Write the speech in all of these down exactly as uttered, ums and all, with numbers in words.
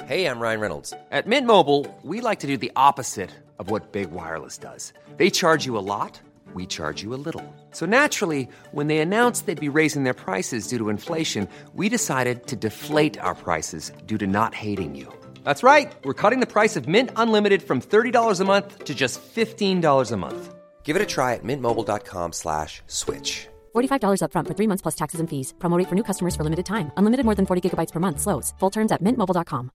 Hey, I'm Ryan Reynolds. At Mint Mobile, we like to do the opposite of what Big Wireless does. They charge you a lot, we charge you a little. So naturally, when they announced they'd be raising their prices due to inflation, we decided to deflate our prices due to not hating you. That's right. We're cutting the price of Mint Unlimited from thirty dollars a month to just fifteen dollars a month. Give it a try at mintmobile.com slash switch. forty-five dollars up front for three months plus taxes and fees. Promo rate for new customers for limited time. Unlimited more than forty gigabytes per month. Slows full terms at mint mobile dot com.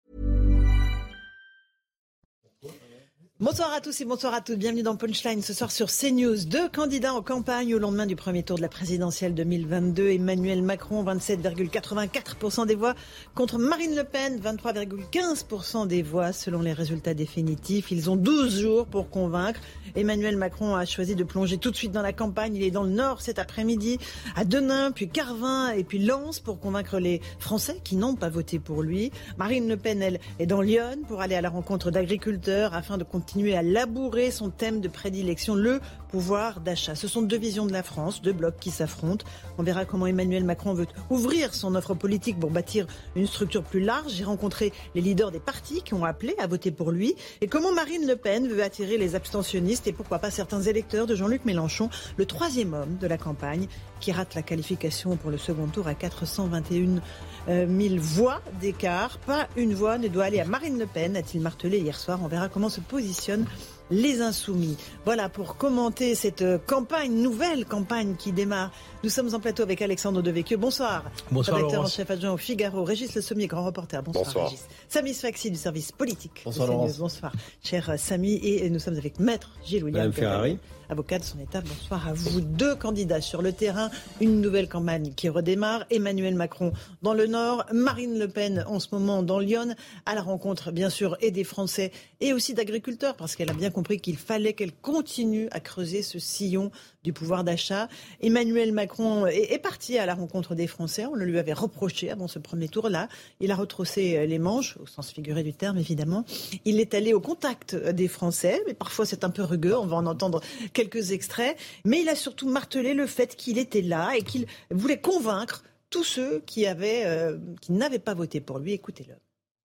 Bonsoir à tous et bonsoir à toutes. Bienvenue dans Punchline ce soir sur CNews. Deux candidats en campagne au lendemain du premier tour de la présidentielle deux mille vingt-deux. Emmanuel Macron, vingt-sept virgule quatre-vingt-quatre pour cent des voix contre Marine Le Pen, vingt-trois virgule quinze pour cent des voix selon les résultats définitifs. Ils ont douze jours pour convaincre. Emmanuel Macron a choisi de plonger tout de suite dans la campagne. Il est dans le Nord cet après-midi, à Denain, puis Carvin et puis Lens pour convaincre les Français qui n'ont pas voté pour lui. Marine Le Pen, elle, est dans Lyon pour aller à la rencontre d'agriculteurs afin de continuer continuer à labourer son thème de prédilection, le pouvoir d'achat. Ce sont deux visions de la France, deux blocs qui s'affrontent. On verra comment Emmanuel Macron veut ouvrir son offre politique pour bâtir une structure plus large. J'ai rencontré les leaders des partis qui ont appelé à voter pour lui et comment Marine Le Pen veut attirer les abstentionnistes et pourquoi pas certains électeurs de Jean-Luc Mélenchon, le troisième homme de la campagne qui rate la qualification pour le second tour à quatre cent vingt et un mille voix d'écart. Pas une voix ne doit aller à Marine Le Pen, a-t-il martelé hier soir. On verra comment se positionnent les Insoumis. Voilà pour commenter cette campagne, nouvelle campagne qui démarre. Nous sommes en plateau avec Alexandre Devecchio. Bonsoir. Bonsoir. Rédacteur en chef adjoint au Figaro. Régis Le Sommier, grand reporter. Bonsoir, Bonsoir. Régis. Samy Sfaxi du service politique. Bonsoir, de CNews. Laurence. Bonsoir, cher Samy. Et nous sommes avec Maître Gilles William Ferrari, avocat de son État. Bonsoir à vous. Deux candidats sur le terrain, une nouvelle campagne qui redémarre. Emmanuel Macron dans le Nord, Marine Le Pen en ce moment dans Lyon, à la rencontre bien sûr et des Français et aussi d'agriculteurs, parce qu'elle a bien compris qu'il fallait qu'elle continue à creuser ce sillon du pouvoir d'achat. Emmanuel Macron est, est parti à la rencontre des Français. On le lui avait reproché avant ce premier tour-là. Il a retroussé les manches, au sens figuré du terme évidemment. Il est allé au contact des Français, mais parfois c'est un peu rugueux. On va en entendre quelques extraits. Mais il a surtout martelé le fait qu'il était là et qu'il voulait convaincre tous ceux qui, avaient, euh, qui n'avaient pas voté pour lui. Écoutez-le.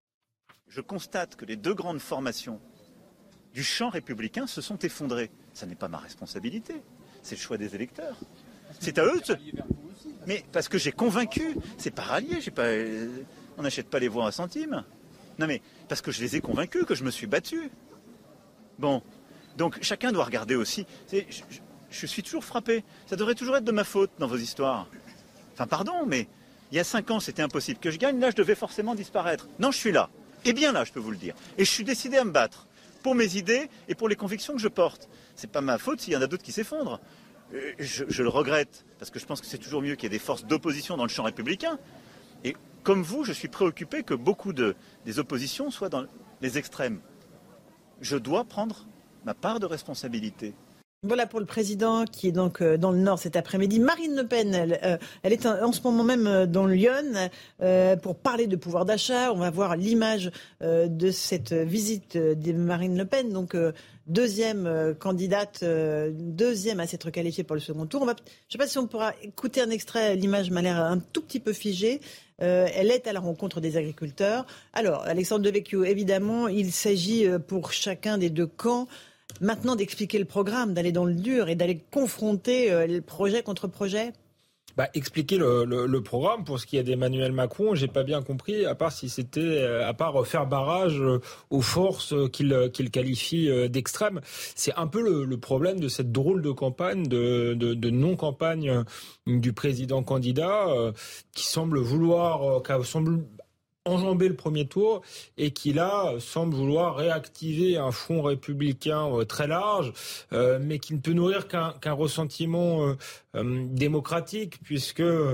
Je constate que les deux grandes formations du champ républicain se sont effondrées. Ça n'est pas ma responsabilité, c'est le choix des électeurs. C'est à eux de... Mais parce que j'ai convaincu, c'est pas rallié, j'ai pas... on n'achète pas les voix un centime. Non mais, parce que je les ai convaincus, que je me suis battu. Bon, donc chacun doit regarder aussi. C'est... Je, je, je suis toujours frappé, ça devrait toujours être de ma faute dans vos histoires. Enfin pardon, mais il y a cinq ans c'était impossible. Que je gagne, là je devais forcément disparaître. Non, je suis là. Et bien là, je peux vous le dire. Et je suis décidé à me battre pour mes idées et pour les convictions que je porte. C'est pas ma faute s'il y en a d'autres qui s'effondrent. Je, je le regrette, parce que je pense que c'est toujours mieux qu'il y ait des forces d'opposition dans le champ républicain. Et comme vous, je suis préoccupé que beaucoup de, des oppositions soient dans les extrêmes. Je dois prendre ma part de responsabilité. Voilà pour le président qui est donc dans le Nord cet après-midi. Marine Le Pen, elle, euh, elle est en ce moment même dans Lyon euh, pour parler de pouvoir d'achat. On va voir l'image euh, de cette visite de Marine Le Pen, donc euh, deuxième euh, candidate, euh, deuxième à s'être qualifiée pour le second tour. On va, je ne sais pas si on pourra écouter un extrait, l'image m'a l'air un tout petit peu figée. Euh, elle est à la rencontre des agriculteurs. Alors, Alexandre Devecchio, évidemment, il s'agit pour chacun des deux camps maintenant d'expliquer le programme, d'aller dans le dur et d'aller confronter euh, le projet contre projet. Bah, expliquer le, le, le programme pour ce qui est d'Emmanuel Macron, j'ai pas bien compris, à part si c'était, à part faire barrage aux forces qu'il, qu'il qualifie d'extrêmes. C'est un peu le, le problème de cette drôle de campagne, de, de, de non-campagne du président candidat, euh, qui semble vouloir, qui semble enjamber le premier tour et qui là semble vouloir réactiver un front républicain euh, très large, euh, mais qui ne peut nourrir qu'un, qu'un ressentiment euh, euh, démocratique, puisque euh,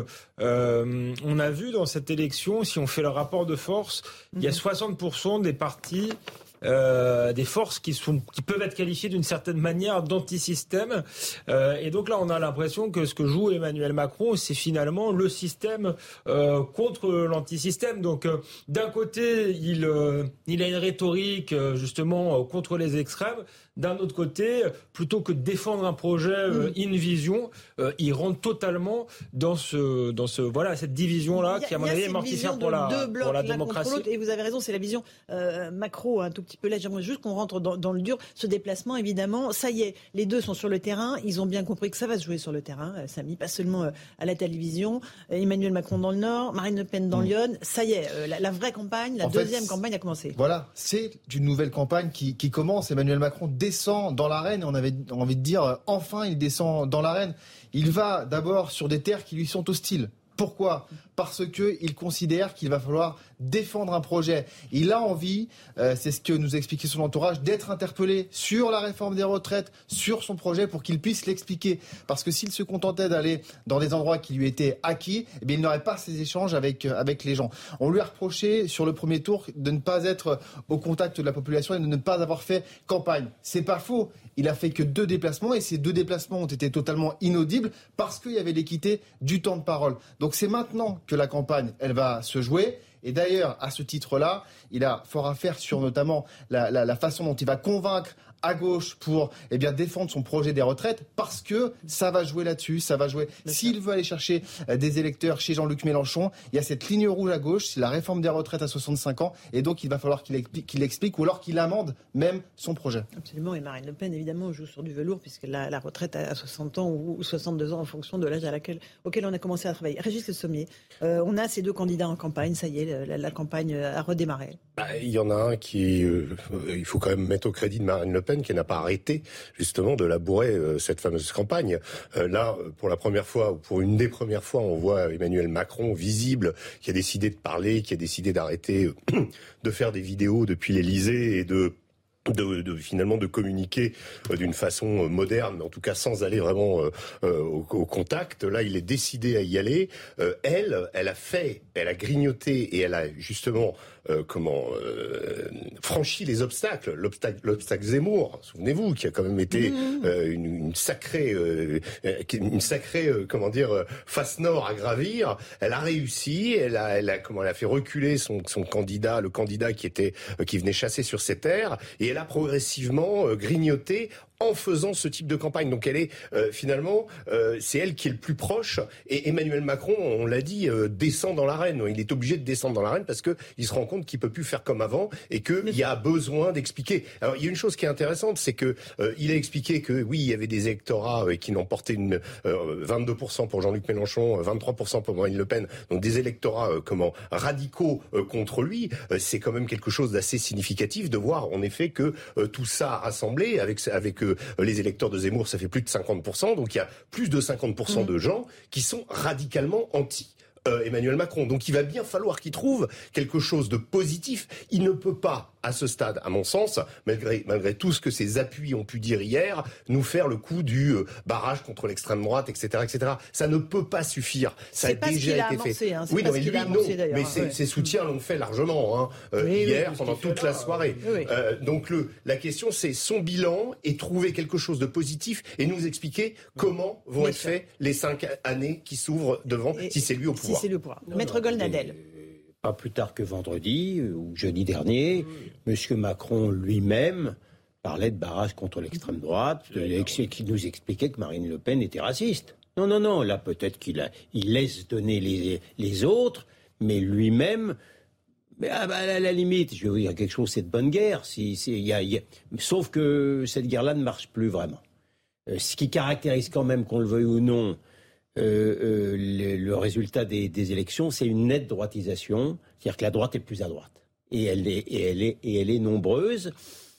on a vu dans cette élection, si on fait le rapport de force, mmh. il y a soixante pour cent des partis euh, des forces qui sont qui peuvent être qualifiées d'une certaine manière d'antisystème. Euh, et donc là, on a l'impression que ce que joue Emmanuel Macron, c'est finalement le système euh, contre l'antisystème. Donc euh, d'un côté, il euh, il a une rhétorique euh, justement euh, contre les extrêmes. D'un autre côté, plutôt que de défendre un projet euh, in vision, euh, il rentre totalement dans ce, dans ce, voilà, cette division-là qui, à mon avis, est mortifère pour la, pour la démocratie. Et vous avez raison, c'est la vision euh, macro, un tout petit peu là. J'aimerais juste qu'on rentre dans, dans le dur. Ce déplacement, évidemment, ça y est, les deux sont sur le terrain. Ils ont bien compris que ça va se jouer sur le terrain, euh, Samy, pas seulement euh, à la télévision. Euh, Emmanuel Macron dans le Nord, Marine Le Pen dans mmh. Lyon. Ça y est, euh, la, la vraie campagne, la en deuxième fait, campagne a commencé. Voilà, c'est une nouvelle campagne qui, qui commence. Emmanuel Macron descend dans l'arène, et on avait envie de dire enfin il descend dans l'arène. Il va d'abord sur des terres qui lui sont hostiles. Pourquoi ? Parce qu'il considère qu'il va falloir défendre un projet. Il a envie, euh, c'est ce que nous expliquait son entourage, d'être interpellé sur la réforme des retraites, sur son projet, pour qu'il puisse l'expliquer. Parce que s'il se contentait d'aller dans des endroits qui lui étaient acquis, eh bien, il n'aurait pas ces échanges avec, euh, avec les gens. On lui a reproché sur le premier tour de ne pas être au contact de la population et de ne pas avoir fait campagne. C'est pas faux. Il a fait que deux déplacements et ces deux déplacements ont été totalement inaudibles parce qu'il y avait l'équité du temps de parole. Donc c'est maintenant que la campagne, elle va se jouer. Et d'ailleurs, à ce titre-là, il a fort à faire sur notamment la, la, la façon dont il va convaincre à gauche pour eh bien, défendre son projet des retraites, parce que ça va jouer là-dessus, ça va jouer. S'il veut aller chercher des électeurs chez Jean-Luc Mélenchon, il y a cette ligne rouge à gauche, c'est la réforme des retraites à soixante-cinq ans, et donc il va falloir qu'il explique, qu'il explique ou alors qu'il amende même son projet. Absolument, et Marine Le Pen, évidemment, joue sur du velours, puisque la, la retraite à soixante ans ou soixante-deux ans, en fonction de l'âge à laquelle, auquel on a commencé à travailler. Régis Le Sommier, euh, on a ces deux candidats en campagne, ça y est, la, la campagne a redémarré. Bah, il y en a un qui, euh, il faut quand même mettre au crédit de Marine Le Pen, qui n'a pas arrêté justement de labourer euh, cette fameuse campagne. Euh, là, pour la première fois, ou pour une des premières fois, on voit Emmanuel Macron visible, qui a décidé de parler, qui a décidé d'arrêter euh, de faire des vidéos depuis l'Élysée et de De, de finalement de communiquer euh, d'une façon euh, moderne, en tout cas sans aller vraiment euh, euh, au, au contact. Là, il est décidé à y aller. Euh, elle, elle a fait, elle a grignoté et elle a justement euh, comment euh, franchi les obstacles. L'obstacle, l'obstacle Zemmour, souvenez-vous, qui a quand même été euh, une, une sacrée, euh, une sacrée, euh, comment dire, face nord à gravir. Elle a réussi. Elle a, elle a comment, elle a fait reculer son, son candidat, le candidat qui était, euh, qui venait chasser sur ses terres, et elle a progressivement euh, grignoté en faisant ce type de campagne. Donc elle est euh, finalement, euh, c'est elle qui est le plus proche. Et Emmanuel Macron, on l'a dit, euh, descend dans l'arène. Il est obligé de descendre dans l'arène parce que il se rend compte qu'il peut plus faire comme avant et qu'il y a besoin d'expliquer. Alors il y a une chose qui est intéressante, c'est que euh, il a expliqué que oui, il y avait des électorats euh, qui n'emportaient une euh, vingt-deux pour cent pour Jean-Luc Mélenchon, vingt-trois pour cent pour Marine Le Pen. Donc des électorats euh, comment radicaux euh, contre lui. Euh, c'est quand même quelque chose d'assez significatif de voir en effet que euh, tout ça rassemblé avec avec euh, les électeurs de Zemmour, ça fait plus de cinquante pour cent. Donc il y a plus de cinquante pour cent mmh. de gens qui sont radicalement anti euh, Emmanuel Macron. Donc il va bien falloir qu'il trouve quelque chose de positif. Il ne peut pas, à ce stade, à mon sens, malgré, malgré tout ce que ses appuis ont pu dire hier, nous faire le coup du euh, barrage contre l'extrême droite, et cetera, et cetera. Ça ne peut pas suffire. Ça c'est a déjà été amorcé, fait. Hein, oui, non, mais lui, non. Mais ouais. ses, ses soutiens l'ont fait largement hein, euh, oui, hier, oui, pendant toute la soirée. Oui, oui. Euh, donc le, la question, c'est son bilan et trouver quelque chose de positif et nous expliquer comment vont Bien être sûr. faits les cinq années qui s'ouvrent devant, et si c'est lui au pouvoir. Si c'est lui au pouvoir. Non, Maître Goldnadel. Pas plus tard que vendredi ou jeudi dernier, oui. M. Macron lui-même parlait de barrage contre l'extrême droite, qui nous expliquait que Marine Le Pen était raciste. Non, non, non, là peut-être qu'il a, il laisse donner les, les autres, mais lui-même, mais à, à la limite, je vais vous dire quelque chose, c'est de bonne guerre. Si, si, y a, y a, sauf que cette guerre-là ne marche plus vraiment. Euh, ce qui caractérise quand même, qu'on le veuille ou non, Euh, euh, le, le résultat des, des élections, c'est une nette droitisation, c'est-à-dire que la droite est plus à droite. Et elle est, et elle est, et elle est nombreuse,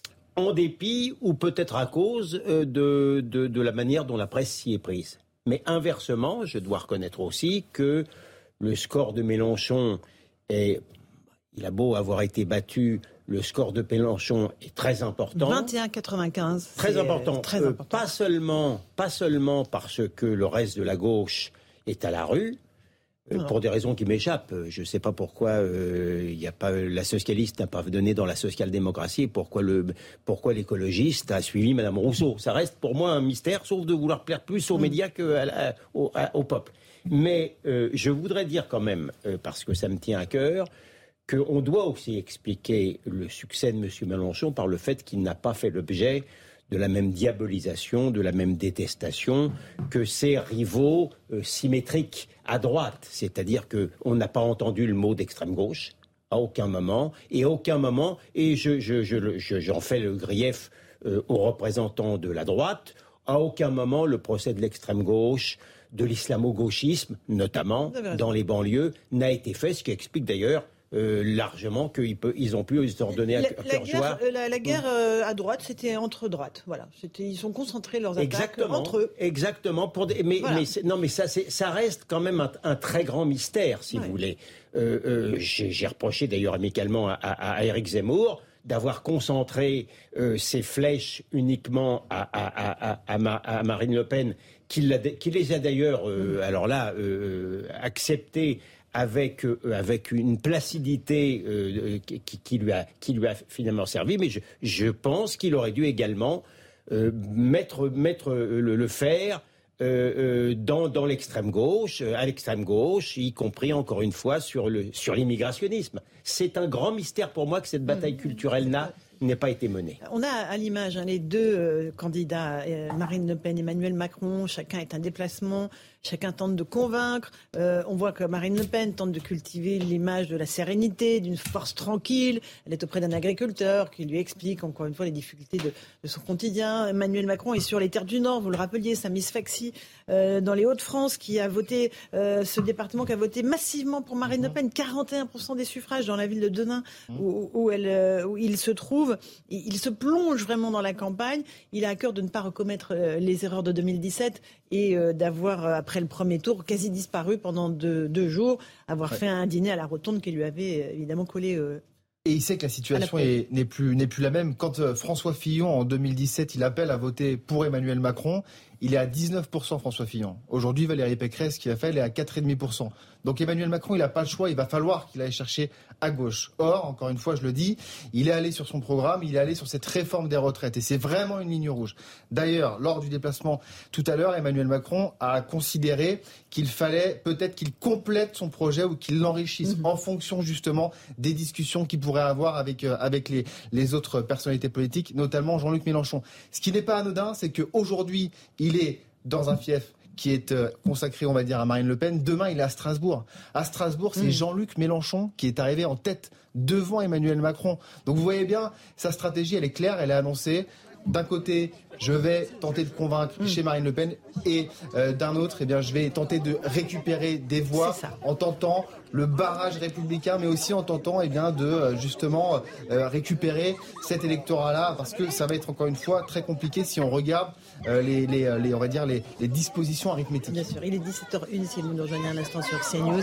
en dépit ou peut-être à cause euh, de, de, de la manière dont la presse s'y est prise. Mais inversement, je dois reconnaître aussi que le score de Mélenchon est... Il a beau avoir été battu, le score de Mélenchon est très important. vingt et un virgule quatre-vingt-quinze. Très important. Très euh, important. Pas seulement, pas seulement parce que le reste de la gauche est à la rue, Euh, pour des raisons qui m'échappent. Je ne sais pas pourquoi euh, y a pas, la socialiste n'a pas donné dans la social-démocratie et pourquoi, le, pourquoi l'écologiste a suivi Madame Rousseau. Ça reste pour moi un mystère, sauf de vouloir plaire plus aux médias qu'au au peuple. Mais euh, je voudrais dire quand même, euh, parce que ça me tient à cœur, qu'on doit aussi expliquer le succès de M. Mélenchon par le fait qu'il n'a pas fait l'objet de la même diabolisation, de la même détestation que ses rivaux euh, symétriques à droite. C'est-à-dire qu'on n'a pas entendu le mot d'extrême gauche à aucun moment, et à aucun moment, et je, je, je, je, j'en fais le grief euh, aux représentants de la droite, à aucun moment le procès de l'extrême gauche, de l'islamo-gauchisme, notamment dans les banlieues, n'a été fait, ce qui explique d'ailleurs Euh, largement qu'ils ils ont pu ils ont donné à, la, à la cœur guerre, joie. La, la guerre euh, à droite, c'était entre droites. Voilà, c'était, ils sont concentrés leurs attaques exactement, entre eux. Exactement. Pour des, mais, voilà. mais non, mais ça, c'est, ça reste quand même un, un très grand mystère, si ouais. vous voulez. Euh, euh, j'ai, j'ai reproché d'ailleurs amicalement à, à, à Éric Zemmour d'avoir concentré euh, ses flèches uniquement à, à, à, à, Ma, à Marine Le Pen, qui, l'a, qui les a d'ailleurs, euh, mmh. alors là, euh, acceptées. Avec, euh, avec une placidité euh, qui, qui, lui a, qui lui a finalement servi, mais je, je pense qu'il aurait dû également euh, mettre, mettre le, le fer euh, euh, dans, dans l'extrême gauche, à l'extrême gauche, y compris encore une fois sur, le, sur l'immigrationnisme. C'est un grand mystère pour moi que cette bataille mmh. culturelle n'a n'est pas été menée. On a à l'image hein, les deux euh, candidats, euh, Marine Le Pen, Emmanuel Macron, chacun est un déplacement, chacun tente de convaincre. Euh, on voit que Marine Le Pen tente de cultiver l'image de la sérénité, d'une force tranquille. Elle est auprès d'un agriculteur qui lui explique encore une fois les difficultés de, de son quotidien. Emmanuel Macron est sur les terres du Nord, vous le rappeliez, sa Miss Faxi euh, dans les Hauts-de-France qui a voté, euh, ce département qui a voté massivement pour Marine Le Pen, quarante et un pour cent des suffrages dans la ville de Denain où, où, elle, euh, où il se trouve. Il se plonge vraiment dans la campagne. Il a à cœur de ne pas recommettre les erreurs de deux mille dix-sept et d'avoir, après le premier tour, quasi disparu pendant deux, deux jours, avoir ouais. fait un dîner à la Rotonde qui lui avait évidemment collé. Euh, Et il sait que la situation la est, n'est, plus, n'est plus la même. Quand euh, François Fillon, en deux mille dix-sept, il appelle à voter pour Emmanuel Macron, il est à dix-neuf pour cent François Fillon. Aujourd'hui, Valérie Pécresse, qui a fait, elle est à quatre virgule cinq pour cent. Donc Emmanuel Macron, il n'a pas le choix, il va falloir qu'il aille chercher à gauche. Or, encore une fois, je le dis, il est allé sur son programme, il est allé sur cette réforme des retraites. Et c'est vraiment une ligne rouge. D'ailleurs, lors du déplacement tout à l'heure, Emmanuel Macron a considéré qu'il fallait peut-être qu'il complète son projet ou qu'il l'enrichisse mmh. en fonction justement des discussions qu'il pourrait avoir avec, euh, avec les, les autres personnalités politiques, notamment Jean-Luc Mélenchon. Ce qui n'est pas anodin, c'est qu'aujourd'hui, il est dans un fief qui est euh, consacré, on va dire, à Marine Le Pen. Demain, il est à Strasbourg. À Strasbourg, c'est mmh. Jean-Luc Mélenchon qui est arrivé en tête devant Emmanuel Macron. Donc vous voyez bien, sa stratégie, elle est claire, elle est annoncée. D'un côté, je vais tenter de convaincre mmh. chez Marine Le Pen et euh, d'un autre, eh bien, je vais tenter de récupérer des voix en tentant le barrage républicain, mais aussi en tentant eh bien, de euh, justement euh, récupérer cet électorat-là, parce que ça va être encore une fois très compliqué si on regarde euh, les, les, les, on va dire les, les dispositions arithmétiques. Bien sûr, il est dix-sept heures une si vous nous rejoignez un instant sur CNews.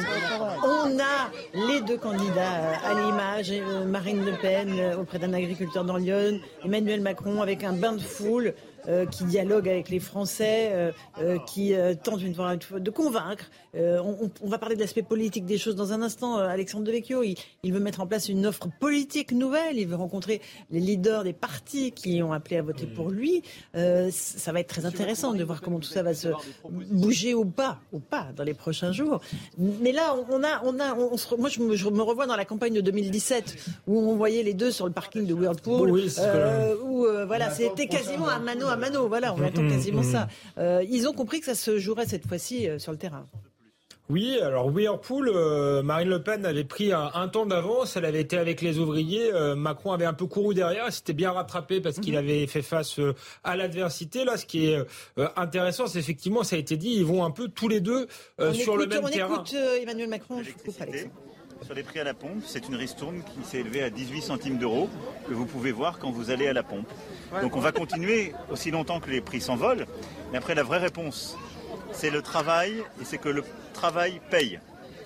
On a les deux candidats à l'image, Marine Le Pen auprès d'un agriculteur dans Lyon, Emmanuel Macron avec un bain de foule. Euh, qui dialogue avec les Français, euh, euh, qui euh, tente une fois de convaincre. Euh, on, on va parler de l'aspect politique des choses dans un instant. Euh, Alexandre Devecchio, il, il veut mettre en place une offre politique nouvelle. Il veut rencontrer les leaders des partis qui ont appelé à voter pour lui. Euh, ça va être très intéressant de voir comment tout ça va se bouger ou pas, ou pas dans les prochains jours. Mais là, on a, on a, on se, moi je me, je me revois dans la campagne de deux mille dix-sept où on voyait les deux sur le parking de Whirlpool, oui, euh, où euh, voilà, c'était quasiment à mano à mano, voilà, on attend quasiment ça. Euh, ils ont compris que ça se jouerait cette fois-ci euh, sur le terrain. Oui, alors Whirlpool, euh, Marine Le Pen avait pris un, un temps d'avance, elle avait été avec les ouvriers, euh, Macron avait un peu couru derrière, s'était bien rattrapé parce qu'il avait fait face euh, à l'adversité. Là, ce qui est euh, intéressant, c'est effectivement, ça a été dit, ils vont un peu tous les deux euh, sur écoute, le même on terrain. On écoute euh, Emmanuel Macron, je coupe Alexandre. Sur les prix à la pompe, c'est une ristourne qui s'est élevée à dix-huit centimes d'euros que vous pouvez voir quand vous allez à la pompe. Donc on va continuer aussi longtemps que les prix s'envolent. Mais après, la vraie réponse, c'est le travail et c'est que le travail paye.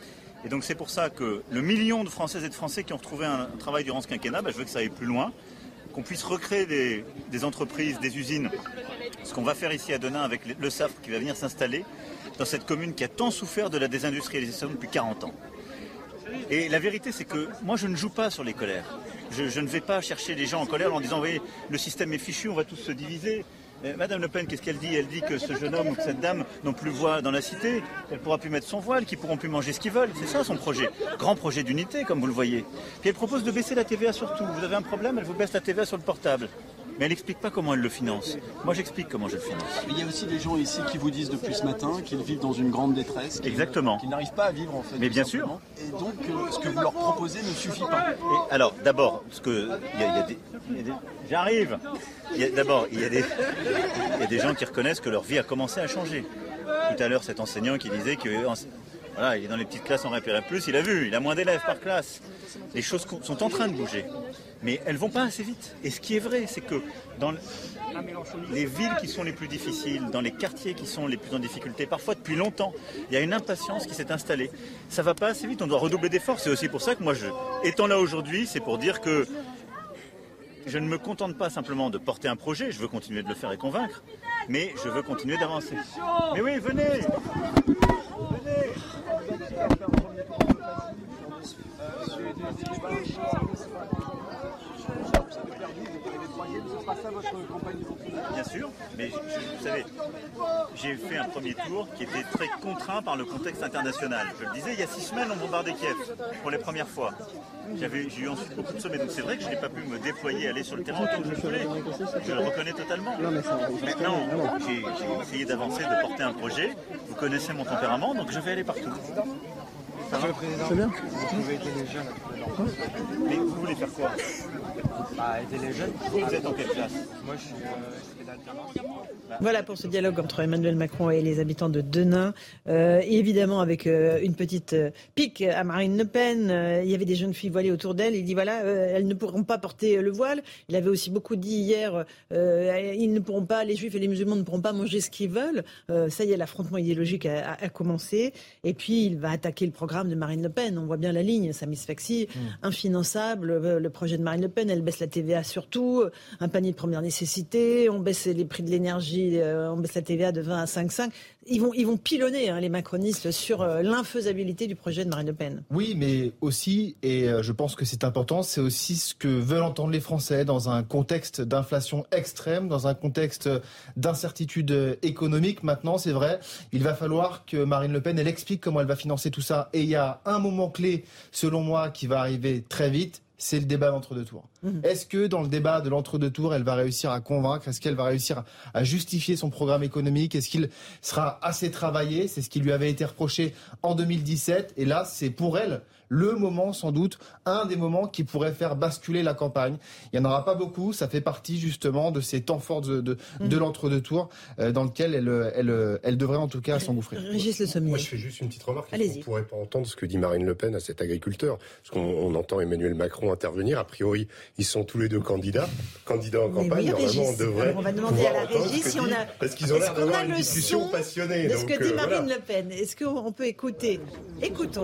Et donc c'est pour ça que le million de Françaises et de Français qui ont retrouvé un travail durant ce quinquennat, bah, je veux que ça aille plus loin, qu'on puisse recréer des, des entreprises, des usines. Ce qu'on va faire ici à Denain avec le S A F qui va venir s'installer, dans cette commune qui a tant souffert de la désindustrialisation depuis quarante ans. Et la vérité, c'est que moi, je ne joue pas sur les colères. Je, je ne vais pas chercher les gens en colère en disant, oui, le système est fichu, on va tous se diviser. Euh, Madame Le Pen, qu'est-ce qu'elle dit? Elle dit que ce jeune homme ou que cette dame n'ont plus voix dans la cité, qu'elle ne pourra plus mettre son voile, qu'ils ne pourront plus manger ce qu'ils veulent. C'est ça son projet. Grand projet d'unité, comme vous le voyez. Puis elle propose de baisser la T V A sur tout. Vous avez un problème, elle vous baisse la T V A sur le portable. Mais elle n'explique pas comment elle le finance. Moi, j'explique comment je le finance. Il y a aussi des gens ici qui vous disent depuis ce matin qu'ils vivent dans une grande détresse. Qu'ils, Exactement. Qu'ils n'arrivent pas à vivre, en fait. Mais bien sûr. Et donc, euh, ce que vous leur proposez ne suffit pas. Et alors, d'abord, parce que il y, y a des... Y a des j'arrive il y a, D'abord, il y, a des, il y a des gens qui reconnaissent que leur vie a commencé à changer. Tout à l'heure, cet enseignant qui disait que... Voilà, il est dans les petites classes en repéré plus, il a vu, il a moins d'élèves par classe. Les choses sont en train de bouger. Mais elles ne vont pas assez vite. Et ce qui est vrai, c'est que dans les villes qui sont les plus difficiles, dans les quartiers qui sont les plus en difficulté, parfois depuis longtemps, il y a une impatience qui s'est installée. Ça ne va pas assez vite, on doit redoubler d'efforts. C'est aussi pour ça que moi, je, étant là aujourd'hui, c'est pour dire que je ne me contente pas simplement de porter un projet, je veux continuer de le faire et convaincre, mais je veux continuer d'avancer. Mais oui, venez Venez Bien sûr, mais je, je, vous savez, j'ai fait un premier tour qui était très contraint par le contexte international. Je le disais, il y a six semaines, on bombardait Kiev pour les premières fois. J'avais, j'ai eu ensuite beaucoup de sommets, donc c'est vrai que je n'ai pas pu me déployer, aller sur le terrain autant que je le voulais. Je le reconnais totalement. Maintenant, j'ai, j'ai essayé d'avancer, de porter un projet. Vous connaissez mon tempérament, donc je vais aller partout. Ça va ? C'est bien. Vous pouvez aider les jeunes. Mais vous voulez faire quoi ? Bah, aider les jeunes. Vous, vous êtes en quelle classe ? Moi, je suis, euh, je fais l'alternance. Voilà pour ce dialogue entre Emmanuel Macron et les habitants de Denain. Euh, évidemment, avec euh, une petite euh, pique à Marine Le Pen. Euh, il y avait des jeunes filles voilées autour d'elle. Il dit voilà, euh, elles ne pourront pas porter le voile. Il avait aussi beaucoup dit hier, euh, ils ne pourront pas, les juifs et les musulmans ne pourront pas manger ce qu'ils veulent. Euh, ça y est, l'affrontement idéologique a, a, a commencé. Et puis, il va attaquer le programme de Marine Le Pen. On voit bien la ligne, satisfaxie, mmh. infinançable. Le projet de Marine Le Pen, elle baisse la T V A sur tout, un panier de première nécessité, on baisse les prix de l'énergie, on baisse la T V A de vingt à cinq virgule cinq. Ils vont, ils vont pilonner, hein, les macronistes, sur euh, l'infaisabilité du projet de Marine Le Pen. Oui, mais aussi, et euh, je pense que c'est important, c'est aussi ce que veulent entendre les Français dans un contexte d'inflation extrême, dans un contexte d'incertitude économique. Maintenant, c'est vrai, il va falloir que Marine Le Pen, elle explique comment elle va financer tout ça. Et il y a un moment clé, selon moi, qui va arriver très vite. C'est le débat d'entre-deux tours. Mmh. Est-ce que dans le débat de l'entre-deux tours, elle va réussir à convaincre? Est-ce qu'elle va réussir à justifier son programme économique? Est-ce qu'il sera assez travaillé? C'est ce qui lui avait été reproché en deux mille dix-sept. Et là, c'est pour elle le moment, sans doute, un des moments qui pourrait faire basculer la campagne. Il n'y en aura pas beaucoup. Ça fait partie, justement, de ces temps forts de, de, mmh. de l'entre-deux tours euh, dans lequel elle, elle, elle devrait, en tout cas, s'engouffrer. Régis Le Sommier. Moi, je fais juste une petite remarque. Allez-y. On ne pourrait pas entendre ce que dit Marine Le Pen à cet agriculteur. Parce qu'on on entend Emmanuel Macron intervenir. A priori, ils sont tous les deux candidats. Candidats en campagne. Oui, Normalement, on devrait. Alors, on va demander à la régie si on a. Parce qu'ils ont l'air d'avoir une discussion passionnée. De ce donc, que dit euh, Marine voilà. Le Pen. Est-ce qu'on peut écouter? Écoutons.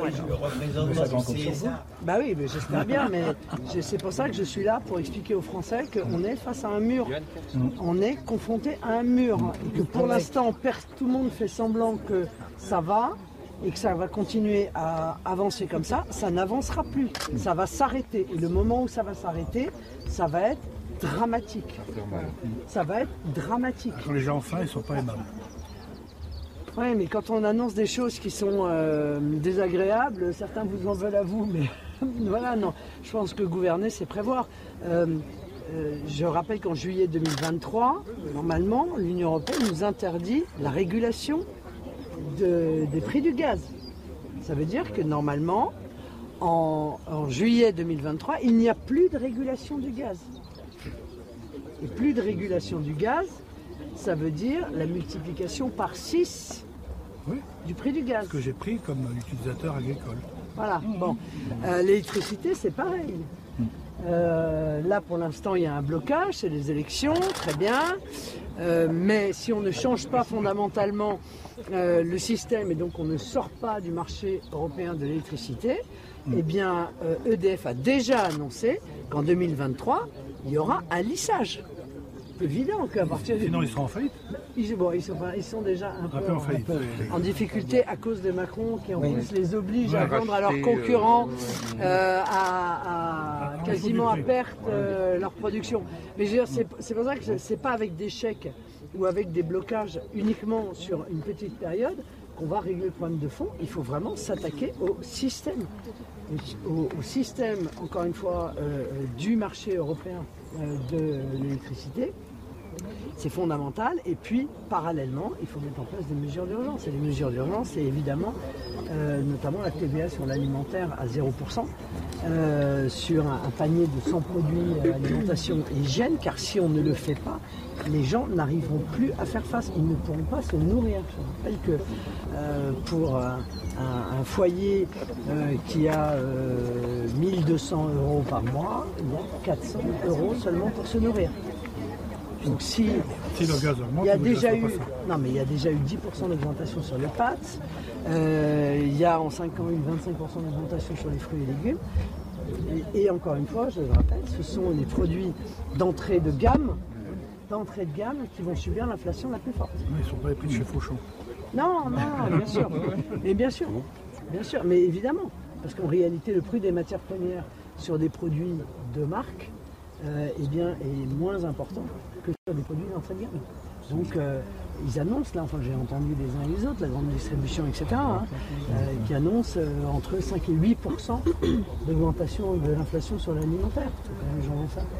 Bah oui, mais j'espère bien, mais c'est pour ça que je suis là pour expliquer aux Français qu'on est face à un mur. On est confronté à un mur. Et que pour l'instant, tout le monde fait semblant que ça va et que ça va continuer à avancer comme ça. Ça n'avancera plus. Ça va s'arrêter. Et le moment où ça va s'arrêter, ça va être dramatique. Ça va être dramatique. Quand les gens ont faim, ils ne sont pas aimables. Oui, mais quand on annonce des choses qui sont euh, désagréables, certains vous en veulent à vous, mais voilà, non. Je pense que gouverner, c'est prévoir. Euh, euh, je rappelle qu'en juillet deux mille vingt-trois, normalement, l'Union européenne nous interdit la régulation de, des prix du gaz. Ça veut dire que normalement, en, en juillet deux mille vingt-trois, il n'y a plus de régulation du gaz. Et plus de régulation du gaz, ça veut dire la multiplication par six oui, du prix du gaz. Ce que j'ai pris comme utilisateur agricole. Voilà, bon. Euh, l'électricité, c'est pareil. Euh, là, pour l'instant, il y a un blocage, c'est les élections, très bien. Euh, mais si on ne change pas fondamentalement euh, le système et donc on ne sort pas du marché européen de l'électricité, eh bien, euh, E D F a déjà annoncé qu'en deux mille vingt-trois, il y aura un lissage. évident qu'à partir du... Sinon, ils seront en faillite. Ils, bon, ils, sont, ils sont déjà un, un peu, peu en, un faillite, peu oui. en difficulté à cause de Macron qui en oui. plus les oblige ouais, à vendre à leurs concurrents euh, euh, à, à quasiment à perte euh, leur production. Mais je veux dire, c'est, c'est pour ça que c'est pas avec des chèques ou avec des blocages uniquement sur une petite période qu'on va régler le problème de fond. Il faut vraiment s'attaquer au système. Au, au système, encore une fois, euh, du marché européen euh, de l'électricité. C'est fondamental. Et puis, parallèlement, il faut mettre en place des mesures d'urgence. Et les mesures d'urgence, c'est évidemment, euh, notamment la T V A sur l'alimentaire à zéro pour cent, euh, sur un, un panier de cent produits euh, alimentation et hygiène, car si on ne le fait pas, les gens n'arriveront plus à faire face. Ils ne pourront pas se nourrir. Je rappelle que euh, pour euh, un, un foyer euh, qui a euh, mille deux cents euros par mois, il y a quatre cents euros seulement pour se nourrir. Donc si, si le gaz augmente, il y a déjà eu, non mais il y a déjà eu dix pour cent d'augmentation sur les pâtes, euh, il y a en cinq ans eu vingt-cinq pour cent d'augmentation sur les fruits et légumes. Et, et encore une fois, je le rappelle, ce sont les produits d'entrée de gamme, d'entrée de gamme qui vont subir l'inflation la plus forte. Mais ils ne sont pas les prix de chez Fauchon. Non, non, bien sûr. Et bien sûr, bien sûr, mais évidemment, parce qu'en réalité, le prix des matières premières sur des produits de marque, euh, eh bien, est moins important que sur des produits d'entrée de gamme. Donc euh, ils annoncent, là, enfin j'ai entendu les uns et les autres, la grande distribution, et cetera, hein, euh, qui annoncent euh, entre cinq et huit pour cent d'augmentation de l'inflation sur l'alimentaire. Comment les gens vont faire?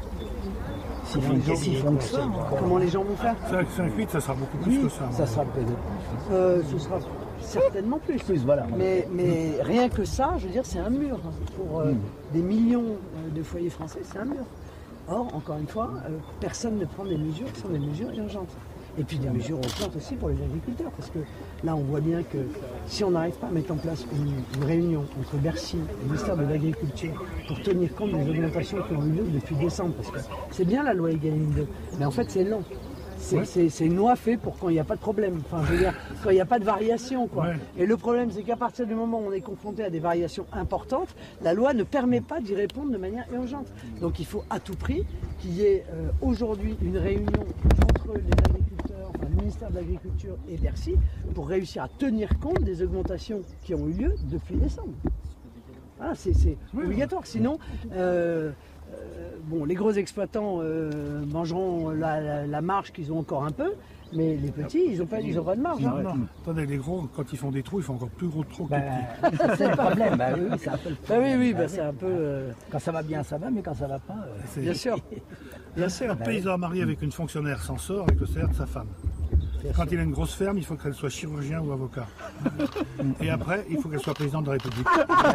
S'ils font, s'ils font que ça, comment les gens vont faire? cinq huit, ça sera beaucoup plus oui, que ça. Ça sera peut-être plus. Euh, ce sera certainement plus. plus voilà. mais, mais rien que ça, je veux dire, c'est un mur. Pour euh, mm. des millions de foyers français, c'est un mur. Or, encore une fois, euh, personne ne prend des mesures qui sont des mesures urgentes. Et puis des mesures urgentes aussi pour les agriculteurs, parce que là, on voit bien que si on n'arrive pas à mettre en place une, une réunion entre Bercy et le ministère de l'Agriculture pour tenir compte des augmentations qui ont eu lieu depuis décembre, parce que c'est bien la loi Egalim deux, mais en fait, c'est lent. C'est, c'est, c'est une loi faite pour quand il n'y a pas de problème, enfin je veux dire, quand il n'y a pas de variation, quoi. Ouais. Et le problème, c'est qu'à partir du moment où on est confronté à des variations importantes, la loi ne permet pas d'y répondre de manière urgente. Donc il faut à tout prix qu'il y ait euh, aujourd'hui une réunion entre les agriculteurs, enfin, le ministère de l'Agriculture et Bercy, pour réussir à tenir compte des augmentations qui ont eu lieu depuis décembre. Voilà, c'est, c'est oui, obligatoire, oui. Sinon... Euh, Euh, bon, les gros exploitants euh, mangeront la, la, la marge qu'ils ont encore un peu, mais les petits, ils n'ont pas, ils ont pas de marge. Non, hein. non. Attendez, les gros, quand ils font des trous, ils font encore plus gros de trous bah, que les petits. C'est le problème. Bah, oui, c'est un peu le bah, oui, oui, bah, bah, c'est un peu. Euh... Quand ça va bien, ça va, mais quand ça va pas. Euh... Bien sûr. Bien sûr. Un paysan marié avec une fonctionnaire s'en sort avec le salaire de sa femme. Quand il a une grosse ferme, il faut qu'elle soit chirurgien ou avocat. Et après, il faut qu'elle soit présidente de la République.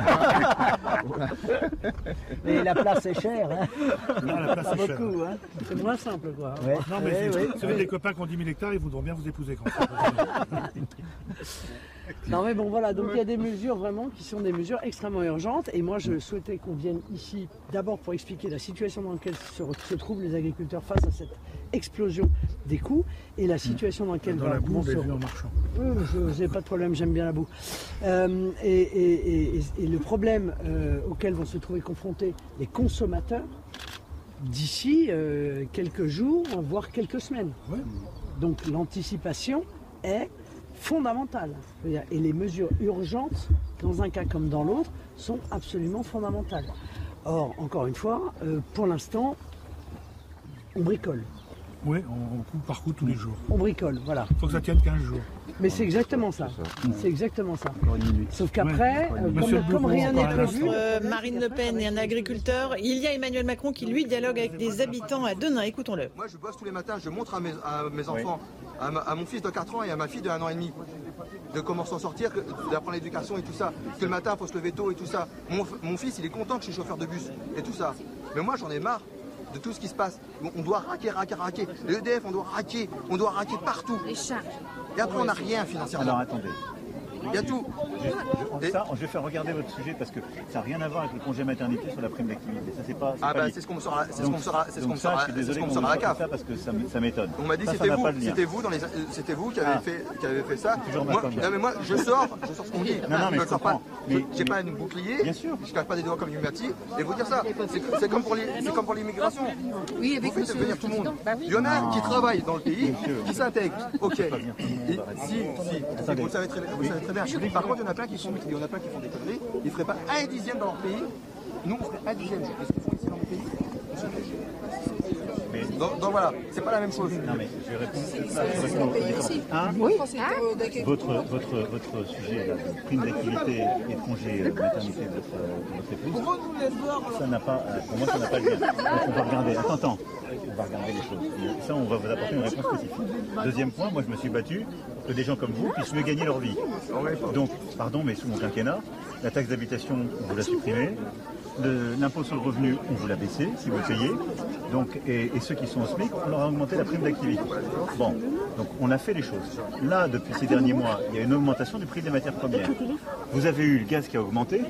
Mais la place est chère. Hein. Non, la place pas est beaucoup, chère. Hein. C'est moins simple, quoi. Ouais. Non, mais ouais, si ouais, vous avez ouais. des copains qui ont dix mille hectares, ils voudront bien vous épouser quand même. Non mais bon voilà, donc il y a des mesures vraiment qui sont des mesures extrêmement urgentes et moi je souhaitais qu'on vienne ici d'abord pour expliquer la situation dans laquelle se, se trouvent les agriculteurs face à cette explosion des coûts et la situation dans laquelle... Dans la boue, on est venu en marchant. Oui, je n'ai pas de problème, j'aime bien la boue. Euh, et, et, et, et le problème euh, auquel vont se trouver confrontés les consommateurs d'ici euh, quelques jours, voire quelques semaines. Ouais. Donc l'anticipation est fondamentale. Et les mesures urgentes, dans un cas comme dans l'autre, sont absolument fondamentales. Or, encore une fois, euh, pour l'instant, on bricole. Oui, on, on coup par coup tous les jours. On bricole, voilà. Il faut que ça tienne quinze jours. Mais c'est exactement ça. C'est exactement ça. Sauf qu'après, ouais. euh, comme, comme rien n'est prévu... Euh, Marine Le Pen et un agriculteur, il y a Emmanuel Macron qui, lui, dialogue avec des habitants à Denain. Écoutons-le. Moi, je bosse tous les matins, je montre à mes, à mes enfants, oui. à, ma, à mon fils de quatre ans et à ma fille de un an et demi, de comment s'en sortir, d'apprendre l'éducation et tout ça. Que le matin, il faut se lever tôt et tout ça. Mon, mon fils, il est content que je suis chauffeur de bus et tout ça. Mais moi, j'en ai marre de tout ce qui se passe. On doit raquer, raquer, raquer. Le E D F, on doit raquer, on doit raquer partout. Les charges. Et après, on n'a rien financièrement. Alors attendez, Il y a tout. Je, je, ça, je vais faire regarder votre sujet parce que ça n'a rien à voir avec le congé maternité sur la prime d'activité. Ça, c'est pas, c'est ah, pas bah, c'est ce qu'on me sort c'est ce qu'on me sort c'est ce qu'on me sort à la C A F. Parce que ça, ça m'étonne. On m'a dit ça, c'était ça vous, c'était vous, dans les, c'était vous qui avez, ah. fait, qui avez fait ça. Moi, non, mais moi, je sors, je sors ce qu'on dit. Non, non, mais je, je sors pas. Mais, j'ai pas un bouclier. Bien sûr. Je cache pas des doigts comme Yumati. Et vous dire ça, c'est, c'est comme pour les, c'est comme pour l'immigration. Oui, avec vous faites venir tout le monde. Il y en a qui travaillent dans le pays, qui s'intègrent. Ok. Si, si. Vous le savez très bien. Par contre, il y en a plein qui font, il y en a plein qui font des conneries. Ils ne feraient pas un dixième dans leur pays. Nous, on ferait un dixième. Qu'est-ce qu'ils font ici dans le pays? Mais donc, donc voilà, c'est pas la même chose. Non mais je vais répondre différemment. Un, oui. votre, votre, votre sujet là, de prime d'activité et de congé maternité de votre, de votre épouse, ça n'a pas, pour moi ça n'a pas de lien. Donc on va regarder, attends, attends, on va regarder les choses. Et ça on va vous apporter une réponse spécifique. Deuxième point, moi je me suis battu pour que des gens comme vous puissent mieux gagner leur vie. Donc, pardon, mais sous mon quinquennat, la taxe d'habitation, vous la supprimez. Le, l'impôt sur le revenu, on vous l'a baissé, si vous le payez. Donc, et, et ceux qui sont au SMIC, on leur a augmenté la prime d'activité. Bon, donc on a fait les choses. Là, depuis ces derniers mois, il y a une augmentation du prix des matières premières. Vous avez eu le gaz qui a augmenté,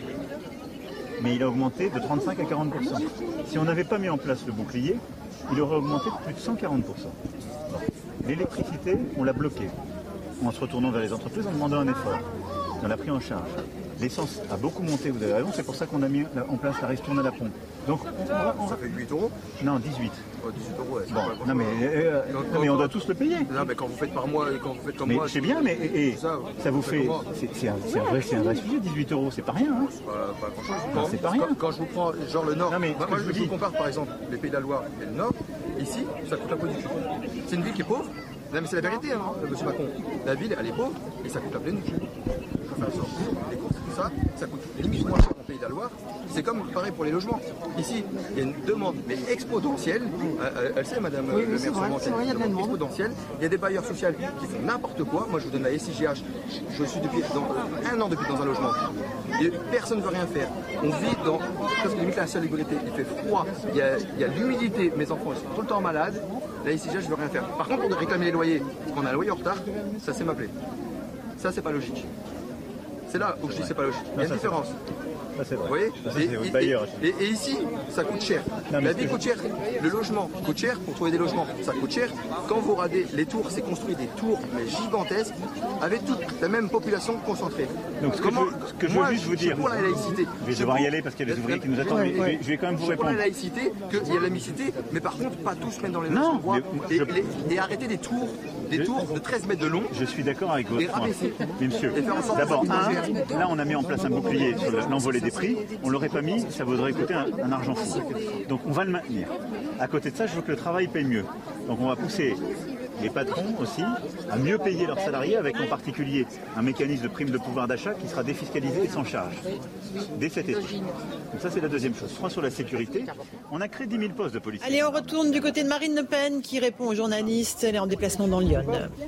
mais il a augmenté de trente-cinq à quarante pour cent. Si on n'avait pas mis en place le bouclier, il aurait augmenté de plus de cent quarante pour cent. Bon. L'électricité, on l'a bloqué. En se retournant vers les entreprises, en demandant un effort. On l'a pris en charge. L'essence a beaucoup monté, vous avez raison, c'est pour ça qu'on a mis en place la ristourne à la pompe. Donc, on, on... Ça fait huit euros? Non, dix-huit. Oh, dix-huit euros, ouais. Bon, non mais, euh, non, non, mais on doit tous le payer. Non, mais quand vous faites par mois et quand vous faites comme mais moi... c'est bien, mais et, et, ça, ça vous fait... C'est, c'est, un, c'est, un vrai, c'est un vrai sujet, dix-huit euros, c'est pas rien. Hein. Bah, bah, franchement, non, c'est pas rien. Quand, quand je vous prends, genre le Nord, non, mais, moi, moi je, je vous compare par exemple les Pays de la Loire et le Nord, ici, ça coûte la peau du cul. C'est une ville qui est pauvre. Non mais c'est la vérité, hein, monsieur Macron. La ville, elle est pauvre et ça coûte la pleine du cul. Je vais faire les courses, tout ça, ça coûte limite moins cher au Pays de la Loire. C'est comme pareil pour les logements. Ici, il y a une demande, mais exponentielle. Elle, elle sait, madame oui, le maire, souvent, c'est vrai, il y a de la demande. Exponentielle. Il y a des bailleurs sociaux qui font n'importe quoi. Moi, je vous donne la S I G H. Je suis depuis dans, un an depuis dans un logement. Et personne ne veut rien faire. On vit dans presque limite la salubrité. Il fait froid, il y a, il y a l'humidité. Mes enfants ils sont tout le temps malades. La S I G H, je ne veux rien faire. Par contre, on doit réclamer les loyers. Quand on a un loyer en retard, ça c'est m'appeler. Ça, c'est pas logique. C'est là où je dis c'est pas logique. Il y a une différence. Ça, c'est vrai. Vous voyez ça, c'est et, bailleur, et, et, et ici, ça coûte cher. Non, la vie coûte cher. Le logement coûte cher. Pour trouver des logements, ça coûte cher. Quand vous radez les tours, c'est construit des tours mais gigantesques avec toute la même population concentrée. Donc ce que Comment, je, ce que je moi, veux juste vous dire, pour la laïcité. Je vais devoir y aller parce qu'il y a des ouvriers qui nous attendent. Ouais, ouais. Je vais quand même vous répondre. Pour la laïcité, qu'il y a la mixité, mais par contre pas tous mettre dans les mêmes endroits et, je... les, et arrêter des tours, des je... tours de treize mètres de long. Je suis d'accord avec votre point. Mais monsieur, d'abord, un, là on a mis en place un bouclier sur l'envolée des prix. On l'aurait pas mis, ça voudrait coûter un, un argent fou. Donc on va le maintenir. À côté de ça, je veux que le travail paye mieux. Donc on va pousser les patrons aussi à mieux payer leurs salariés avec en particulier un mécanisme de prime de pouvoir d'achat qui sera défiscalisé et sans charge dès cet été. Donc ça c'est la deuxième chose. Trois sur la sécurité. On a créé dix mille postes de policiers. Allez, on retourne du côté de Marine Le Pen qui répond aux journalistes. Elle est en déplacement dans Lyon.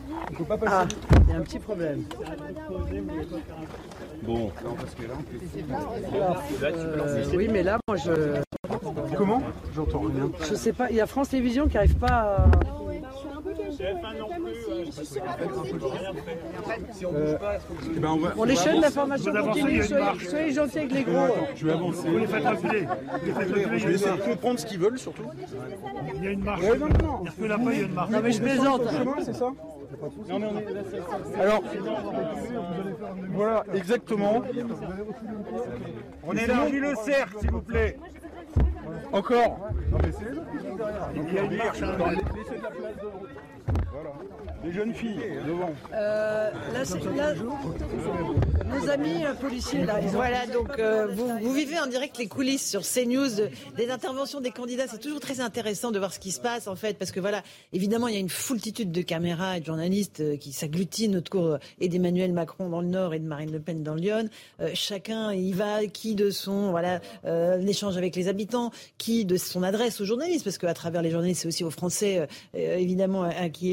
Ah, il y a un petit problème. Bon. Euh, oui, mais là, moi, je... Comment? J'entends rien. Je sais pas, il y a France Télévisions qui n'arrive pas à... Euh, ben va, on les chaînes d'information continue, soyez, soyez gentils avec les gros. Je vais avancer. Vous les faites reculer. Je vais essayer de comprendre ce qu'ils veulent surtout. Il y a une marche. Ouais, non, non. Il y a là-bas, il y a une marche. Non mais je plaisante. C'est ça? Non, mais on est... Alors, voilà, exactement. On élargit le cercle, s'il vous plaît. Encore. Il y a une marche. Voilà. Les jeunes filles devant. Euh, là, c'est, là, nos amis euh, policiers, là, ils ont... Voilà, donc euh, vous, vous vivez en direct les coulisses sur CNews de, des interventions des candidats. C'est toujours très intéressant de voir ce qui se passe, en fait, parce que voilà, évidemment, il y a une foultitude de caméras et de journalistes euh, qui s'agglutinent autour euh, et d'Emmanuel Macron dans le Nord et de Marine Le Pen dans le Lyon. Euh, chacun y va, qui de son voilà euh, l'échange avec les habitants, qui de son adresse aux journalistes, parce qu'à travers les journalistes, c'est aussi aux Français, euh, évidemment, à, à qui il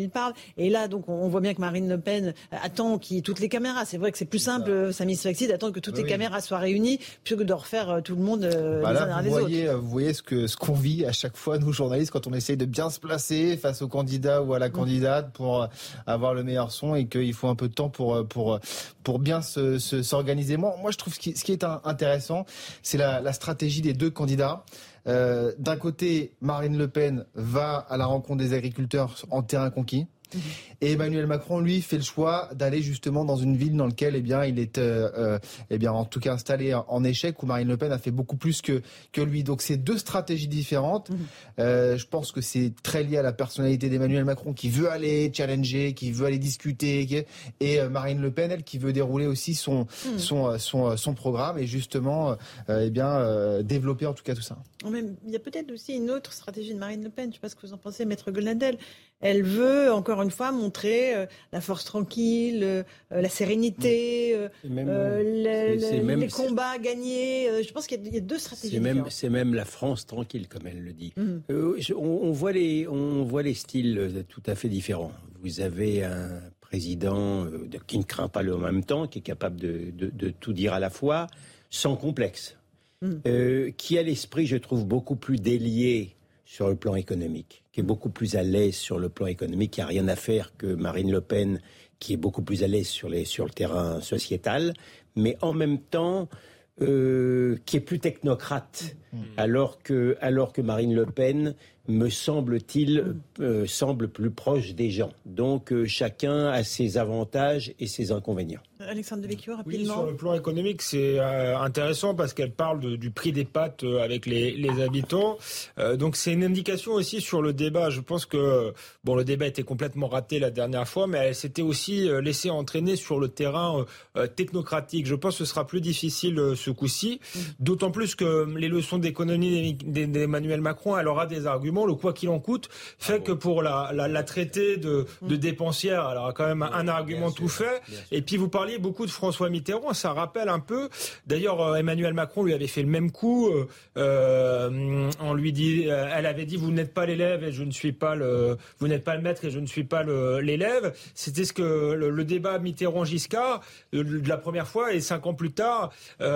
parle. Et là, donc, on voit bien que Marine Le Pen attend qu'il y ait toutes les caméras. C'est vrai que c'est plus simple, Samy Sfaxi, d'attendre que toutes oui. les caméras soient réunies plutôt que de refaire tout le monde euh, bah les uns derrière les voyez, autres. Vous voyez ce que ce qu'on vit à chaque fois, nous journalistes, quand on essaye de bien se placer face au candidat ou à la candidate pour avoir le meilleur son et qu'il faut un peu de temps pour pour pour bien se, se s'organiser. Moi, moi, je trouve ce qui, ce qui est intéressant, c'est la, la stratégie des deux candidats. Euh, d'un côté, Marine Le Pen va à la rencontre des agriculteurs en terrain conquis. Mmh. Et Emmanuel Macron, lui, fait le choix d'aller justement dans une ville dans laquelle, eh bien, il est, euh, euh, eh bien, en tout cas installé en échec, où Marine Le Pen a fait beaucoup plus que que lui. Donc, c'est deux stratégies différentes. Mmh. Euh, je pense que c'est très lié à la personnalité d'Emmanuel Macron, qui veut aller challenger, qui veut aller discuter, qui... et euh, Marine Le Pen, elle, qui veut dérouler aussi son mmh. son, son son programme et justement, euh, eh bien, euh, développer en tout cas tout ça. Même, il y a peut-être aussi une autre stratégie de Marine Le Pen. Je ne sais pas ce que vous en pensez, Maître Goldnadel. Elle veut, encore une fois, montrer euh, la force tranquille, euh, la sérénité, euh, même, euh, les, c'est, c'est même, les combats gagnés. Euh, je pense qu'il y a, il y a deux stratégies c'est même, différentes. C'est même la France tranquille, comme elle le dit. Mmh. Euh, on, on, voit les, on voit les styles tout à fait différents. Vous avez un président euh, qui ne craint pas le en même temps, qui est capable de, de, de tout dire à la fois, sans complexe. Mmh. Euh, qui a l'esprit, je trouve, beaucoup plus délié sur le plan économique, qui est beaucoup plus à l'aise sur le plan économique, qui n'a rien à faire que Marine Le Pen, qui est beaucoup plus à l'aise sur, les, sur le terrain sociétal, mais en même temps, euh, qui est plus technocrate, mmh. alors, que, alors que Marine Le Pen, me semble-t-il, euh, semble plus proche des gens. Donc euh, chacun a ses avantages et ses inconvénients. Alexandre Devecchio, rapidement. Oui, sur le plan économique, c'est euh, intéressant parce qu'elle parle de, du prix des pâtes euh, avec les, les habitants. Euh, donc c'est une indication aussi sur le débat. Je pense que bon, le débat était complètement raté la dernière fois, mais elle s'était aussi euh, laissée entraîner sur le terrain euh, technocratique. Je pense que ce sera plus difficile euh, ce coup-ci, mmh. d'autant plus que les leçons d'économie d'Emmanuel Macron, elle aura des arguments. Le quoi qu'il en coûte fait ah bon. que pour la, la, la traiter de, de dépensière, elle aura quand même un, un argument bien tout sûr, fait. Et puis vous parliez beaucoup de François Mitterrand, ça rappelle un peu. D'ailleurs, Emmanuel Macron lui avait fait le même coup. Euh, on lui dit, elle avait dit, vous n'êtes pas l'élève et je ne suis pas le, vous n'êtes pas le maître et je ne suis pas le, l'élève. C'était ce que le, le débat Mitterrand-Giscard de, de la première fois et cinq ans plus tard,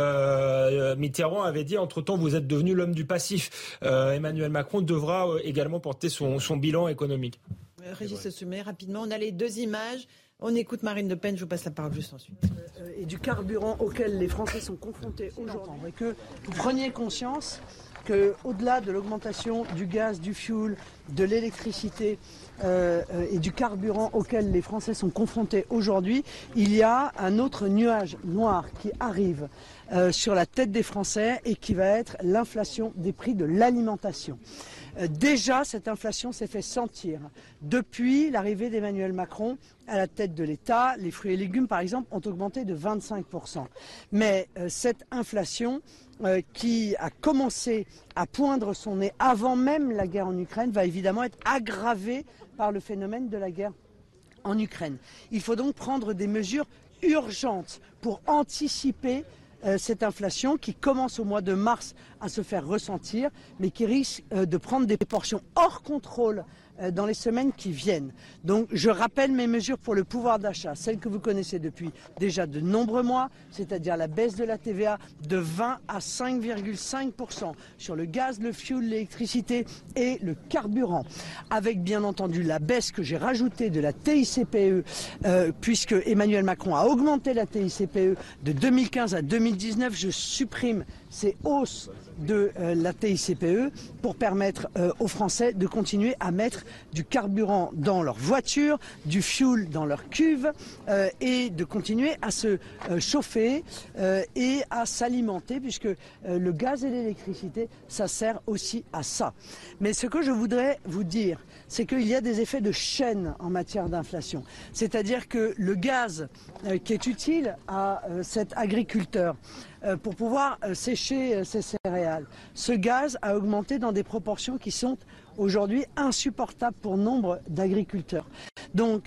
euh, Mitterrand avait dit, entre-temps, vous êtes devenu l'homme du passif. Euh, Emmanuel Macron devra également porter son, son bilan économique. Euh, Régis Sommet, rapidement, on a les deux images. On écoute Marine Le Pen, je vous passe la parole juste ensuite. Euh, et du carburant auquel les Français sont confrontés aujourd'hui. Et que vous preniez conscience qu'au-delà de l'augmentation du gaz, du fioul, de l'électricité euh, et du carburant auquel les Français sont confrontés aujourd'hui, il y a un autre nuage noir qui arrive euh, sur la tête des Français et qui va être l'inflation des prix de l'alimentation. Euh, déjà, cette inflation s'est fait sentir depuis l'arrivée d'Emmanuel Macron à la tête de l'État. Les fruits et légumes, par exemple, ont augmenté de vingt-cinq pour cent. Mais euh, cette inflation euh, qui a commencé à poindre son nez avant même la guerre en Ukraine va évidemment être aggravée par le phénomène de la guerre en Ukraine. Il faut donc prendre des mesures urgentes pour anticiper euh, cette inflation qui commence au mois de mars à se faire ressentir, mais qui risque euh, de prendre des proportions hors contrôle euh, dans les semaines qui viennent. Donc je rappelle mes mesures pour le pouvoir d'achat, celles que vous connaissez depuis déjà de nombreux mois, c'est-à-dire la baisse de la T V A de vingt à cinq virgule cinq pour cent sur le gaz, le fioul, l'électricité et le carburant, avec bien entendu la baisse que j'ai rajoutée de la T I C P E, euh, puisque Emmanuel Macron a augmenté la T I C P E de deux mille quinze à deux mille dix-neuf, je supprime ces hausses de euh, la T I C P E pour permettre euh, aux Français de continuer à mettre du carburant dans leur voiture, du fioul dans leur cuve euh, et de continuer à se euh, chauffer euh, et à s'alimenter, puisque euh, le gaz et l'électricité, ça sert aussi à ça. Mais ce que je voudrais vous dire, c'est qu'il y a des effets de chaîne en matière d'inflation. C'est-à-dire que le gaz euh, qui est utile à euh, cet agriculteur euh, pour pouvoir euh, sécher euh, ses céréales, ce gaz a augmenté dans des proportions qui sont aujourd'hui insupportables pour nombre d'agriculteurs. Donc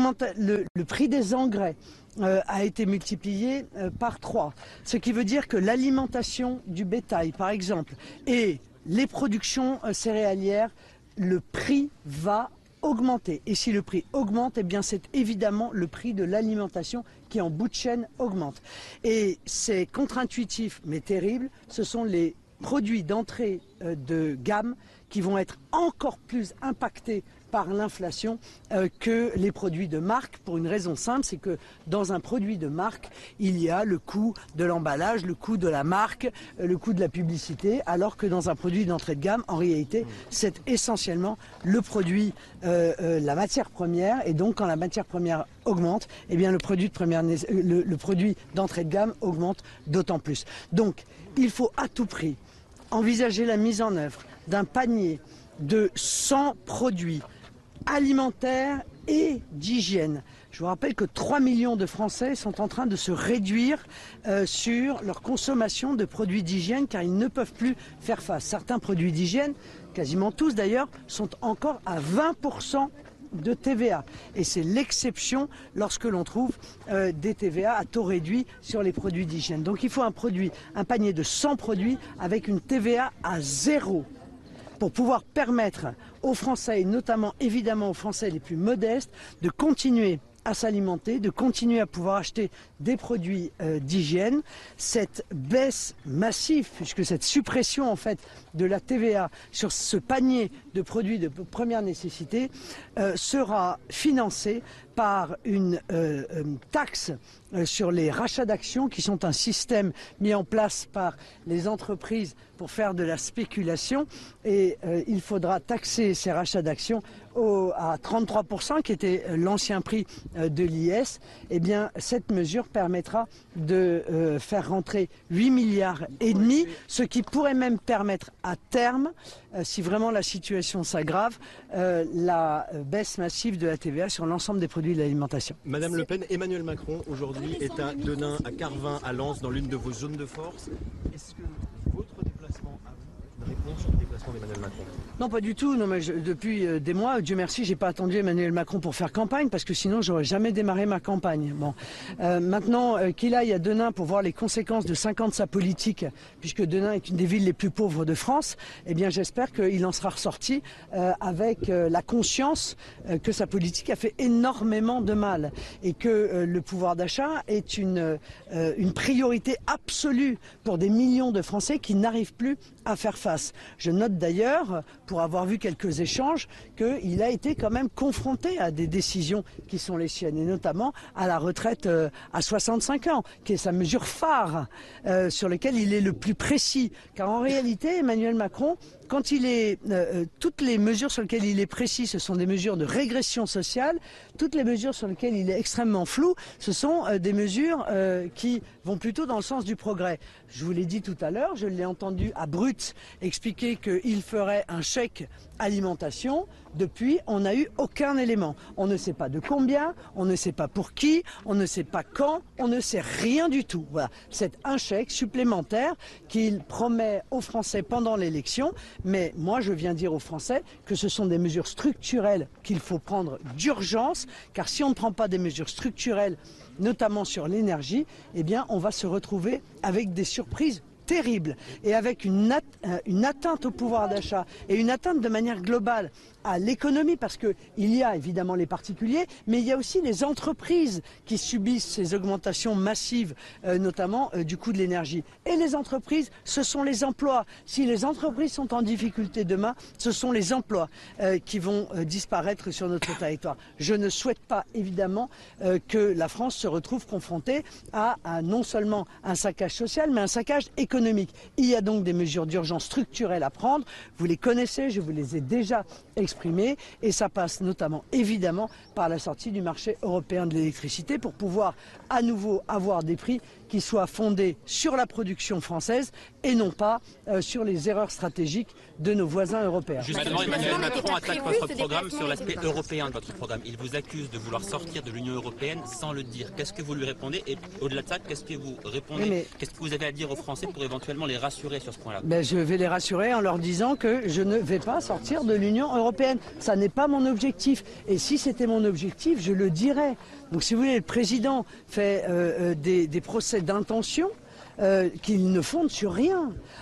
le, le prix des engrais euh, a été multiplié euh, par trois, ce qui veut dire que l'alimentation du bétail, par exemple, et les productions euh, céréalières, le prix va augmenter. Et si le prix augmente, eh bien c'est évidemment le prix de l'alimentation qui en bout de chaîne augmente. Et c'est contre-intuitif mais terrible, ce sont les produits d'entrée euh, de gamme qui vont être encore plus impactés par l'inflation euh, que les produits de marque, pour une raison simple, c'est que dans un produit de marque, il y a le coût de l'emballage, le coût de la marque, euh, le coût de la publicité, alors que dans un produit d'entrée de gamme, en réalité, c'est essentiellement le produit, euh, euh, la matière première, et donc quand la matière première augmente, eh bien le produit de première, le, le produit d'entrée de gamme augmente d'autant plus. Donc, il faut à tout prix envisager la mise en œuvre d'un panier de cent produits alimentaires et d'hygiène. Je vous rappelle que trois millions de Français sont en train de se réduire euh, sur leur consommation de produits d'hygiène car ils ne peuvent plus faire face. Certains produits d'hygiène, quasiment tous d'ailleurs, sont encore à vingt pour cent de T V A. Et c'est l'exception lorsque l'on trouve euh, des T V A à taux réduit sur les produits d'hygiène. Donc il faut un produit, un panier de cent produits avec une T V A à zéro, pour pouvoir permettre aux Français, et notamment évidemment aux Français les plus modestes, de continuer à s'alimenter, de continuer à pouvoir acheter des produits euh, d'hygiène. Cette baisse massive, puisque cette suppression en fait de la T V A sur ce panier de produits de première nécessité euh, sera financée par une euh, euh, taxe euh, sur les rachats d'actions qui sont un système mis en place par les entreprises pour faire de la spéculation et euh, il faudra taxer ces rachats d'actions au, à trente-trois pour cent qui était l'ancien prix euh, de l'I S. Eh bien cette mesure permettra de euh, faire rentrer huit milliards et demi, ce qui pourrait même permettre à terme, euh, si vraiment la situation s'aggrave, euh, la baisse massive de la T V A sur l'ensemble des produits de l'alimentation. Madame Le Pen, Emmanuel Macron aujourd'hui est à Denain, à Carvin, à Lens, dans l'une de vos zones de force. Est-ce que votre déplacement a une réponse sur le déplacement d'Emmanuel Macron? Non, pas du tout. Non, mais je, depuis euh, des mois, Dieu merci, j'ai pas attendu Emmanuel Macron pour faire campagne, parce que sinon j'aurais jamais démarré ma campagne. Bon, euh, maintenant euh, qu'il aille à Denain pour voir les conséquences de cinq ans de sa politique, puisque Denain est une des villes les plus pauvres de France, eh bien j'espère qu'il en sera ressorti euh, avec euh, la conscience euh, que sa politique a fait énormément de mal et que euh, le pouvoir d'achat est une euh, une priorité absolue pour des millions de Français qui n'arrivent plus à faire face. Je note d'ailleurs, pour avoir vu quelques échanges, qu'il a été quand même confronté à des décisions qui sont les siennes, et notamment à la retraite euh, à soixante-cinq ans, qui est sa mesure phare, euh, sur laquelle il est le plus précis. Car en réalité, Emmanuel Macron, quand il est, euh, toutes les mesures sur lesquelles il est précis, ce sont des mesures de régression sociale. Toutes les mesures sur lesquelles il est extrêmement flou, ce sont euh, des mesures euh, qui vont plutôt dans le sens du progrès. Je vous l'ai dit tout à l'heure, je l'ai entendu à Brut expliquer qu'il ferait un chèque alimentation. Depuis, on n'a eu aucun élément. On ne sait pas de combien, on ne sait pas pour qui, on ne sait pas quand, on ne sait rien du tout. Voilà, c'est un chèque supplémentaire qu'il promet aux Français pendant l'élection. Mais moi, je viens dire aux Français que ce sont des mesures structurelles qu'il faut prendre d'urgence, car si on ne prend pas des mesures structurelles, notamment sur l'énergie, eh bien, on va se retrouver avec des surprises terrible et avec une, at une atteinte au pouvoir d'achat et une atteinte de manière globale à l'économie, parce qu'il y a évidemment les particuliers, mais il y a aussi les entreprises qui subissent ces augmentations massives, euh, notamment euh, du coût de l'énergie. Et les entreprises, ce sont les emplois. Si les entreprises sont en difficulté demain, ce sont les emplois euh, qui vont euh, disparaître sur notre territoire. Je ne souhaite pas évidemment euh, que la France se retrouve confrontée à, à non seulement un saccage social, mais un saccage économique. Il y a donc des mesures d'urgence structurelles à prendre. Vous les connaissez, je vous les ai déjà exprimées, et ça passe notamment évidemment par la sortie du marché européen de l'électricité pour pouvoir à nouveau avoir des prix qui soient fondés sur la production française et non pas euh, sur les erreurs stratégiques de nos voisins européens. Justement, Emmanuel Macron attaque votre programme sur l'aspect européen de votre programme. Il vous accuse de vouloir sortir de l'Union européenne sans le dire. Qu'est-ce que vous lui répondez? Et au-delà de ça, qu'est-ce que vous répondez? Mais... Qu'est-ce que vous avez à dire aux Français pour éventuellement les rassurer sur ce point-là? Ben, je vais les rassurer en leur disant que je ne vais pas sortir de l'Union européenne. Ça n'est pas mon objectif. Et si c'était mon objectif, je le dirais. Donc si vous voulez, le président fait euh, des, des procès d'intention euh, qu'il ne fonde sur rien.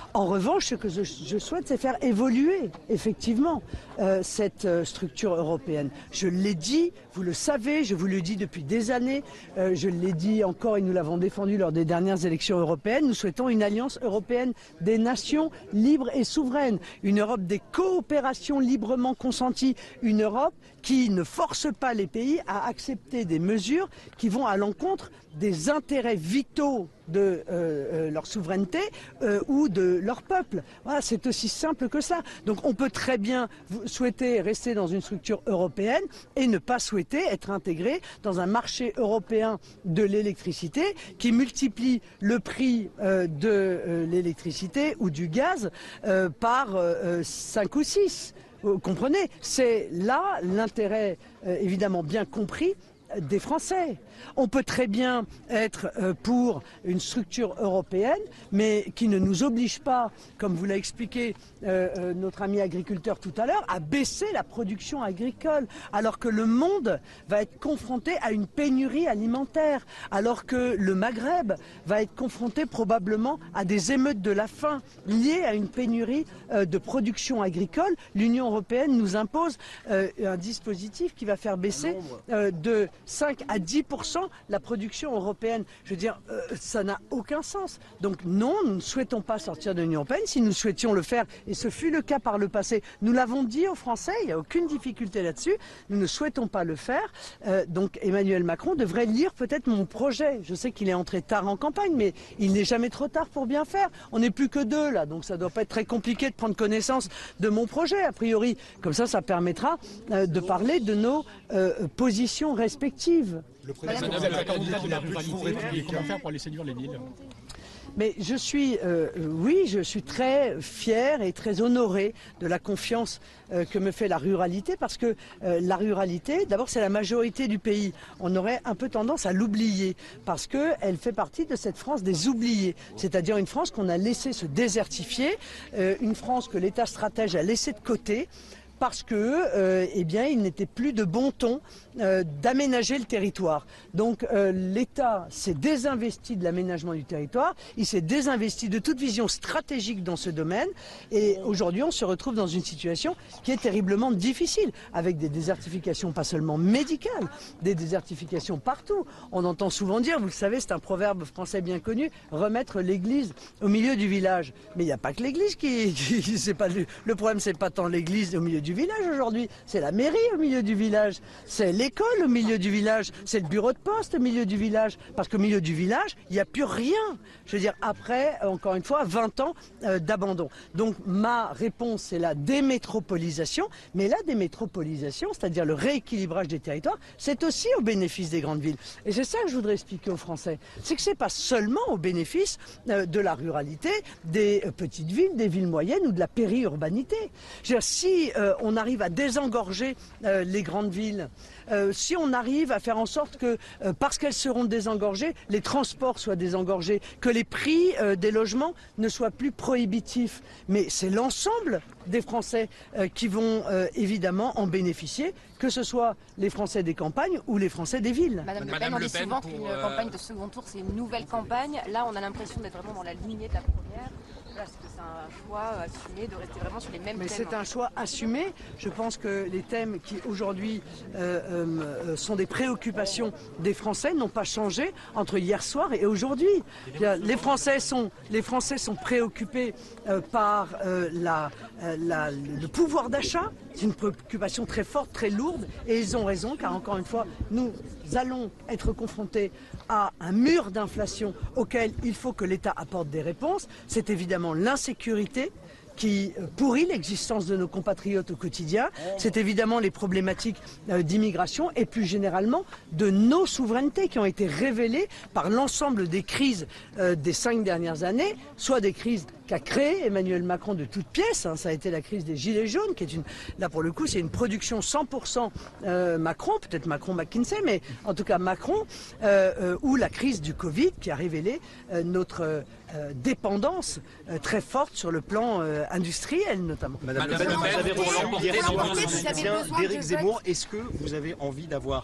En revanche, ce que je, je souhaite, c'est faire évoluer, effectivement, euh, cette euh, structure européenne. Je l'ai dit, vous le savez, je vous le dis depuis des années, euh, je l'ai dit encore et nous l'avons défendu lors des dernières élections européennes, nous souhaitons une alliance européenne des nations libres et souveraines, une Europe des coopérations librement consenties, une Europe qui ne force pas les pays à accepter des mesures qui vont à l'encontre des intérêts vitaux de euh, euh, leur souveraineté euh, ou de leur peuple. Voilà, c'est aussi simple que ça. Donc on peut très bien souhaiter rester dans une structure européenne et ne pas souhaiter être intégré dans un marché européen de l'électricité qui multiplie le prix euh, de euh, l'électricité ou du gaz euh, par euh, cinq ou six. Vous comprenez? C'est là l'intérêt euh, évidemment bien compris des Français. On peut très bien être euh, pour une structure européenne, mais qui ne nous oblige pas, comme vous l'a expliqué euh, euh, notre ami agriculteur tout à l'heure, à baisser la production agricole, alors que le monde va être confronté à une pénurie alimentaire, alors que le Maghreb va être confronté probablement à des émeutes de la faim liées à une pénurie euh, de production agricole. L'Union européenne nous impose euh, un dispositif qui va faire baisser euh, de cinq à dix pour cent la production européenne. Je veux dire, euh, ça n'a aucun sens. Donc non, nous ne souhaitons pas sortir de l'Union européenne. Si nous souhaitions le faire, et ce fut le cas par le passé, nous l'avons dit aux Français, il n'y a aucune difficulté là-dessus, nous ne souhaitons pas le faire. Euh, donc Emmanuel Macron devrait lire peut-être mon projet. Je sais qu'il est entré tard en campagne, mais il n'est jamais trop tard pour bien faire. On n'est plus que deux là, donc ça ne doit pas être très compliqué de prendre connaissance de mon projet, a priori. Comme ça, ça permettra euh, de parler de nos euh, positions respectives. Le président de la candidat de la ruralité, comment faire pour aller séduire les villes? Mais je suis, euh, oui, je suis très fier et très honoré de la confiance euh, que me fait la ruralité, parce que euh, la ruralité, d'abord, c'est la majorité du pays. On aurait un peu tendance à l'oublier, parce qu'elle fait partie de cette France des oubliés, c'est-à-dire une France qu'on a laissé se désertifier, euh, une France que l'État stratège a laissé de côté, parce que, euh, eh bien, il n'était plus de bon ton euh, d'aménager le territoire. Donc, euh, l'État s'est désinvesti de l'aménagement du territoire, il s'est désinvesti de toute vision stratégique dans ce domaine, et aujourd'hui, on se retrouve dans une situation qui est terriblement difficile, avec des désertifications pas seulement médicales, des désertifications partout. On entend souvent dire, vous le savez, c'est un proverbe français bien connu, remettre l'église au milieu du village. Mais il n'y a pas que l'église qui, qui c'est pas le, le problème, c'est pas tant l'église au milieu du village aujourd'hui, c'est la mairie au milieu du village, c'est l'école au milieu du village, c'est le bureau de poste au milieu du village, parce qu'au milieu du village, il n'y a plus rien. Je veux dire, après, encore une fois, vingt ans euh, d'abandon. Donc ma réponse, c'est la démétropolisation, mais la démétropolisation, c'est-à-dire le rééquilibrage des territoires, c'est aussi au bénéfice des grandes villes. Et c'est ça que je voudrais expliquer aux Français, c'est que c'est pas seulement au bénéfice euh, de la ruralité, des euh, petites villes, des villes moyennes ou de la périurbanité. Je veux dire, si euh, on arrive à désengorger euh, les grandes villes, euh, si on arrive à faire en sorte que, euh, parce qu'elles seront désengorgées, les transports soient désengorgés, que les prix euh, des logements ne soient plus prohibitifs. Mais c'est l'ensemble des Français euh, qui vont euh, évidemment en bénéficier, que ce soit les Français des campagnes ou les Français des villes. Madame Le Pen, Madame on Le dit Pen souvent pour, qu'une euh... campagne de second tour, c'est une nouvelle campagne. Là, on a l'impression d'être vraiment dans la lignée de la première. Est-ce que c'est un choix assumé de rester vraiment sur les mêmes Mais thèmes? c'est un choix assumé. Je pense que les thèmes qui aujourd'hui euh, euh, sont des préoccupations des Français n'ont pas changé entre hier soir et aujourd'hui. Les Français sont, les Français sont préoccupés euh, par euh, la, euh, la, le pouvoir d'achat. C'est une préoccupation très forte, très lourde, et ils ont raison, car encore une fois, nous allons être confrontés à un mur d'inflation auquel il faut que l'État apporte des réponses. C'est évidemment l'insécurité qui pourrit l'existence de nos compatriotes au quotidien. C'est évidemment les problématiques euh, d'immigration et plus généralement de nos souverainetés qui ont été révélées par l'ensemble des crises euh, des cinq dernières années, soit des crises qu'a créé Emmanuel Macron de toutes pièces, hein, ça a été la crise des Gilets jaunes, qui est une, là pour le coup c'est une production cent pour cent euh, Macron, peut-être Macron-McKinsey, mais en tout cas Macron, euh, euh, ou la crise du Covid qui a révélé euh, notre euh, dépendance euh, très forte sur le plan euh, industriel notamment. Madame Le Pen, vous avez reçu hier soir le soutien d'Éric Zemmour. Est-ce que vous avez envie d'avoir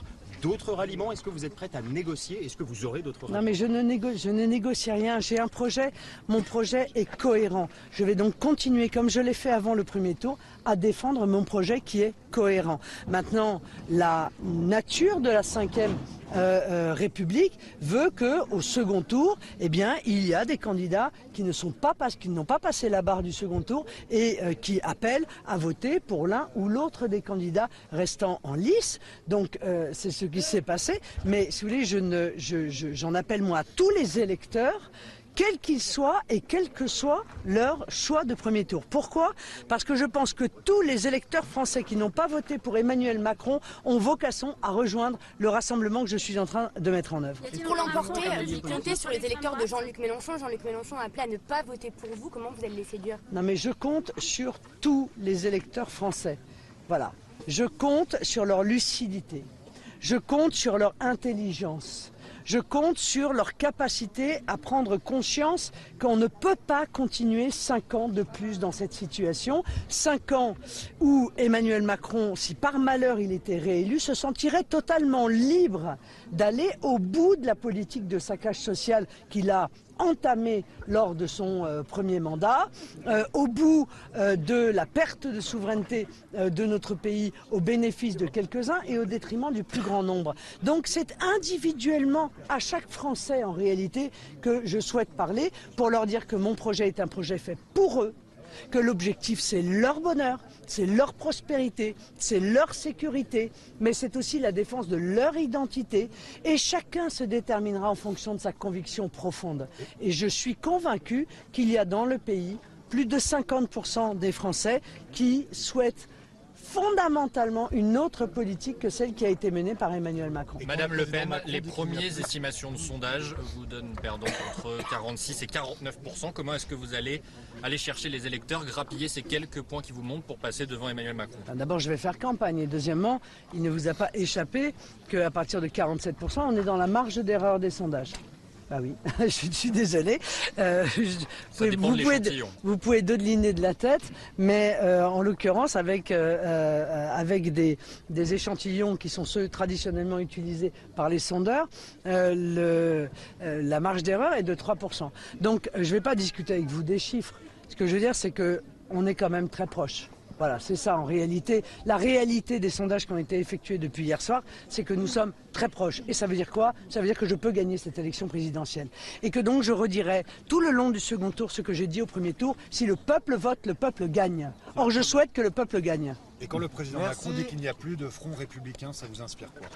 d'autres ralliements? Est-ce que vous êtes prête à négocier? Est-ce que vous aurez d'autres ralliements? Non, mais je ne, négo je ne négocie rien. J'ai un projet. Mon projet est cohérent. Je vais donc continuer, comme je l'ai fait avant le premier tour, à défendre mon projet qui est cohérent. Maintenant, la nature de la cinquième euh, euh, République veut qu'au second tour, eh bien, il y a des candidats qui ne sont pas pas, qui n'ont pas passé la barre du second tour et euh, qui appellent à voter pour l'un ou l'autre des candidats restant en lice. Donc, euh, c'est ce qui s'est passé. Mais si vous voulez, je ne, je, je, j'en appelle moi à tous les électeurs, quels qu'ils soient et quel que soit leur choix de premier tour. Pourquoi? Parce que je pense que tous les électeurs français qui n'ont pas voté pour Emmanuel Macron ont vocation à rejoindre le rassemblement que je suis en train de mettre en œuvre. Pour l'emporter, vous comptez sur les électeurs de Jean-Luc Mélenchon. Jean-Luc Mélenchon a appelé à ne pas voter pour vous. Comment vous allez les séduire? Non, mais je compte sur tous les électeurs français. Voilà. Je compte sur leur lucidité. Je compte sur leur intelligence. Je compte sur leur capacité à prendre conscience qu'on ne peut pas continuer cinq ans de plus dans cette situation. Cinq ans où Emmanuel Macron, si par malheur il était réélu, se sentirait totalement libre d'aller au bout de la politique de saccage social qu'il a entamé lors de son euh, premier mandat, euh, au bout euh, de la perte de souveraineté euh, de notre pays au bénéfice de quelques-uns et au détriment du plus grand nombre. Donc c'est individuellement à chaque Français en réalité que je souhaite parler pour leur dire que mon projet est un projet fait pour eux, que l'objectif c'est leur bonheur, c'est leur prospérité, c'est leur sécurité, mais c'est aussi la défense de leur identité et chacun se déterminera en fonction de sa conviction profonde. Et je suis convaincu qu'il y a dans le pays plus de cinquante pour cent des Français qui souhaitent fondamentalement une autre politique que celle qui a été menée par Emmanuel Macron. Madame Le Pen, les premières estimations de sondage vous donnent perdant entre quarante-six et quarante-neuf pour cent. Comment est-ce que vous allez aller chercher les électeurs, grappiller ces quelques points qui vous montent pour passer devant Emmanuel Macron? D'abord, je vais faire campagne. Et deuxièmement, il ne vous a pas échappé qu'à partir de quarante-sept pour cent, on est dans la marge d'erreur des sondages. Ah oui, je suis désolé. Euh, je, Ça dépend vous, de pouvez, l'échantillon. vous pouvez dodeliner de la tête, mais euh, en l'occurrence, avec, euh, euh, avec des, des échantillons qui sont ceux traditionnellement utilisés par les sondeurs, euh, le, euh, la marge d'erreur est de trois pour cent. Donc, je ne vais pas discuter avec vous des chiffres. Ce que je veux dire, c'est qu'on est quand même très proche. Voilà, c'est ça en réalité. La réalité des sondages qui ont été effectués depuis hier soir, c'est que nous sommes très proches. Et ça veut dire quoi? Ça veut dire que je peux gagner cette élection présidentielle. Et que donc je redirai tout le long du second tour ce que j'ai dit au premier tour. Si le peuple vote, le peuple gagne. Or, je souhaite que le peuple gagne. Et quand le président Macron dit qu'il n'y a plus de front républicain, ça vous inspire quoi?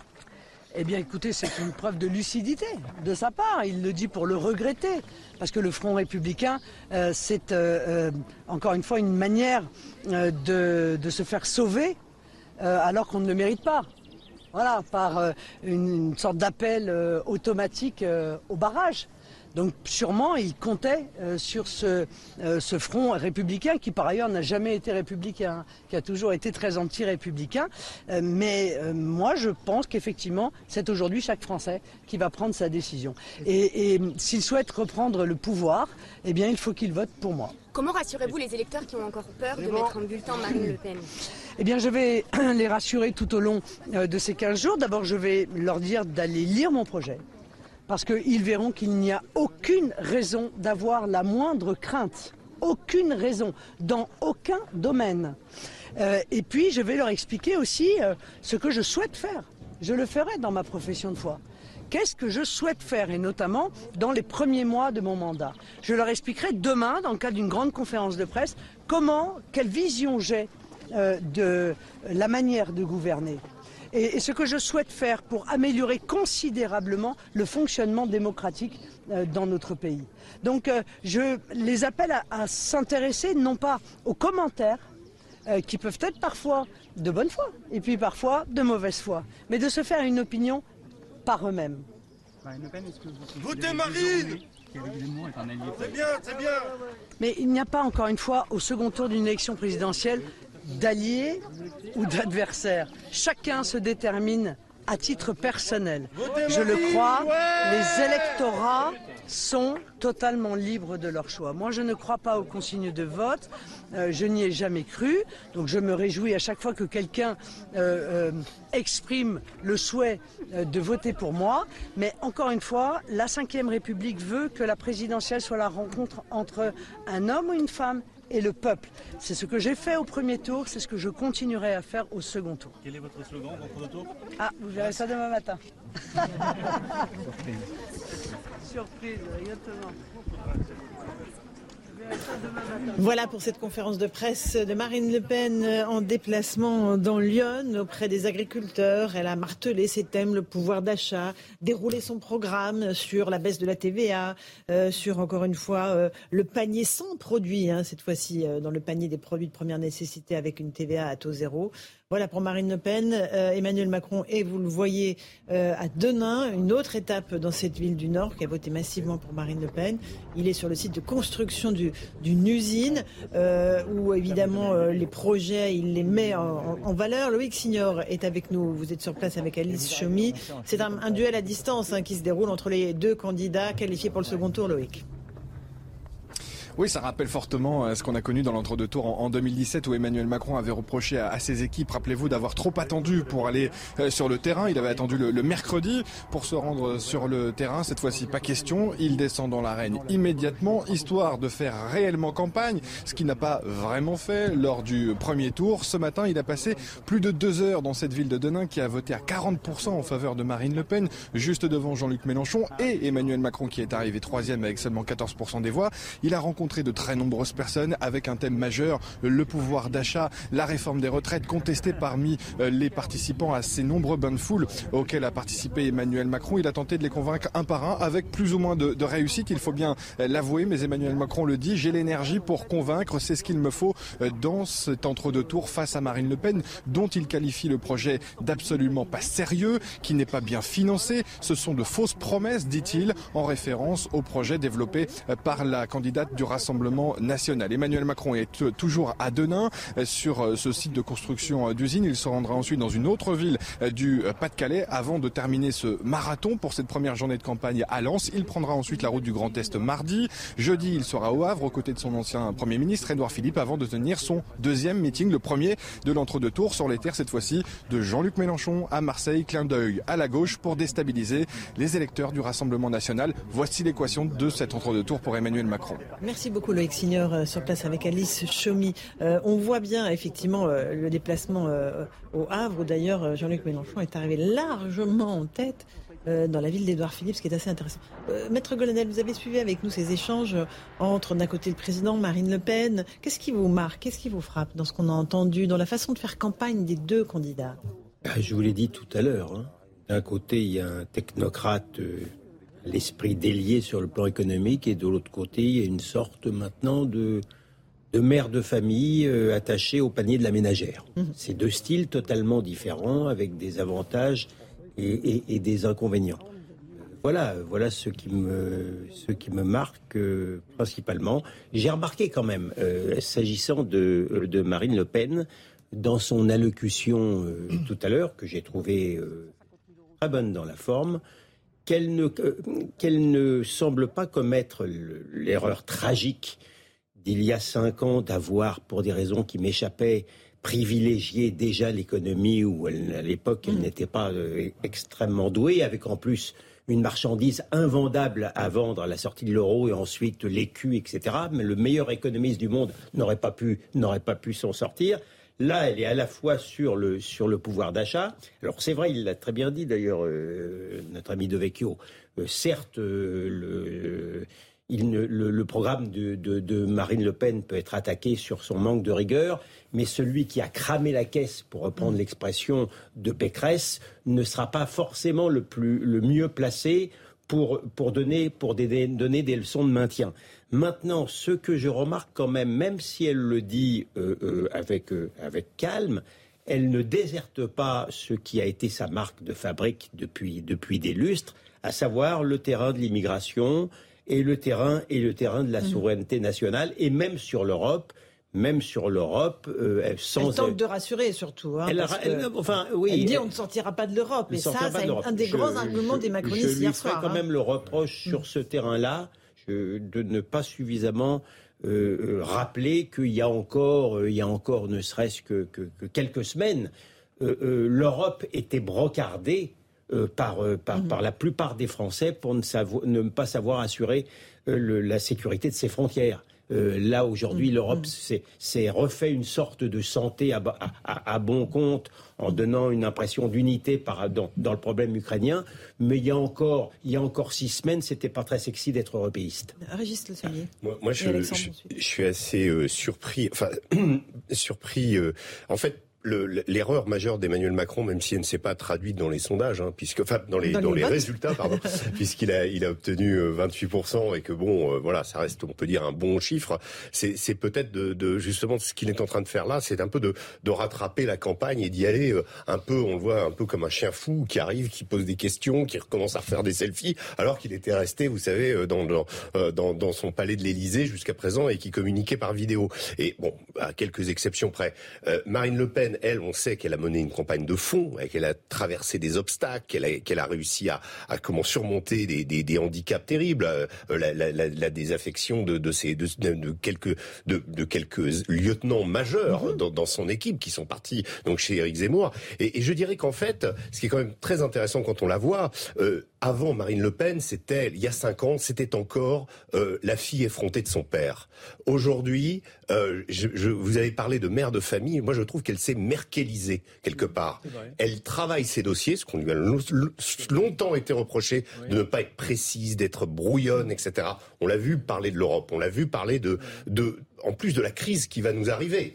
Eh bien écoutez, c'est une preuve de lucidité de sa part. Il le dit pour le regretter. Parce que le Front républicain, euh, c'est euh, euh, encore une fois une manière euh, de, de se faire sauver euh, alors qu'on ne le mérite pas. Voilà, par euh, une, une sorte d'appel euh, automatique euh, au barrage. Donc sûrement, il comptait euh, sur ce, euh, ce front républicain qui par ailleurs n'a jamais été républicain, qui a toujours été très anti-républicain. Euh, mais euh, moi, je pense qu'effectivement, c'est aujourd'hui chaque Français qui va prendre sa décision. Et, et s'il souhaite reprendre le pouvoir, eh bien, il faut qu'il vote pour moi. Comment rassurez-vous les électeurs qui ont encore peur de mettre un bulletin Marine Le Pen? Eh bien, je vais les rassurer tout au long euh, de ces quinze jours. D'abord, je vais leur dire d'aller lire mon projet. Parce qu'ils verront qu'il n'y a aucune raison d'avoir la moindre crainte. Aucune raison, dans aucun domaine. Euh, et puis, je vais leur expliquer aussi euh, ce que je souhaite faire. Je le ferai dans ma profession de foi. Qu'est-ce que je souhaite faire, et notamment dans les premiers mois de mon mandat. Je leur expliquerai demain, dans le cadre d'une grande conférence de presse, comment, quelle vision j'ai euh, de la manière de gouverner. Et ce que je souhaite faire pour améliorer considérablement le fonctionnement démocratique dans notre pays. Donc je les appelle à, à s'intéresser non pas aux commentaires euh, qui peuvent être parfois de bonne foi et puis parfois de mauvaise foi, mais de se faire une opinion par eux-mêmes. Marine Le Pen, est-ce que vous Votez Marine! C'est bien, c'est bien! Mais il n'y a pas encore une fois au second tour d'une élection présidentielle d'alliés ou d'adversaires. Chacun se détermine à titre personnel. Je le crois, les électorats sont totalement libres de leur choix. Moi, je ne crois pas aux consignes de vote, euh, je n'y ai jamais cru, donc je me réjouis à chaque fois que quelqu'un euh, euh, exprime le souhait euh, de voter pour moi, mais encore une fois, la cinquième République veut que la présidentielle soit la rencontre entre un homme ou une femme et le peuple. C'est ce que j'ai fait au premier tour, c'est ce que je continuerai à faire au second tour. Quel est votre slogan dans le tour ? Ah, vous verrez ça demain matin. Surprise, exactement. Voilà pour cette conférence de presse de Marine Le Pen en déplacement dans Lyon auprès des agriculteurs. Elle a martelé ses thèmes, le pouvoir d'achat, déroulé son programme sur la baisse de la T V A, euh, sur encore une fois euh, le panier sans produit, hein, cette fois-ci euh, dans le panier des produits de première nécessité avec une T V A à taux zéro. Voilà pour Marine Le Pen. Euh, Emmanuel Macron et vous le voyez euh, à Denain, une autre étape dans cette ville du Nord qui a voté massivement pour Marine Le Pen. Il est sur le site de construction du, d'une usine euh, où évidemment euh, les projets, il les met en, en valeur. Loïc Signor est avec nous. Vous êtes sur place avec Alice Chomy. C'est un, un duel à distance hein, qui se déroule entre les deux candidats qualifiés pour le second tour, Loïc. Oui, ça rappelle fortement ce qu'on a connu dans l'entre-deux tours en deux mille dix-sept où Emmanuel Macron avait reproché à ses équipes, rappelez-vous, d'avoir trop attendu pour aller sur le terrain. Il avait attendu le, le mercredi pour se rendre sur le terrain. Cette fois-ci, pas question. Il descend dans l'arène immédiatement, histoire de faire réellement campagne, ce qu'il n'a pas vraiment fait lors du premier tour. Ce matin, il a passé plus de deux heures dans cette ville de Denain qui a voté à quarante pour cent en faveur de Marine Le Pen, juste devant Jean-Luc Mélenchon et Emmanuel Macron qui est arrivé troisième avec seulement quatorze pour cent des voix. Il a rencontré de très nombreuses personnes avec un thème majeur, le pouvoir d'achat, la réforme des retraites, contestée parmi les participants à ces nombreux bains de foule auxquels a participé Emmanuel Macron. Il a tenté de les convaincre un par un avec plus ou moins de, de réussite, il faut bien l'avouer, mais Emmanuel Macron le dit, j'ai l'énergie pour convaincre, c'est ce qu'il me faut dans cet entre-deux tours face à Marine Le Pen, dont il qualifie le projet d'absolument pas sérieux, qui n'est pas bien financé. Ce sont de fausses promesses, dit-il, en référence au projet développé par la candidate du Rassemblement national. Emmanuel Macron est t- toujours à Denain sur ce site de construction d'usine. Il se rendra ensuite dans une autre ville du Pas-de-Calais avant de terminer ce marathon pour cette première journée de campagne à Lens. Il prendra ensuite la route du Grand Est mardi. Jeudi, il sera au Havre aux côtés de son ancien Premier ministre Édouard Philippe avant de tenir son deuxième meeting, le premier de l'entre-deux tours sur les terres cette fois-ci de Jean-Luc Mélenchon à Marseille. Clin d'œil à la gauche pour déstabiliser les électeurs du Rassemblement national. Voici l'équation de cet entre-deux tours pour Emmanuel Macron. Merci beaucoup Loïc Signor sur place avec Alice Chomy. Euh, on voit bien effectivement euh, le déplacement euh, au Havre où d'ailleurs Jean-Luc Mélenchon est arrivé largement en tête euh, dans la ville d'Édouard Philippe, ce qui est assez intéressant. Euh, Maître Golnadel, vous avez suivi avec nous ces échanges entre d'un côté le président, Marine Le Pen. Qu'est-ce qui vous marque, qu'est-ce qui vous frappe dans ce qu'on a entendu, dans la façon de faire campagne des deux candidats ? Je vous l'ai dit tout à l'heure. Hein. D'un côté, il y a un technocrate... Euh... l'esprit délié sur le plan économique, et de l'autre côté, il y a une sorte maintenant de, de mère de famille euh, attachée au panier de la ménagère. Mmh. C'est deux styles totalement différents, avec des avantages et, et, et des inconvénients. Voilà, voilà ce qui me, ce qui me marque euh, principalement. J'ai remarqué quand même, euh, s'agissant de, de Marine Le Pen, dans son allocution euh, tout à l'heure, que j'ai trouvée euh, très bonne dans la forme, qu'elle ne, qu'elle ne semble pas commettre l'erreur tragique d'il y a cinq ans d'avoir, pour des raisons qui m'échappaient, privilégié déjà l'économie où elle, à l'époque elle n'était pas euh, extrêmement douée, avec en plus une marchandise invendable à vendre à la sortie de l'euro et ensuite l'écu, et cetera. Mais le meilleur économiste du monde n'aurait pas pu, n'aurait pas pu s'en sortir. Là, elle est à la fois sur le, sur le pouvoir d'achat. Alors, c'est vrai, il l'a très bien dit d'ailleurs, euh, notre ami De Vecchio. Euh, certes, euh, le, il ne, le, le programme de, de, de Marine Le Pen peut être attaqué sur son manque de rigueur, mais celui qui a cramé la caisse, pour reprendre l'expression de Pécresse, ne sera pas forcément le, plus, le mieux placé pour, pour, donner, pour des, donner des leçons de maintien. Maintenant, ce que je remarque quand même, même si elle le dit euh, euh, avec, euh, avec calme, elle ne déserte pas ce qui a été sa marque de fabrique depuis, depuis des lustres, à savoir le terrain de l'immigration et le terrain, et le terrain de la souveraineté nationale, et même sur l'Europe, même sur l'Europe, euh, sans... Elle tente de rassurer surtout. Hein, elle, parce elle, que enfin, oui, elle dit elle, on ne sortira pas de l'Europe. Et ça, c'est un des je, gros arguments je, des macronistes hier soir. Je lui ferai quand hein. même le reproche sur ce terrain-là je, de ne pas suffisamment euh, rappeler qu'il y a encore, euh, il y a encore ne serait-ce que, que, que quelques semaines, euh, euh, l'Europe était brocardée euh, par, euh, par, mmh. par la plupart des Français pour ne, savo- ne pas savoir assurer euh, le, la sécurité de ses frontières. Euh, là, aujourd'hui, mmh. l'Europe s'est, s'est refait une sorte de santé à, à, à bon compte en donnant une impression d'unité par, dans, dans le problème ukrainien. Mais il y a encore, il y a encore six semaines, c'était pas très sexy d'être européiste. Régis Le Sommier. Moi, moi je, je, je suis assez euh, surpris. Enfin, surpris. Euh, en fait. Le, l'erreur majeure d'Emmanuel Macron, même si elle ne s'est pas traduite dans les sondages, hein, puisque, enfin, dans les, dans dans les, les résultats, pardon, puisqu'il a, il a obtenu vingt-huit pour cent et que bon, euh, voilà, ça reste, on peut dire, un bon chiffre. C'est, c'est peut-être de, de, justement, ce qu'il est en train de faire là, c'est un peu de, de rattraper la campagne et d'y aller euh, un peu, on le voit un peu comme un chien fou qui arrive, qui pose des questions, qui recommence à refaire des selfies, alors qu'il était resté, vous savez, dans, dans, euh, dans, dans son palais de l'Élysée jusqu'à présent et qui communiquait par vidéo. Et bon, à quelques exceptions près, euh, Marine Le Pen, elle, on sait qu'elle a mené une campagne de fond, qu'elle a traversé des obstacles, qu'elle a, qu'elle a réussi à, à comment surmonter des, des, des handicaps terribles, euh, la, la, la, la désaffection de, de, ces, de, de, quelques, de, de quelques lieutenants majeurs mmh. dans, dans son équipe qui sont partis donc chez Éric Zemmour. Et, et je dirais qu'en fait, ce qui est quand même très intéressant quand on la voit, euh, avant Marine Le Pen, c'était, il y a cinq ans, c'était encore euh, la fille effrontée de son père. Aujourd'hui, euh, je, je, vous avez parlé de mère de famille, moi je trouve qu'elle s'est merkelisée quelque part. Elle travaille ses dossiers, ce qu'on lui a longtemps été reproché, oui. de ne pas être précise, d'être brouillonne, et cetera. On l'a vu parler de l'Europe, on l'a vu parler de, de, en plus de la crise qui va nous arriver.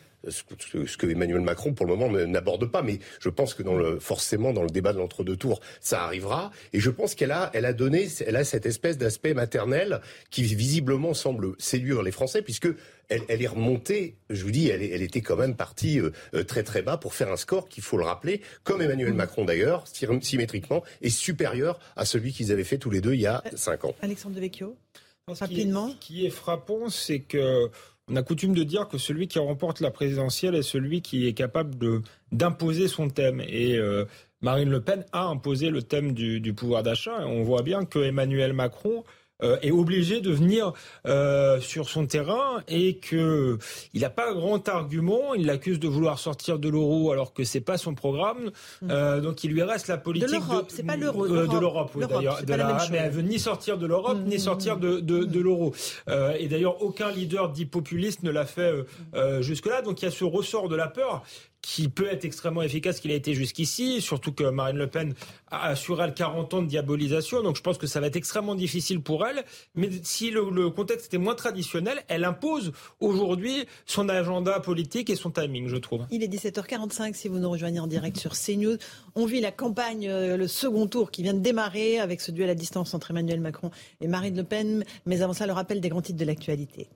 Ce que Emmanuel Macron, pour le moment, n'aborde pas, mais je pense que dans le, forcément, dans le débat de l'entre-deux tours, ça arrivera. Et je pense qu'elle a, elle a donné, elle a cette espèce d'aspect maternel qui visiblement semble séduire les Français, puisque elle, elle est remontée. Je vous dis, elle, elle était quand même partie euh, très très bas pour faire un score qu'il faut le rappeler, comme Emmanuel Macron d'ailleurs, symétriquement, est supérieur à celui qu'ils avaient fait tous les deux il y a cinq ans. Alexandre Devecchio, rapidement. Ce qui est frappant, c'est que on a coutume de dire que celui qui remporte la présidentielle est celui qui est capable de, d'imposer son thème. Et euh, Marine Le Pen a imposé le thème du, du pouvoir d'achat. Et on voit bien que Emmanuel Macron euh, est obligé de venir euh, sur son terrain et que il n'a pas grand argument. Il l'accuse de vouloir sortir de l'euro alors que c'est pas son programme. Euh, donc il lui reste la politique de l'Europe. De, c'est pas l'euro. Euh, de l'Europe, oui, l'Europe, d'ailleurs. De la, mais elle veut ni sortir de l'Europe mmh. ni sortir de, de, de l'euro. Euh, et d'ailleurs, aucun leader dit populiste ne l'a fait euh, euh, jusque-là. Donc il y a ce ressort de la peur qui peut être extrêmement efficace qu'il a été jusqu'ici, surtout que Marine Le Pen a assuré quarante ans de diabolisation, donc je pense que ça va être extrêmement difficile pour elle, mais si le, le contexte était moins traditionnel, elle impose aujourd'hui son agenda politique et son timing, je trouve. Il est dix-sept heures quarante-cinq, si vous nous rejoignez en direct sur CNews. On vit la campagne, le second tour qui vient de démarrer avec ce duel à distance entre Emmanuel Macron et Marine Le Pen, mais avant ça, le rappel des grands titres de l'actualité.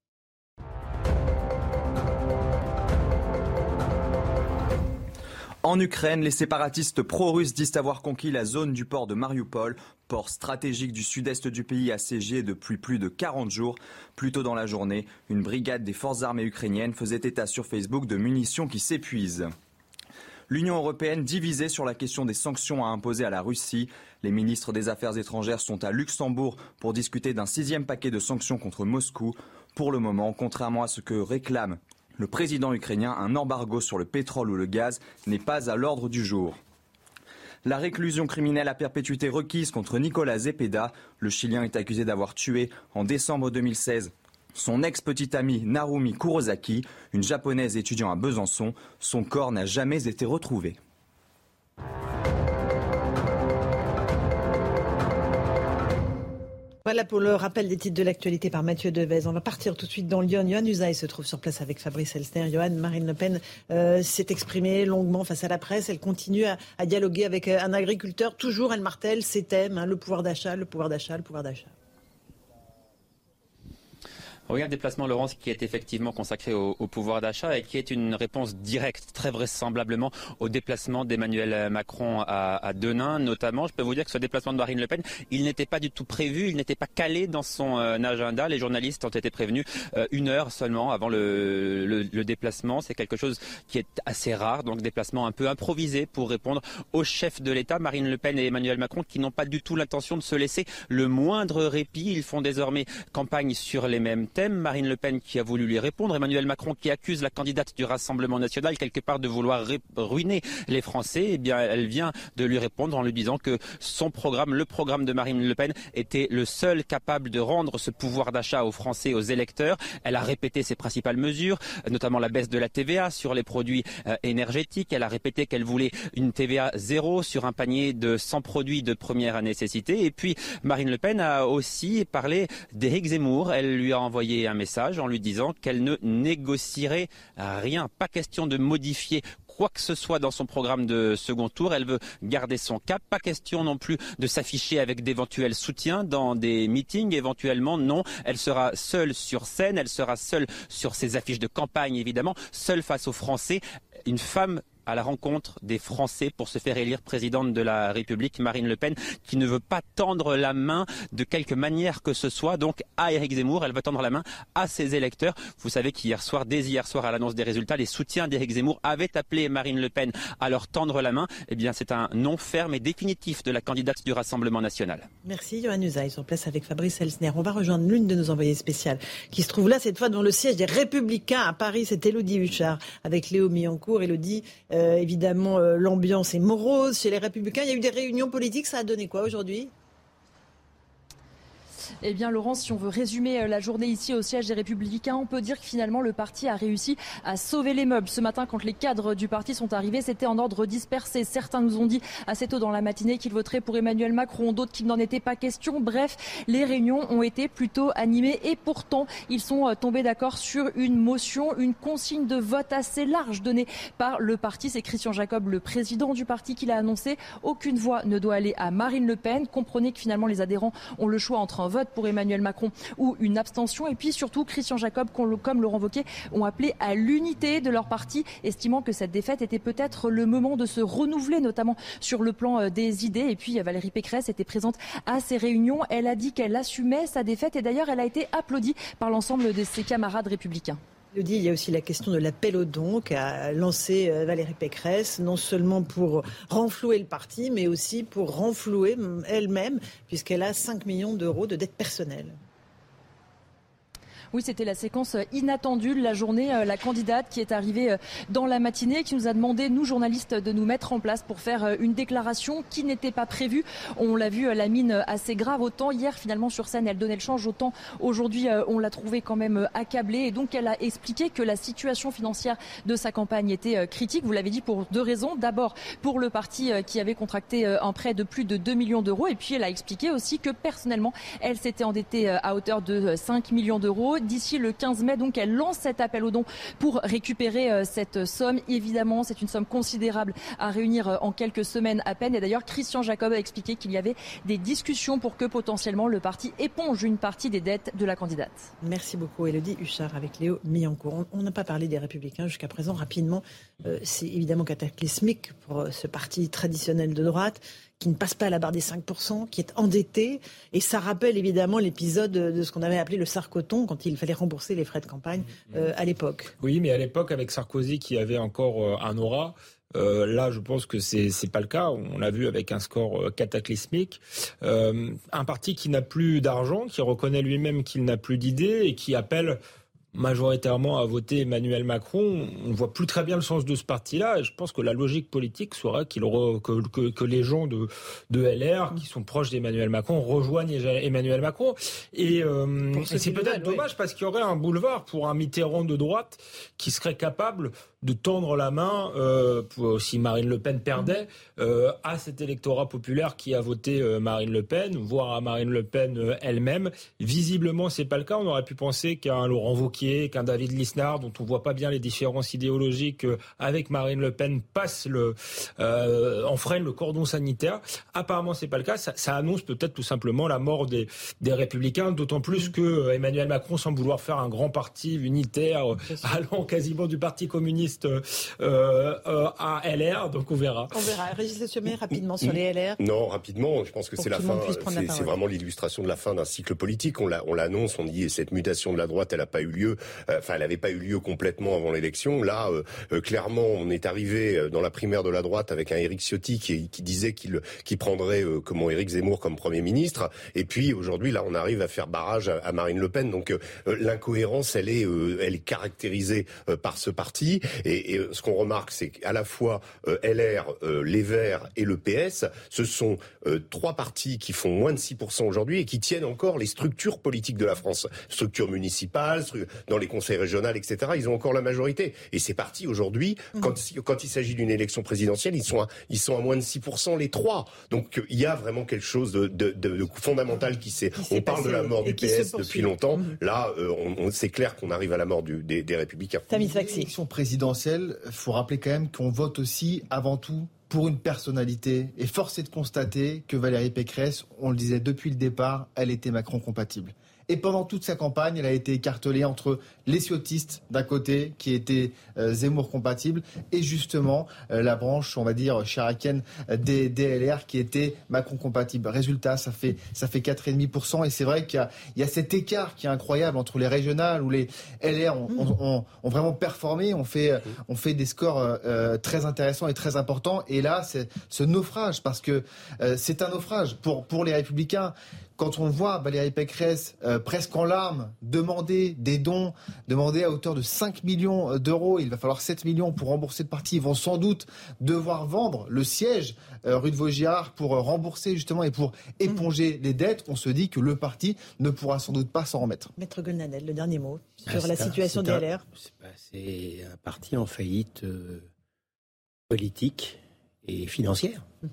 En Ukraine, les séparatistes pro-russes disent avoir conquis la zone du port de Mariupol, port stratégique du sud-est du pays assiégé depuis plus de quarante jours. Plus tôt dans la journée, une brigade des forces armées ukrainiennes faisait état sur Facebook de munitions qui s'épuisent. L'Union européenne divisée sur la question des sanctions à imposer à la Russie. Les ministres des Affaires étrangères sont à Luxembourg pour discuter d'un sixième paquet de sanctions contre Moscou. Pour le moment, contrairement à ce que réclame le président ukrainien, un embargo sur le pétrole ou le gaz n'est pas à l'ordre du jour. La réclusion criminelle à perpétuité requise contre Nicolas Zepeda. Le Chilien est accusé d'avoir tué en décembre deux mille seize son ex-petite amie Narumi Kurosaki, une japonaise étudiant à Besançon. Son corps n'a jamais été retrouvé. Voilà pour le rappel des titres de l'actualité par Mathieu Devez. On va partir tout de suite dans Lyon. Yohann Usaï se trouve sur place avec Fabrice Elsner. Yohann, Marine Le Pen euh, s'est exprimée longuement face à la presse. Elle continue à, à dialoguer avec un agriculteur. Toujours, elle martèle ses thèmes, hein, le pouvoir d'achat, le pouvoir d'achat, le pouvoir d'achat. Oui, un déplacement, Laurence, qui est effectivement consacré au, au pouvoir d'achat et qui est une réponse directe, très vraisemblablement, au déplacement d'Emmanuel Macron à, à Denain, notamment. Je peux vous dire que ce déplacement de Marine Le Pen, il n'était pas du tout prévu, il n'était pas calé dans son euh, agenda. Les journalistes ont été prévenus euh, une heure seulement avant le, le, le déplacement. C'est quelque chose qui est assez rare, donc déplacement un peu improvisé pour répondre au chef de l'État, Marine Le Pen et Emmanuel Macron, qui n'ont pas du tout l'intention de se laisser le moindre répit. Ils font désormais campagne sur les mêmes thème. Marine Le Pen qui a voulu lui répondre, Emmanuel Macron qui accuse la candidate du Rassemblement national quelque part de vouloir ruiner les Français. Eh bien, elle vient de lui répondre en lui disant que son programme, le programme de Marine Le Pen, était le seul capable de rendre ce pouvoir d'achat aux Français, aux électeurs. Elle a répété ses principales mesures, notamment la baisse de la T V A sur les produits euh, énergétiques. Elle a répété qu'elle voulait une T V A zéro sur un panier de cent produits de première nécessité. Et puis, Marine Le Pen a aussi parlé d'Éric Zemmour. Elle lui a envoyé un message en lui disant qu'elle ne négocierait rien. Pas question de modifier quoi que ce soit dans son programme de second tour. Elle veut garder son cap. Pas question non plus de s'afficher avec d'éventuels soutiens dans des meetings. Éventuellement, non. Elle sera seule sur scène. Elle sera seule sur ses affiches de campagne, évidemment. Seule face aux Français. Une femme à la rencontre des Français pour se faire élire présidente de la République, Marine Le Pen, qui ne veut pas tendre la main de quelque manière que ce soit, donc à Éric Zemmour. Elle veut tendre la main à ses électeurs. Vous savez qu'hier soir, dès hier soir, à l'annonce des résultats, les soutiens d'Éric Zemmour avaient appelé Marine Le Pen à leur tendre la main. Eh bien, c'est un non ferme et définitif de la candidate du Rassemblement national. Merci, Yohann Usaï, sur place avec Fabrice Elsner. On va rejoindre l'une de nos envoyées spéciales qui se trouve là, cette fois, devant le siège des Républicains à Paris. C'est Élodie Huchard avec Léo Millancourt. Élodie, Euh, évidemment, euh, l'ambiance est morose chez les Républicains. Il y a eu des réunions politiques. Ça a donné quoi aujourd'hui ? Eh bien, Laurence, si on veut résumer la journée ici au siège des Républicains, on peut dire que finalement le parti a réussi à sauver les meubles. Ce matin, quand les cadres du parti sont arrivés, c'était en ordre dispersé. Certains nous ont dit assez tôt dans la matinée qu'ils voteraient pour Emmanuel Macron, d'autres qu'il n'en était pas question. Bref, les réunions ont été plutôt animées et pourtant, ils sont tombés d'accord sur une motion, une consigne de vote assez large donnée par le parti. C'est Christian Jacob, le président du parti, qui l'a annoncé. Aucune voix ne doit aller à Marine Le Pen. Comprenez que finalement les adhérents ont le choix entre un vote pour Emmanuel Macron ou une abstention. Et puis surtout, Christian Jacob, comme Laurent Wauquiez, ont appelé à l'unité de leur parti, estimant que cette défaite était peut-être le moment de se renouveler, notamment sur le plan des idées. Et puis Valérie Pécresse était présente à ces réunions. Elle a dit qu'elle assumait sa défaite et d'ailleurs, elle a été applaudie par l'ensemble de ses camarades républicains. Il y a aussi la question de l'appel aux dons qu'a lancé Valérie Pécresse, non seulement pour renflouer le parti, mais aussi pour renflouer elle-même, puisqu'elle a cinq millions d'euros de dettes personnelles. Oui, c'était la séquence inattendue de la journée. La candidate qui est arrivée dans la matinée, qui nous a demandé, nous journalistes, de nous mettre en place pour faire une déclaration qui n'était pas prévue. On l'a vu, la mine assez grave. Autant hier, finalement, sur scène, elle donnait le change. Autant aujourd'hui, on l'a trouvée quand même accablée. Et donc, elle a expliqué que la situation financière de sa campagne était critique. Vous l'avez dit, pour deux raisons. D'abord, pour le parti qui avait contracté un prêt de plus de deux millions d'euros. Et puis, elle a expliqué aussi que personnellement, elle s'était endettée à hauteur de cinq millions d'euros. D'ici le quinze mai, donc, elle lance cet appel aux dons pour récupérer cette somme. Évidemment, c'est une somme considérable à réunir en quelques semaines à peine. Et d'ailleurs, Christian Jacob a expliqué qu'il y avait des discussions pour que potentiellement le parti éponge une partie des dettes de la candidate. Merci beaucoup, Élodie Huchard avec Léo Millancourt. On n'a pas parlé des Républicains jusqu'à présent. Rapidement, euh, c'est évidemment cataclysmique pour ce parti traditionnel de droite qui ne passe pas à la barre des cinq pour cent, qui est endetté. Et ça rappelle évidemment l'épisode de ce qu'on avait appelé le Sarkoton, quand il fallait rembourser les frais de campagne euh, à l'époque. Oui, mais à l'époque, avec Sarkozy qui avait encore euh, un aura, euh, là, je pense que c'est c'est pas le cas. On l'a vu avec un score euh, cataclysmique. Euh, un parti qui n'a plus d'argent, qui reconnaît lui-même qu'il n'a plus d'idées et qui appelle majoritairement à voter Emmanuel Macron. On ne voit plus très bien le sens de ce parti-là. Et je pense que la logique politique serait qu'il re, que, que, que les gens de, de L R, qui sont proches d'Emmanuel Macron, rejoignent Emmanuel Macron. Et, euh, et c'est peut-être dommage, oui, parce qu'il y aurait un boulevard pour un Mitterrand de droite qui serait capable de tendre la main, euh, pour, si Marine Le Pen perdait, euh, à cet électorat populaire qui a voté euh, Marine Le Pen, voire à Marine Le Pen euh, elle-même. Visiblement, c'est pas le cas. On aurait pu penser qu'un Laurent Wauquiez, qu'un David Lisnard, dont on voit pas bien les différences idéologiques, euh, avec Marine Le Pen, passe le, euh, enfreigne le cordon sanitaire. Apparemment, c'est pas le cas. Ça, ça annonce peut-être tout simplement la mort des, des Républicains, d'autant plus que euh, Emmanuel Macron semble vouloir faire un grand parti unitaire, euh, allant quasiment du Parti communiste euh, euh, à L R. Donc on verra. On verra. Régis Le Sommier, rapidement sur les L R. Non, rapidement. Je pense que Pour c'est que la tout le fin. monde puisse prendre la C'est, parole. c'est vraiment l'illustration de la fin d'un cycle politique. On, l'a, on l'annonce, on dit cette mutation de la droite, elle n'a pas eu lieu. Euh, enfin, elle n'avait pas eu lieu complètement avant l'élection. Là, euh, euh, clairement, on est arrivé dans la primaire de la droite avec un Éric Ciotti qui, qui disait qu'il, qu'il prendrait euh, comment Éric Zemmour comme Premier ministre. Et puis aujourd'hui, là, on arrive à faire barrage à, à Marine Le Pen. Donc euh, l'incohérence, elle est, euh, elle est caractérisée euh, par ce parti. Et, et ce qu'on remarque, c'est qu'à la fois euh, L R, euh, les Verts et le P S, ce sont euh, trois partis qui font moins de six pour cent aujourd'hui et qui tiennent encore les structures politiques de la France, structures municipales, stru- dans les conseils régionaux, et cetera. Ils ont encore la majorité. Et ces partis aujourd'hui, mmh. quand, quand il s'agit d'une élection présidentielle, ils sont à, ils sont à moins de six pour cent les trois. Donc il y a vraiment quelque chose de, de, de, de fondamental qui s'est. Qui on parle de la mort du P S depuis longtemps. Mmh. Là, euh, on, on, c'est clair qu'on arrive à la mort du, des, des Républicains. L'élection présidentielle, il faut rappeler quand même qu'on vote aussi avant tout pour une personnalité. Et force est de constater que Valérie Pécresse, on le disait depuis le départ, elle était Macron compatible. Et pendant toute sa campagne, elle a été écartelée entre les ciotistes d'un côté, qui étaient euh, Zemmour compatibles, et justement euh, la branche, on va dire, chiracienne des, des L R, qui était Macron compatible. Résultat, ça fait ça fait quatre virgule cinq pour cent. Et c'est vrai qu'il y a, il y a cet écart qui est incroyable entre les régionales où les L R ont, ont, ont, ont vraiment performé, ont fait, ont fait des scores euh, très intéressants et très importants. Et là, c'est ce naufrage, parce que euh, c'est un naufrage pour, pour les Républicains. Quand on voit Valérie Pécresse euh, presque en larmes demander des dons, demander à hauteur de cinq millions d'euros, il va falloir sept millions pour rembourser le parti. Ils vont sans doute devoir vendre le siège euh, rue de Vaugirard pour euh, rembourser justement et pour éponger mmh. les dettes. On se dit que le parti ne pourra sans doute pas s'en remettre. Maître Golnadel, le dernier mot sur ah, la situation des un, L R. C'est, c'est un parti en faillite euh, politique et financière. Mmh.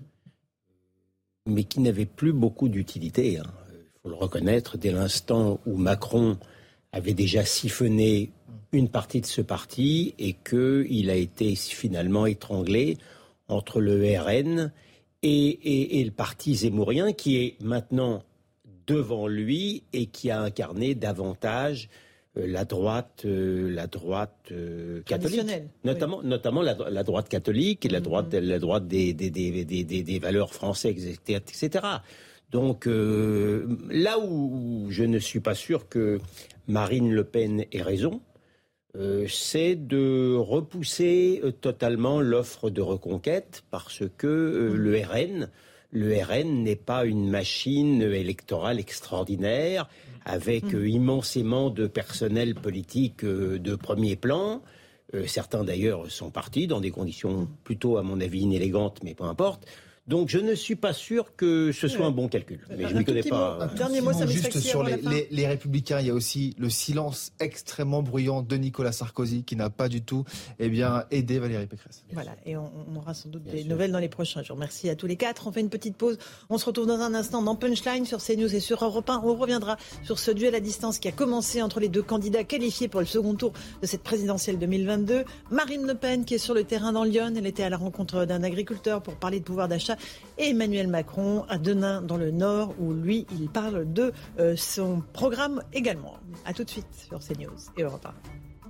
mais qui n'avait plus beaucoup d'utilité. Hein. Il faut le reconnaître, dès l'instant où Macron avait déjà siphonné une partie de ce parti et qu'il a été finalement étranglé entre le R N et, et, et le parti zemmourien qui est maintenant devant lui et qui a incarné davantage euh, la droite, euh, la droite euh, catholique, notamment, oui. notamment la, la droite catholique et la droite, mmh. la droite des, des, des, des, des, des valeurs françaises, et cetera. Donc euh, là où je ne suis pas sûr que Marine Le Pen ait raison, euh, c'est de repousser euh, totalement l'offre de reconquête parce que euh, mmh. le R N, le R N n'est pas une machine électorale extraordinaire avec mmh. euh, immensément de personnel politique euh, de premier plan. Euh, certains d'ailleurs sont partis dans des conditions plutôt, à mon avis, inélégantes, mais peu importe. Donc je ne suis pas sûr que ce soit un bon calcul. Mais je ne m'y connais pas. Un dernier mot, ça juste sur les, les, les Républicains, il y a aussi le silence extrêmement bruyant de Nicolas Sarkozy qui n'a pas du tout eh bien, aidé Valérie Pécresse. Voilà, et on, on aura sans doute Bien des sûr. nouvelles dans les prochains jours. Merci à tous les quatre. On fait une petite pause. On se retrouve dans un instant dans Punchline sur CNews et sur Europe un. On reviendra sur ce duel à distance qui a commencé entre les deux candidats qualifiés pour le second tour de cette présidentielle deux mille vingt-deux. Marine Le Pen qui est sur le terrain dans Lyon. Elle était à la rencontre d'un agriculteur pour parler de pouvoir d'achat. Et Emmanuel Macron à Denain dans le Nord où lui il parle de euh, son programme également. A tout de suite sur CNews et Europe un.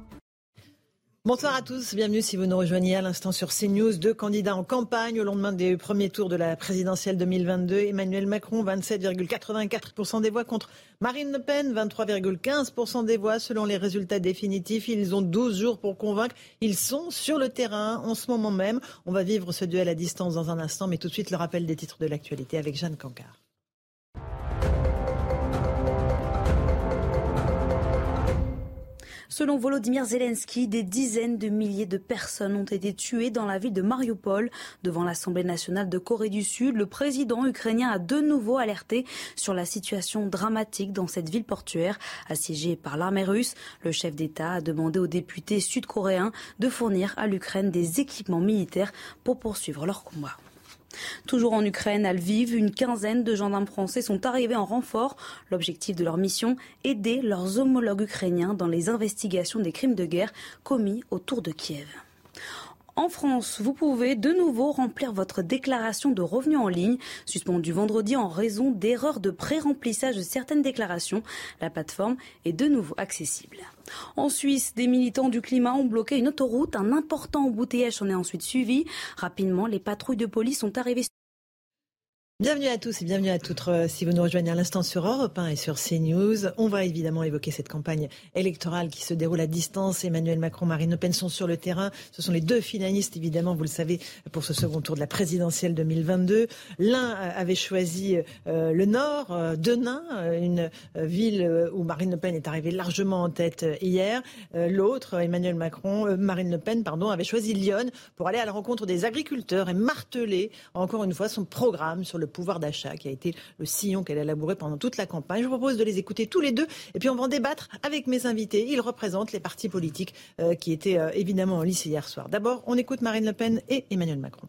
Bonsoir à tous, bienvenue si vous nous rejoignez à l'instant sur CNews. Deux candidats en campagne au lendemain des premiers tours de la présidentielle deux mille vingt-deux. Emmanuel Macron, vingt-sept virgule quatre-vingt-quatre pour cent des voix contre Marine Le Pen, vingt-trois virgule quinze pour cent des voix. Selon les résultats définitifs, ils ont douze jours pour convaincre. Ils sont sur le terrain en ce moment même. On va vivre ce duel à distance dans un instant, mais tout de suite le rappel des titres de l'actualité avec Jeanne Cancard. Selon Volodymyr Zelensky, des dizaines de milliers de personnes ont été tuées dans la ville de Mariupol. Devant l'Assemblée nationale de Corée du Sud, le président ukrainien a de nouveau alerté sur la situation dramatique dans cette ville portuaire assiégée par l'armée russe. Le chef d'État a demandé aux députés sud-coréens de fournir à l'Ukraine des équipements militaires pour poursuivre leur combat. Toujours en Ukraine, à Lviv, une quinzaine de gendarmes français sont arrivés en renfort. L'objectif de leur mission, aider leurs homologues ukrainiens dans les investigations des crimes de guerre commis autour de Kiev. En France, vous pouvez de nouveau remplir votre déclaration de revenus en ligne, suspendue vendredi en raison d'erreurs de pré-remplissage de certaines déclarations. La plateforme est de nouveau accessible. En Suisse, des militants du climat ont bloqué une autoroute. Un important embouteillage s'en est ensuite suivi. Rapidement, les patrouilles de police sont arrivées. Bienvenue à tous et bienvenue à toutes. Si vous nous rejoignez à l'instant sur Europe un et sur CNews, on va évidemment évoquer cette campagne électorale qui se déroule à distance. Emmanuel Macron, Marine Le Pen sont sur le terrain. Ce sont les deux finalistes, évidemment, vous le savez, pour ce second tour de la présidentielle deux mille vingt-deux. L'un avait choisi euh, le Nord, euh, Denain, une euh, ville où Marine Le Pen est arrivée largement en tête euh, hier. Euh, l'autre, Emmanuel Macron, euh, Marine Le Pen, pardon, avait choisi Lyon pour aller à la rencontre des agriculteurs et marteler encore une fois son programme sur le pouvoir d'achat qui a été le sillon qu'elle a labouré pendant toute la campagne. Je vous propose de les écouter tous les deux et puis on va en débattre avec mes invités. Ils représentent les partis politiques euh, qui étaient euh, évidemment en lice hier soir. D'abord, on écoute Marine Le Pen et Emmanuel Macron.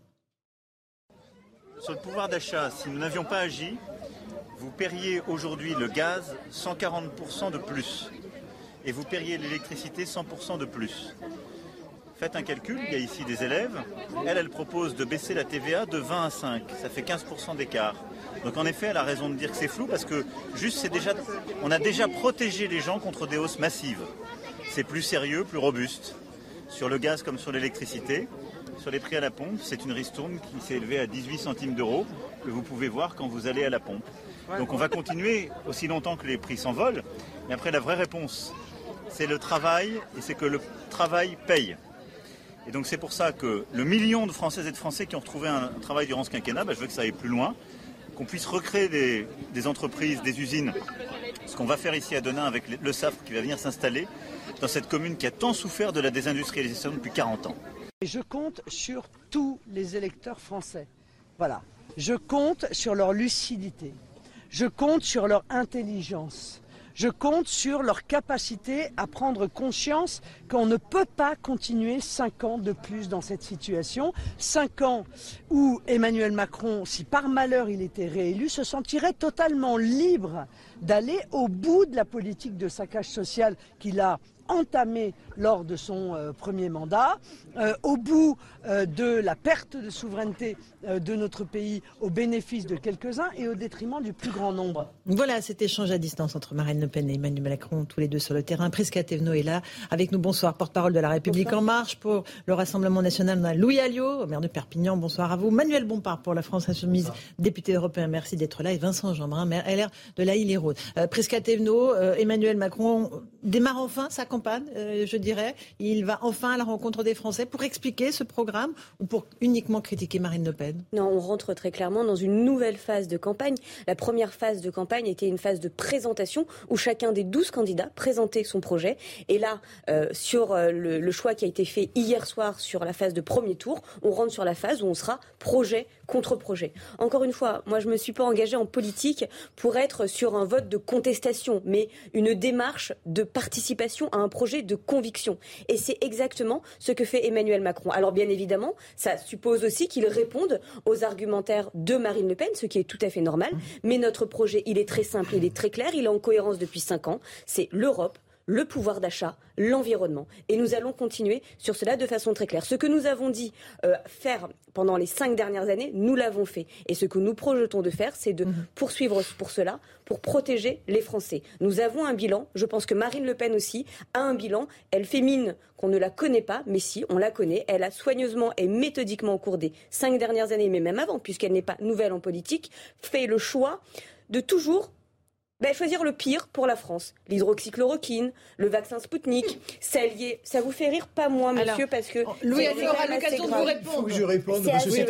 Sur le pouvoir d'achat, si nous n'avions pas agi, vous paieriez aujourd'hui le gaz cent quarante pour cent de plus et vous paieriez l'électricité cent pour cent de plus. Faites un calcul, il y a ici des élèves. Elle, elle propose de baisser la T V A de vingt à cinq. Ça fait quinze pour cent d'écart. Donc en effet, elle a raison de dire que c'est flou parce que juste, c'est déjà, on a déjà protégé les gens contre des hausses massives. C'est plus sérieux, plus robuste. Sur le gaz comme sur l'électricité. Sur les prix à la pompe, c'est une ristourne qui s'est élevée à dix-huit centimes d'euros que vous pouvez voir quand vous allez à la pompe. Donc on va continuer aussi longtemps que les prix s'envolent. Mais après, la vraie réponse, c'est le travail et c'est que le travail paye. Et donc c'est pour ça que le million de Françaises et de Français qui ont retrouvé un travail durant ce quinquennat, bah, je veux que ça aille plus loin, qu'on puisse recréer des, des entreprises, des usines. Ce qu'on va faire ici à Denain avec le Safre qui va venir s'installer dans cette commune qui a tant souffert de la désindustrialisation depuis quarante ans. Et je compte sur tous les électeurs français. Voilà. Je compte sur leur lucidité. Je compte sur leur intelligence. Je compte sur leur capacité à prendre conscience qu'on ne peut pas continuer cinq ans de plus dans cette situation. Cinq ans où Emmanuel Macron, si par malheur il était réélu, se sentirait totalement libre d'aller au bout de la politique de saccage social qu'il a entamé lors de son euh, premier mandat, euh, au bout euh, de la perte de souveraineté euh, de notre pays au bénéfice de quelques-uns et au détriment du plus grand nombre. Voilà cet échange à distance entre Marine Le Pen et Emmanuel Macron, tous les deux sur le terrain. Prisca Thévenot est là avec nous. Bonsoir, porte-parole de La République bonsoir. En marche. Pour le Rassemblement national, on a Louis Alliot, maire de Perpignan. Bonsoir à vous. Manuel Bompard pour la France Insoumise, député européen. Merci d'être là. Et Vincent Jeanbrun, maire L R de la Île-et-Rhône. Euh, Prisca Thévenot, euh, Emmanuel Macron démarre enfin sa campagne, euh, je dirais. Il va enfin à la rencontre des Français pour expliquer ce programme ou pour uniquement critiquer Marine Le Pen? Non, on rentre très clairement dans une nouvelle phase de campagne. La première phase de campagne était une phase de présentation où chacun des douze candidats présentait son projet. Et là, euh, sur euh, le, le choix qui a été fait hier soir sur la phase de premier tour, on rentre sur la phase où on sera projet contre projet. Encore une fois, moi je ne me suis pas engagée en politique pour être sur un vote de contestation, mais une démarche de participation à un projet de conviction. Et c'est exactement ce que fait Emmanuel Macron. Alors bien évidemment, ça suppose aussi qu'il réponde aux argumentaires de Marine Le Pen, ce qui est tout à fait normal. Mais notre projet, il est très simple, il est très clair, il est en cohérence depuis cinq ans. C'est l'Europe, le pouvoir d'achat, l'environnement. Et nous allons continuer sur cela de façon très claire. Ce que nous avons dit euh, faire pendant les cinq dernières années, nous l'avons fait. Et ce que nous projetons de faire, c'est de mmh. poursuivre pour cela, pour protéger les Français. Nous avons un bilan, je pense que Marine Le Pen aussi a un bilan. Elle fait mine qu'on ne la connaît pas, mais si, on la connaît. Elle a soigneusement et méthodiquement au cours des cinq dernières années, mais même avant, puisqu'elle n'est pas nouvelle en politique, fait le choix de toujours Ben, choisir le pire pour la France. L'hydroxychloroquine, le vaccin Spoutnik, ça lié. Ça vous fait rire, pas moi, monsieur, alors, parce que... Louis Alliot aura l'occasion de vous répondre. Il faut que je réponde, parce que c'est,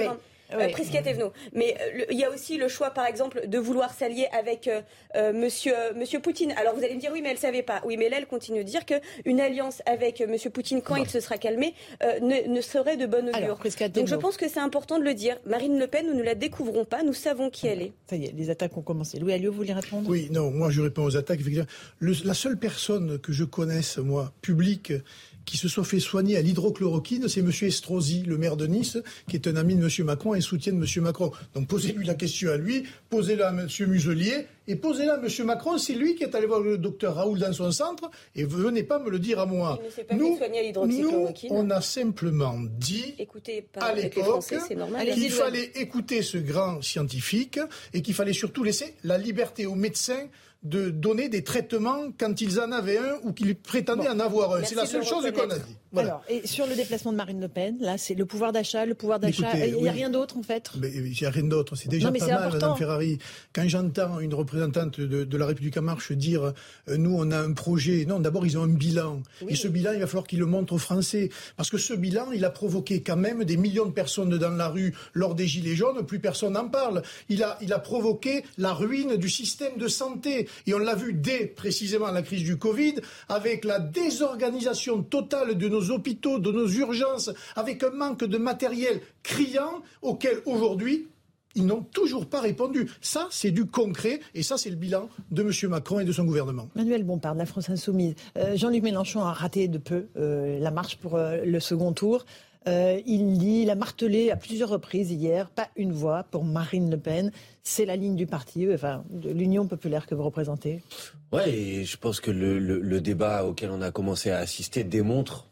euh, Prisca-Thévenot. Mais euh, il y a aussi le choix, par exemple, de vouloir s'allier avec euh, euh, monsieur, euh, monsieur Poutine. Alors vous allez me dire, oui, mais elle ne savait pas. Oui, mais là, elle continue de dire qu'une alliance avec euh, monsieur Poutine, quand non. il se sera calmé, euh, ne, ne serait de bonne augure. Donc je pense que c'est important de le dire. Marine Le Pen, nous ne la découvrons pas, nous savons qui elle est. Ça y est, les attaques ont commencé. Louis Alliot, vous voulez répondre ? Oui, non, moi je réponds aux attaques. Le, la seule personne que je connaisse, moi, publique, qui se soit fait soigner à l'hydrochloroquine, c'est M. Estrosi, le maire de Nice, qui est un ami de M. Macron et soutien de M. Macron. Donc posez-lui la question à lui, posez-la à M. Muselier, et posez-la à M. Macron. C'est lui qui est allé voir le docteur Raoul dans son centre, et venez pas me le dire à moi. Il ne s'est pas nous, fait soigner à l'hydroxychloroquine. Nous, on a simplement dit, Écoutez, à l'époque, Français, c'est normal, qu'il fallait écouter ce grand scientifique, et qu'il fallait surtout laisser la liberté aux médecins de donner des traitements quand ils en avaient un ou qu'ils prétendaient bon. en avoir un. C'est la seule chose qu'on a dit. Voilà. Alors, et sur le déplacement de Marine Le Pen, là, c'est le pouvoir d'achat, le pouvoir d'achat. Il n'y a oui. rien d'autre, en fait. Mais il n'y a rien d'autre. C'est déjà non, pas mal, important. Madame Ferrari. Quand j'entends une représentante de, de la République en marche dire euh, nous, on a un projet. Non, d'abord, ils ont un bilan. Oui. Et ce bilan, il va falloir qu'ils le montrent aux Français. Parce que ce bilan, il a provoqué quand même des millions de personnes dans la rue lors des Gilets jaunes. Plus personne n'en parle. Il a, il a provoqué la ruine du système de santé. Et on l'a vu dès précisément la crise du Covid, avec la désorganisation totale de nos hôpitaux, de nos urgences, avec un manque de matériel criant auquel aujourd'hui ils n'ont toujours pas répondu. Ça, c'est du concret et ça, c'est le bilan de M. Macron et de son gouvernement. Manuel Bompard, de la France Insoumise. Euh, Jean-Luc Mélenchon a raté de peu euh, la marche pour euh, le second tour. Euh, il dit, il a martelé à plusieurs reprises hier, pas une voix pour Marine Le Pen. C'est la ligne du parti, enfin, de l'Union populaire que vous représentez. Ouais, et je pense que le, le, le débat auquel on a commencé à assister démontre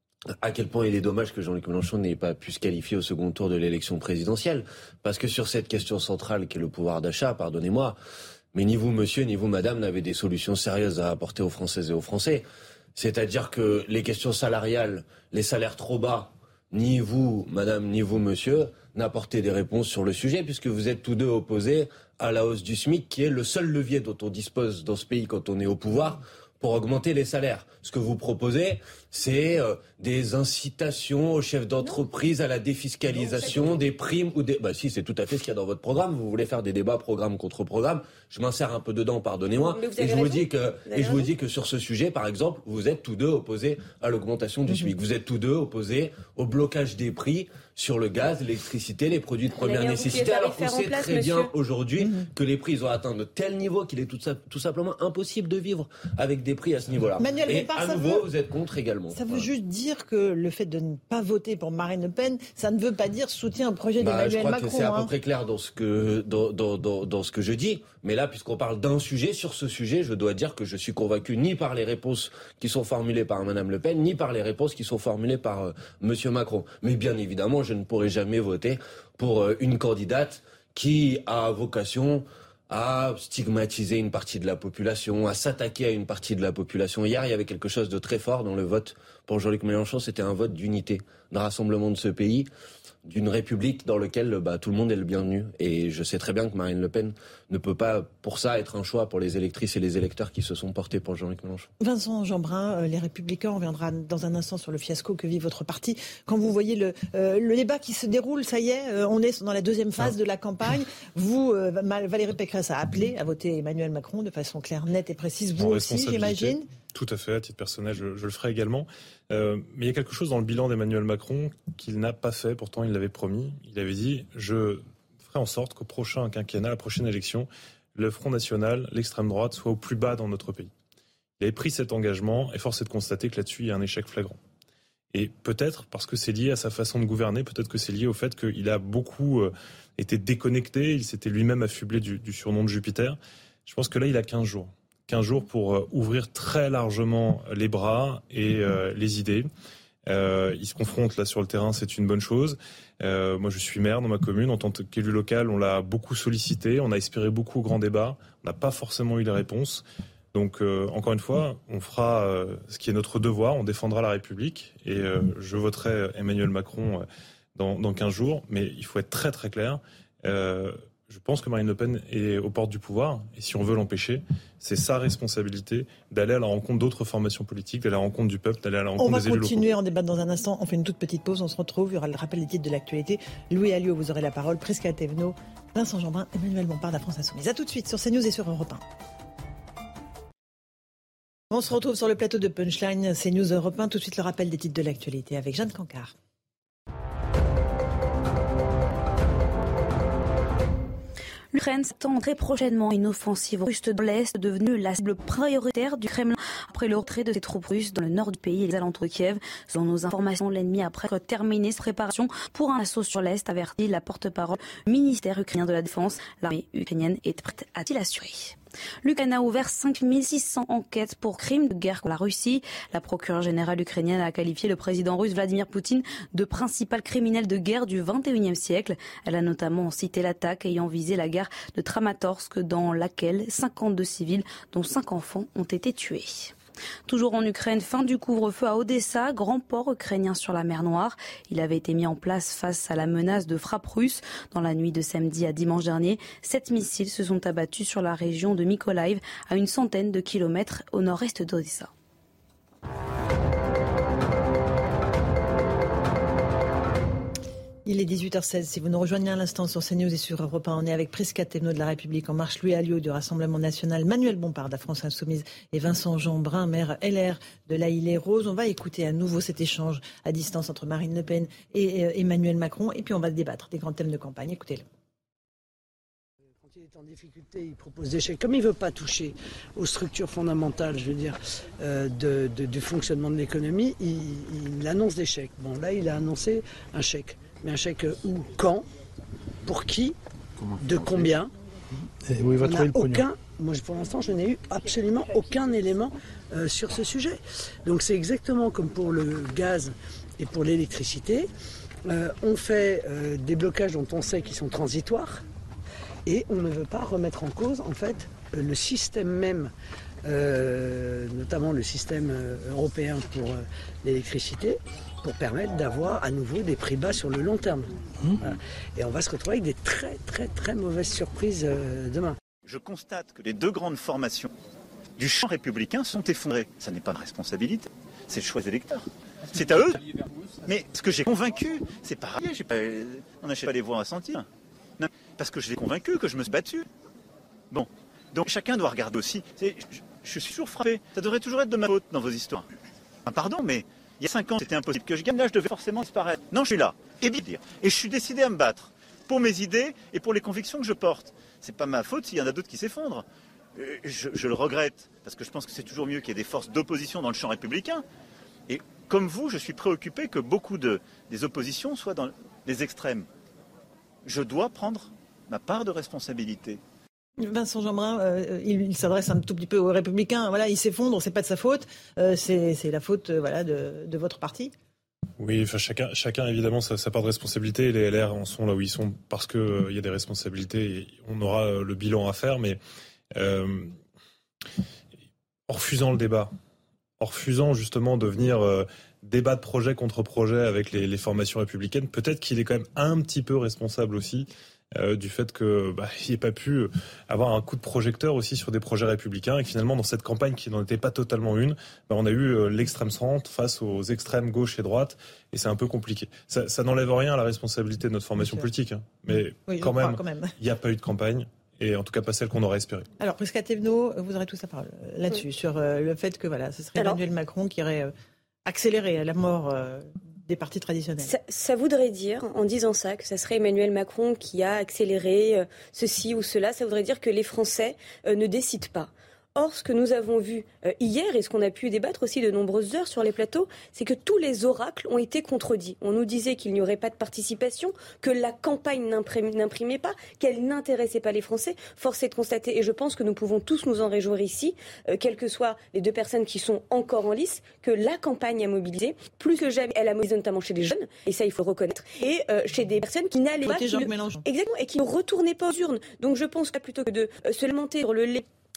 à quel point il est dommage que Jean-Luc Mélenchon n'ait pas pu se qualifier au second tour de l'élection présidentielle. Parce que sur cette question centrale qu'est le pouvoir d'achat, pardonnez-moi, mais ni vous, monsieur, ni vous, madame, n'avez des solutions sérieuses à apporter aux Françaises et aux Français. C'est-à-dire que les questions salariales, les salaires trop bas, ni vous, madame, ni vous, monsieur, n'apportez des réponses sur le sujet, puisque vous êtes tous deux opposés à la hausse du SMIC, qui est le seul levier dont on dispose dans ce pays quand on est au pouvoir pour augmenter les salaires. Ce que vous proposez, c'est euh, des incitations aux chefs d'entreprise à la défiscalisation, des primes ou des... Bah si, c'est tout à fait ce qu'il y a dans votre programme. Vous voulez faire des débats programme contre programme. Je m'insère un peu dedans, pardonnez-moi. Et je, vous dis que, et je vous dis que sur ce sujet, par exemple, vous êtes tous deux opposés à l'augmentation du SMIC. Vous êtes tous deux opposés au blocage des prix sur le gaz, l'électricité, les produits de première nécessité, alors qu'on sait très bien aujourd'hui mmh. que les prix ils ont atteint de tel niveau qu'il est tout, ça, tout simplement impossible de vivre avec des prix à ce niveau-là. Manuel Et Bompard, à nouveau, veut, vous êtes contre également. Ça veut voilà. juste dire que le fait de ne pas voter pour Marine Le Pen, ça ne veut pas dire soutien au projet bah, d'Emmanuel Macron. Je crois que c'est hein. à peu près clair dans ce que dans, dans, dans, dans ce que je dis. Mais là, puisqu'on parle d'un sujet, sur ce sujet, je dois dire que je suis convaincu ni par les réponses qui sont formulées par Madame Le Pen, ni par les réponses qui sont formulées par euh, Monsieur Macron. Mais bien évidemment, je ne pourrai jamais voter pour euh, une candidate qui a vocation à stigmatiser une partie de la population, à s'attaquer à une partie de la population. Hier, il y avait quelque chose de très fort dans le vote pour Jean-Luc Mélenchon. C'était un vote d'unité, de rassemblement de ce pays, d'une république dans laquelle bah, tout le monde est le bienvenu. Et je sais très bien que Marine Le Pen ne peut pas, pour ça, être un choix pour les électrices et les électeurs qui se sont portés pour Jean-Luc Mélenchon. Vincent Jeanbrun, euh, les Républicains, on reviendra dans un instant sur le fiasco que vit votre parti. Quand vous voyez le, euh, le débat qui se déroule, ça y est, euh, on est dans la deuxième phase ah. de la campagne. Vous, euh, Valérie Pécresse a appelé à voter Emmanuel Macron de façon claire, nette et précise. Vous aussi, j'imagine. Tout à fait, à titre personnel, je, je le ferai également. Euh, mais il y a quelque chose dans le bilan d'Emmanuel Macron qu'il n'a pas fait, pourtant il l'avait promis. Il avait dit « je ferai en sorte qu'au prochain quinquennat, la prochaine élection, le Front National, l'extrême droite, soit au plus bas dans notre pays ». Il avait pris cet engagement et force est de constater que là-dessus, il y a un échec flagrant. Et peut-être parce que c'est lié à sa façon de gouverner, peut-être que c'est lié au fait qu'il a beaucoup euh, été déconnecté, il s'était lui-même affublé du, du surnom de Jupiter. Je pense que là, il a quinze jours. quinze jours pour euh, ouvrir très largement les bras et euh, les idées. Euh, il se confronte là sur le terrain, c'est une bonne chose. Euh, moi, je suis maire dans ma commune. En tant qu'élu local, on l'a beaucoup sollicité. On a espéré beaucoup au grand débat. On n'a pas forcément eu les réponses. Donc, euh, encore une fois, on fera euh, ce qui est notre devoir. On défendra la République. Et euh, je voterai Emmanuel Macron euh, dans, dans quinze jours. Mais il faut être très, très clair. Euh, Je pense que Marine Le Pen est aux portes du pouvoir, et si on veut l'empêcher, c'est sa responsabilité d'aller à la rencontre d'autres formations politiques, d'aller à la rencontre du peuple, d'aller à la rencontre des élus locaux. On va continuer en débattre dans un instant. On fait une toute petite pause, on se retrouve. Il y aura le rappel des titres de l'actualité. Louis Alliot, vous aurez la parole. Prisca Thévenot, Vincent Jeanbrun, Emmanuel Bompard, la France Insoumise. A tout de suite sur CNews et sur Europe un. On se retrouve sur le plateau de Punchline, CNews Europe un. Tout de suite le rappel des titres de l'actualité avec Jeanne Cancard. L'Ukraine s'attend très prochainement à une offensive russe de l'Est, devenue la cible prioritaire du Kremlin après le retrait de ses troupes russes dans le nord du pays et les alentours de Kiev. Selon nos informations, l'ennemi a presque terminé sa préparation pour un assaut sur l'Est, avertit la porte-parole du ministère ukrainien de la Défense. L'armée ukrainienne est prête, a-t-il assuré. L'Ukraine a ouvert cinq mille six cents enquêtes pour crimes de guerre contre la Russie. La procureure générale ukrainienne a qualifié le président russe Vladimir Poutine de principal criminel de guerre du vingt et unième siècle. Elle a notamment cité l'attaque ayant visé la gare de Kramatorsk dans laquelle cinquante-deux civils, dont cinq enfants, ont été tués. Toujours en Ukraine, fin du couvre-feu à Odessa, grand port ukrainien sur la mer Noire. Il avait été mis en place face à la menace de frappe russe. Dans la nuit de samedi à dimanche dernier, sept missiles se sont abattus sur la région de Mykolaiv, à une centaine de kilomètres au nord-est d'Odessa. Il est dix-huit heures seize. Si vous nous rejoignez à l'instant sur CNews et sur Europe un, on est avec Prisca Thévenot de La République En Marche, Louis Alliot du Rassemblement National, Manuel Bompard de la France Insoumise et Vincent Jeanbrun, maire L R de La Île-et-Rose. On va écouter à nouveau cet échange à distance entre Marine Le Pen et euh, Emmanuel Macron et puis on va débattre des grands thèmes de campagne. Écoutez-le. Quand il est en difficulté, il propose des chèques. Comme il ne veut pas toucher aux structures fondamentales, je veux dire, euh, de, de, du fonctionnement de l'économie, il, il annonce des chèques. Bon, là, il a annoncé un chèque. Mais un chèque où, quand, pour qui, de combien. Et où il va trouver le pognon. Aucun, moi pour l'instant je n'ai eu absolument aucun élément euh, sur ce sujet. Donc c'est exactement comme pour le gaz et pour l'électricité. Euh, on fait euh, des blocages dont on sait qu'ils sont transitoires et on ne veut pas remettre en cause en fait euh, le système même, euh, notamment le système euh, européen pour euh, l'électricité, pour permettre d'avoir à nouveau des prix bas sur le long terme. Mmh. Voilà. Et on va se retrouver avec des très très très mauvaises surprises euh, demain. Je constate que les deux grandes formations du champ républicain sont effondrées. Ça n'est pas ma responsabilité, c'est le choix des électeurs. C'est à eux. Mais ce que j'ai convaincu, c'est pareil, j'ai pas, on n'achète pas les voix à sentir. Non, parce que je l'ai convaincu, que je me suis battu. Bon, donc chacun doit regarder aussi. C'est, je, je suis toujours frappé. Ça devrait toujours être de ma faute dans vos histoires. Ah, pardon, mais il y a cinq ans, c'était impossible que je gagne. Là, je devais forcément disparaître. Non, je suis là. Et bien dire. Et je suis décidé à me battre pour mes idées et pour les convictions que je porte. C'est pas ma faute s'il y en a d'autres qui s'effondrent. Je, je le regrette parce que je pense que c'est toujours mieux qu'il y ait des forces d'opposition dans le champ républicain. Et comme vous, je suis préoccupé que beaucoup de, des oppositions soient dans les extrêmes. Je dois prendre ma part de responsabilité. Vincent Jeanbrun, euh, il, il s'adresse un tout petit peu aux Républicains. Voilà, il s'effondre, c'est pas de sa faute, euh, c'est, c'est la faute, euh, voilà, de, de votre parti. Oui, enfin chacun, chacun évidemment sa, sa part de responsabilité. Et les L R en sont là où ils sont parce que euh, il y a des responsabilités. Et on aura euh, le bilan à faire, mais euh, en refusant le débat, en refusant justement de venir euh, débattre projet contre projet avec les, les formations républicaines, peut-être qu'il est quand même un petit peu responsable aussi. Euh, du fait qu'il bah, n'ait pas pu avoir un coup de projecteur aussi sur des projets républicains et que finalement dans cette campagne qui n'en était pas totalement une, bah, on a eu euh, l'extrême centre face aux extrêmes gauche et droite et c'est un peu compliqué. Ça, ça n'enlève rien à la responsabilité de notre formation politique, hein, mais oui, quand, même, quand même, il n'y a pas eu de campagne. Et en tout cas pas celle qu'on aurait espérée. Alors Prisca Thévenot, vous aurez tous la parole là-dessus, oui. sur euh, le fait que voilà, ce serait Alors, Emmanuel Macron qui aurait euh, accéléré la mort euh, des partis traditionnels. Ça, ça voudrait dire, en disant ça, que ça serait Emmanuel Macron qui a accéléré euh, ceci ou cela. Ça voudrait dire que les Français euh, ne décident pas. Or, ce que nous avons vu euh, hier, et ce qu'on a pu débattre aussi de nombreuses heures sur les plateaux, c'est que tous les oracles ont été contredits. On nous disait qu'il n'y aurait pas de participation, que la campagne n'imprimait pas, qu'elle n'intéressait pas les Français. Force est de constater, et je pense que nous pouvons tous nous en réjouir ici, euh, quelles que soient les deux personnes qui sont encore en lice, que la campagne a mobilisé, plus que jamais, elle a mobilisé notamment chez les jeunes, et ça il faut le reconnaître, et euh, chez des personnes qui n'allaient pas... Qui ne... Exactement, et qui ne retournaient pas aux urnes. Donc je pense que plutôt que de euh, se lamenter sur le lait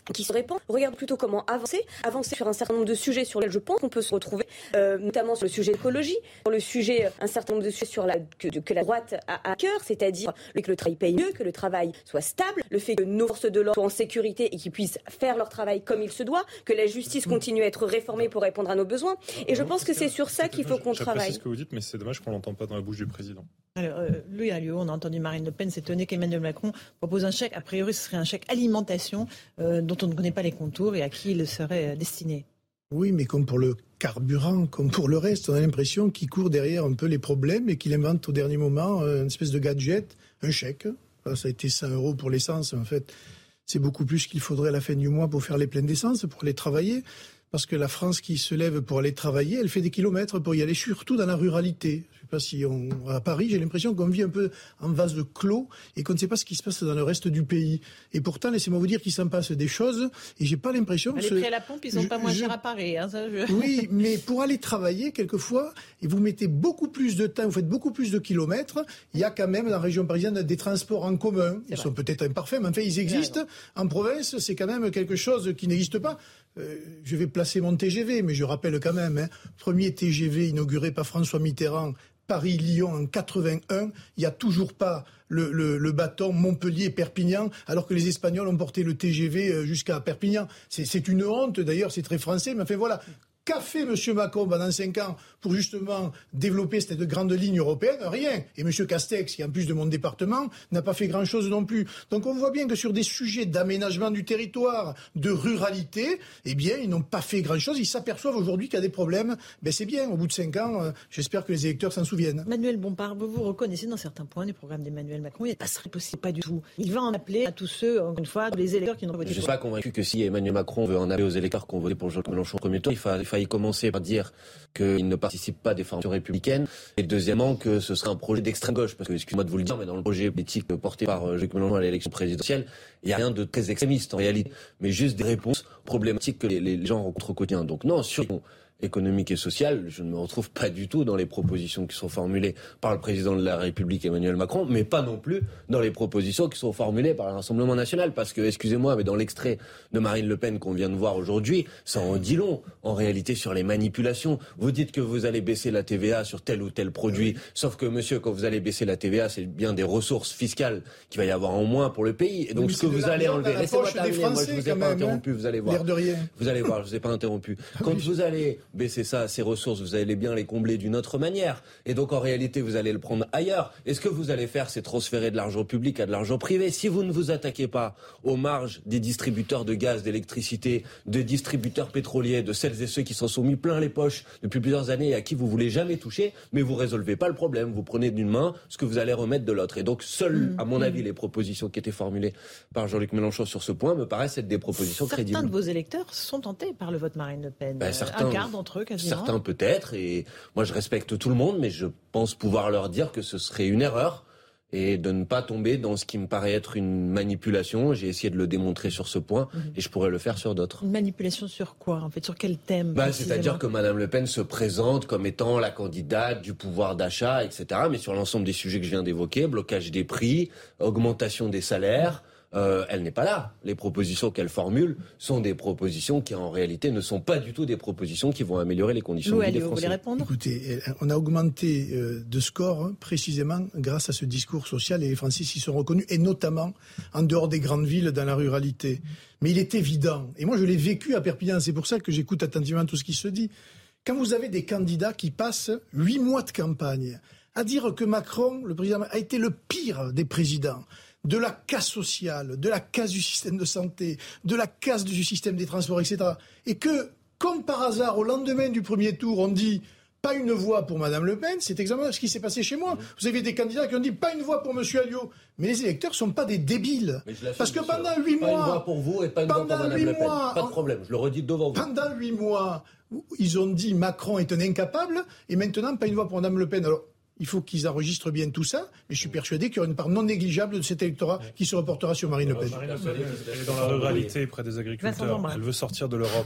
qui se répand. Regarde plutôt comment avancer, avancer sur un certain nombre de sujets sur lesquels je pense qu'on peut se retrouver, euh, notamment sur le sujet écologie, sur le sujet, un certain nombre de sujets sur la, que, que la droite a à cœur, c'est-à-dire que le travail paye mieux, que le travail soit stable, le fait que nos forces de l'ordre soient en sécurité et qu'ils puissent faire leur travail comme il se doit, que la justice continue à être réformée pour répondre à nos besoins. Et je pense que c'est sur ça qu'il faut qu'on travaille. J'apprécie ce que vous dites, mais c'est dommage qu'on l'entende pas dans la bouche du président. Alors, euh, Louis Alliot, on a entendu Marine Le Pen s'étonner qu'Emmanuel Macron propose un chèque. A priori, ce serait un chèque alimentation euh, dont on ne connaît pas les contours et à qui il serait destiné. Oui, mais comme pour le carburant, comme pour le reste, on a l'impression qu'il court derrière un peu les problèmes et qu'il invente au dernier moment une espèce de gadget, un chèque. Là, ça a été cent euros pour l'essence. En fait, c'est beaucoup plus qu'il faudrait à la fin du mois pour faire les pleines d'essence, pour aller travailler. Parce que la France qui se lève pour aller travailler, elle fait des kilomètres pour y aller, surtout dans la ruralité. Je ne sais pas si on... à Paris, j'ai l'impression qu'on vit un peu en vase clos et qu'on ne sait pas ce qui se passe dans le reste du pays. Et pourtant, laissez-moi vous dire qu'il s'en passe des choses et j'ai pas l'impression que... Les ce... prix à la pompe, ils sont je, pas moins je... chers à Paris. Hein, ça, je... Oui, mais pour aller travailler, quelquefois, et vous mettez beaucoup plus de temps, vous faites beaucoup plus de kilomètres, il y a quand même dans la région parisienne des transports en commun. Ils sont peut-être imparfaits, mais enfin, ils existent. En province, c'est quand même quelque chose qui n'existe pas. Euh, je vais placer mon T G V, mais je rappelle quand même, hein, premier T G V inauguré par François Mitterrand, Paris-Lyon en quatre-vingt-un, il n'y a toujours pas le, le, le bâton Montpellier-Perpignan, alors que les Espagnols ont porté le T G V jusqu'à Perpignan. C'est, c'est une honte, d'ailleurs, c'est très français, mais enfin voilà. Qu'a fait M. Macron pendant cinq ans pour justement développer cette grande ligne européenne? Rien. Et M. Castex, qui est en plus de mon département, n'a pas fait grand-chose non plus. Donc on voit bien que sur des sujets d'aménagement du territoire, de ruralité, eh bien, ils n'ont pas fait grand-chose. Ils s'aperçoivent aujourd'hui qu'il y a des problèmes. Ben c'est bien. Au bout de cinq ans, euh, j'espère que les électeurs s'en souviennent. Manuel Bompard, vous vous reconnaissez dans certains points des programmes d'Emmanuel Macron. Il n'est pas possible, pas du tout. Il va en appeler à tous ceux, encore une fois, tous les électeurs qui n'ont pas voté. Je ne suis pas convaincu que si Emmanuel Macron veut en appeler aux électeurs qui ont voté pour Jean-Luc Mélenchon au premier tour, il faut y commencer par dire qu'il ne participe pas des formations républicaines et deuxièmement que ce serait un projet d'extrême gauche parce que, excusez-moi de vous le dire, mais dans le projet politique porté par Jean-Luc Mélenchon à l'élection présidentielle, il n'y a rien de très extrémiste en réalité, mais juste des réponses problématiques que les, les gens rencontrent au quotidien. Donc non, sur économique et sociale, je ne me retrouve pas du tout dans les propositions qui sont formulées par le président de la République Emmanuel Macron, mais pas non plus dans les propositions qui sont formulées par le Rassemblement national, parce que, excusez-moi, mais dans l'extrait de Marine Le Pen qu'on vient de voir aujourd'hui, ça en dit long, en réalité, sur les manipulations. Vous dites que vous allez baisser la T V A sur tel ou tel produit, sauf que, monsieur, quand vous allez baisser la T V A, c'est bien des ressources fiscales qu'il va y avoir en moins pour le pays. Et donc, ce que vous allez enlever, laissez-moi terminer, moi je vous ai pas interrompu, vous allez voir. Vous allez voir, je vous ai pas interrompu. Quand vous allez baisser ça, ces ressources, vous allez bien les combler d'une autre manière. Et donc, en réalité, vous allez le prendre ailleurs. Et ce que vous allez faire, c'est transférer de l'argent public à de l'argent privé. Si vous ne vous attaquez pas aux marges des distributeurs de gaz, d'électricité, de distributeurs pétroliers, de celles et ceux qui s'en sont mis plein les poches depuis plusieurs années et à qui vous voulez jamais toucher, mais vous résolvez pas le problème. Vous prenez d'une main ce que vous allez remettre de l'autre. Et donc, seules, à mon avis, les propositions qui étaient formulées par Jean-Luc Mélenchon sur ce point me paraissent être des propositions certains crédibles. Certains de vos électeurs sont tentés par le vote Marine Le Pen. Ben, certains, un quart d'entre eux, quasiment. Certains peut-être, et moi je respecte tout le monde, mais je pense pouvoir leur dire que ce serait une erreur et de ne pas tomber dans ce qui me paraît être une manipulation. J'ai essayé de le démontrer sur ce point mmh. et je pourrais le faire sur d'autres. Une manipulation sur quoi, en fait? Sur quel thème? Bah, c'est-à-dire que Mme Le Pen se présente comme étant la candidate du pouvoir d'achat, et cetera. Mais sur l'ensemble des sujets que je viens d'évoquer, blocage des prix, augmentation des salaires... Euh, elle n'est pas là. Les propositions qu'elle formule sont des propositions qui, en réalité, ne sont pas du tout des propositions qui vont améliorer les conditions de vie des Français. Vous voulez répondre? Écoutez, on a augmenté euh, de score hein, précisément grâce à ce discours social et les Français s'y sont reconnus, et notamment en dehors des grandes villes, dans la ruralité. Mais il est évident, et moi je l'ai vécu à Perpignan, c'est pour ça que j'écoute attentivement tout ce qui se dit, quand vous avez des candidats qui passent huit mois de campagne à dire que Macron, le président, a été le pire des présidents, de la casse sociale, de la casse du système de santé, de la casse du système des transports, et cetera. Et que, comme par hasard, au lendemain du premier tour, on dit pas une voix pour Mme Le Pen, c'est exactement ce qui s'est passé chez moi. Vous avez des candidats qui ont dit pas une voix pour M. Alliot. Mais les électeurs ne sont pas des débiles. Parce que pendant huit mois... Pas une voix pour vous et pas une voix pour Mme Le Pen. Pas de problème, je le redis devant vous. Pendant huit mois, ils ont dit Macron est un incapable, et maintenant pas une voix pour Mme Le Pen. Alors, il faut qu'ils enregistrent bien tout ça, mais je suis persuadé qu'il y aura une part non négligeable de cet électorat qui se reportera sur Marine Le Pen. Marine Le Pen, elle est dans la ruralité, près des agriculteurs. Elle veut sortir de l'Europe.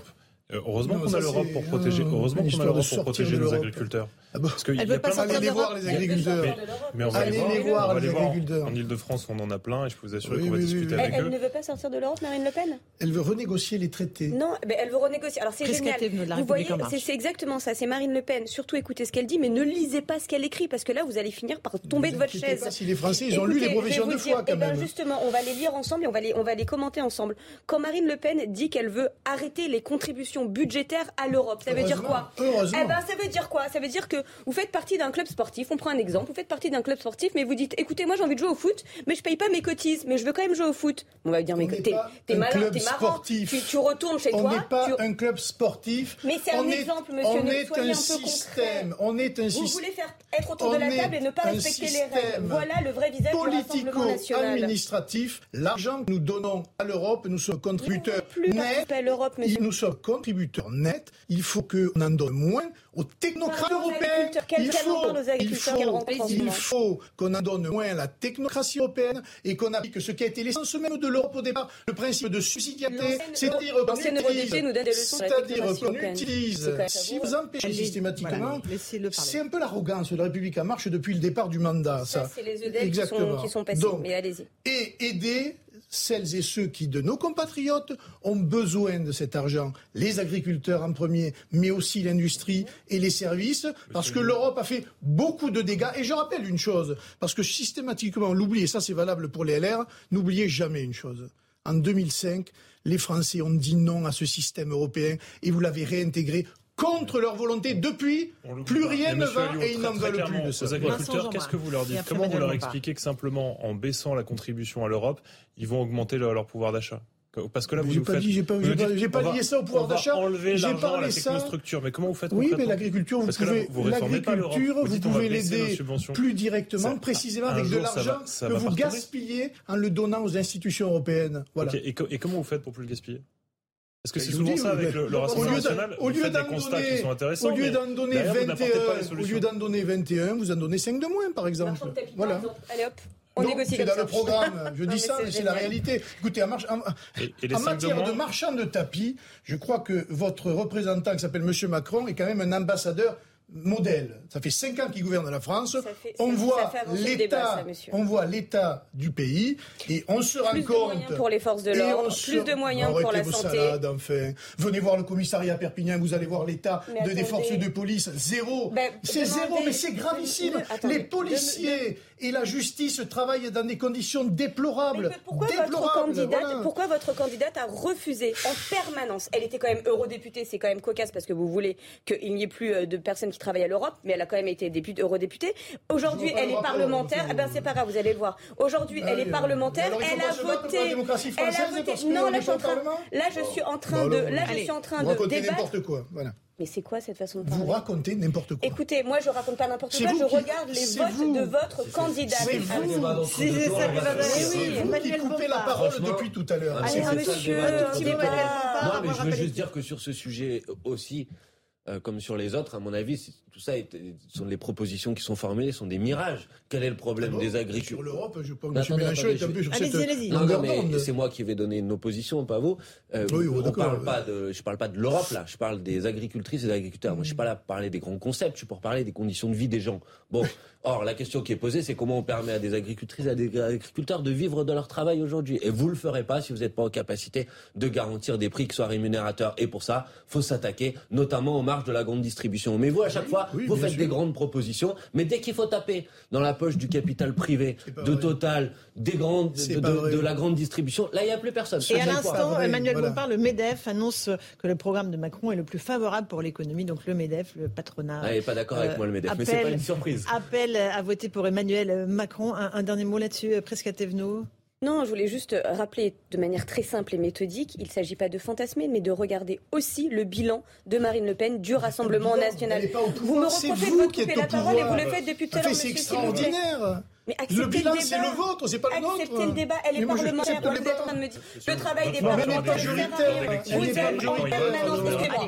Euh, heureusement non, qu'on a l'Europe pour protéger, euh, heureusement qu'on a l'Europe pour protéger nos agriculteurs. Ah bon. Parce qu'il y a plein de... Allez les voir les agriculteurs. Mais, mais on va Allez les voir, les voir, on va les les voir. agriculteurs. En Ile-de-France, on en a plein et je peux vous assurer oui, qu'on va oui, discuter oui. avec elle, eux. Elle ne veut pas sortir de l'Europe, Marine Le Pen ? Elle veut renégocier les traités. Non, mais elle veut renégocier. Alors c'est génial. Vous voyez, c'est, c'est exactement ça. C'est Marine Le Pen. Surtout écoutez ce qu'elle dit, mais ne lisez pas ce qu'elle écrit parce que là vous allez finir par tomber de votre chaise. Pas si les Français ils ont Écoutez, lu les professions de foi quand eh ben même. Justement, on va les lire ensemble et on va les on va les commenter ensemble. Quand Marine Le Pen dit qu'elle veut arrêter les contributions budgétaires à l'Europe, ça veut dire quoi ? Heureusement. Eh ben ça veut dire quoi ? Ça veut dire que vous faites partie d'un club sportif. On prend un exemple. Vous faites partie d'un club sportif, mais vous dites, écoutez, moi j'ai envie de jouer au foot, mais je paye pas mes cotises, mais je veux quand même jouer au foot. On va dire, mais t'es, t'es malin, t'es marrant. Tu, tu retournes chez on toi. On n'est pas tu... un club sportif. Mais c'est un on exemple, est, monsieur. On ne est soyez un, un système. Peu on est un Vous système. voulez faire être autour de la table et ne pas respecter les règles. Voilà le vrai visage du Rassemblement national. Politico-administratif. L'argent que nous donnons à l'Europe, nous sommes contributeurs nets. l'Europe, monsieur. Nous sommes contributeurs nets. Il faut qu'on en donne moins aux technocrates européens. Il faut, il faut, il faut qu'on en donne moins à la technocratie européenne et qu'on applique ce qui a été l'essence même de l'Europe au départ, le principe de subsidiarité, c'est-à-dire qu'on utilise, c'est-à-dire qu'on utilise, si vous empêchez systématiquement, c'est un peu l'arrogance de la République en marche depuis le départ du mandat. Ça, ça c'est les E D F qui sont, qui sont passés, donc, mais allez-y. Et aider celles et ceux qui, de nos compatriotes, ont besoin de cet argent, les agriculteurs en premier, mais aussi l'industrie et les services, parce que l'Europe a fait beaucoup de dégâts. Et je rappelle une chose, parce que systématiquement, on l'oublie, et ça c'est valable pour les L R, n'oubliez jamais une chose. En deux mille cinq, les Français ont dit non à ce système européen et vous l'avez réintégré contre leur volonté. Depuis, plus rien ne va et ils n'en veulent plus de ça. Aux agriculteurs, qu'est-ce que vous leur dites ? Comment vous leur expliquez que simplement en baissant la contribution à l'Europe, ils vont augmenter leur, leur pouvoir d'achat ? Parce que là, vous j'ai nous pas faites, dit, j'ai pas, j'ai pas, j'ai pas lié ça au pouvoir d'achat. Enlever j'ai l'argent à la ça. technostructure. Mais comment vous faites Oui, concrètement ? mais l'agriculture, vous Parce pouvez, là, vous l'agriculture, vous, vous pouvez l'aider plus directement, ça, précisément avec de l'argent ça va, ça que vous partir. gaspillez en le donnant aux institutions européennes. Voilà. Okay. Et, co- et comment vous faites pour plus le gaspiller ? Parce que c'est je souvent dis, ça avec le, le Rassemblement national. Au lieu d'en donner, au lieu d'en donner vingt et un, au lieu d'en donner vingt et un, vous en donnez cinq de moins, par exemple. Voilà. Allez hop. On non, négocie c'est dans ça. le programme. Je dis non, ça, mais c'est, c'est la réalité. Écoutez, en, marche, en, et, et en matière de, de marchand de tapis, je crois que votre représentant, qui s'appelle M. Macron, est quand même un ambassadeur modèle. Ça fait cinq ans qu'il gouverne la France. Fait, on, ça, voit ça l'état, débat, ça, on voit l'état du pays et on se rend plus compte. Plus de moyens pour les forces de l'ordre, se... plus de moyens bon, pour la vos santé. Salades, enfin. Venez voir le commissariat à Perpignan, vous allez voir l'état de, des forces de police. Zéro. Ben, c'est demandez... zéro, mais c'est gravissime. De... Attendez, les policiers de... et la justice travaillent dans des conditions déplorables. Mais pourquoi, déplorables, votre candidate, voilà. pourquoi votre candidate a refusé en permanence ? Elle était quand même eurodéputée, c'est quand même cocasse parce que vous voulez qu'il n'y ait plus de personnes qui travaillent à l'Europe, mais elle a quand même été députée, eurodéputée. Aujourd'hui, elle est parlementaire. Eh ben, c'est pas grave, vous allez le voir. Aujourd'hui, elle est parlementaire. Elle a voté. Elle a voté. Non, là, je suis en train. Là, je suis en train de. Là, je suis en train de débattre. N'importe quoi. Voilà. Mais c'est quoi cette façon de parler ? Vous racontez n'importe quoi. Écoutez, moi je raconte pas n'importe quoi, je qui... regarde les votes vous. de votre c'est candidat. C'est vous, c'est, c'est ça que va C'est oui, vous qui coupez la parole depuis tout à l'heure. Allez, c'est monsieur, un débat. Non, mais je veux juste dire que sur ce sujet aussi, euh, comme sur les autres, à mon avis, c'est, tout ça est, sont les propositions qui sont formulées, sont des mirages. Quel est le problème ah bon, des agriculteurs ? Sur l'Europe, je pense que M. Mélenchon est un peu sur allez-y, cette allez-y. Non, non, mais c'est moi qui vais donner une opposition, pas vous. Euh, oui, on d'accord. parle pas de, je parle pas de l'Europe là, je parle des agricultrices et des agriculteurs. Moi, je suis pas là pour parler des grands concepts, je suis pour parler des conditions de vie des gens. Bon, or la question qui est posée, c'est comment on permet à des agricultrices et à des agriculteurs de vivre de leur travail aujourd'hui. Et vous le ferez pas si vous n'êtes pas en capacité de garantir des prix qui soient rémunérateurs. Et pour ça, faut s'attaquer notamment aux marges de la grande distribution. Mais vous, à chaque fois, oui, vous faites sûr. des grandes propositions, mais dès qu'il faut taper dans la poche du capital privé, de vrai. Total, des grandes, de, de, de la grande distribution, là, il n'y a plus personne. Et à l'instant, vrai, Emmanuel voilà. Bompard, le MEDEF, annonce que le programme de Macron est le plus favorable pour l'économie. Donc le MEDEF, le patronat. Ah, il n'est pas d'accord avec euh, moi, le MEDEF, appelle, mais c'est pas une surprise. Appelle à voter pour Emmanuel Macron. Un, un dernier mot là-dessus, Prisca Thévenot. Non, je voulais juste rappeler de manière très simple et méthodique, il ne s'agit pas de fantasmer, mais de regarder aussi le bilan de Marine Le Pen du Rassemblement national. Vous me reprochez de me couper la parole et vous le faites depuis tout à l'heure, monsieur. C'est extraordinaire. Mais le bilan, le c'est le vôtre, c'est pas le nôtre. Acceptez le débat, elle est parlementaire. Vous êtes en train de me dire le travail des parlementaires. Vous êtes en permanence.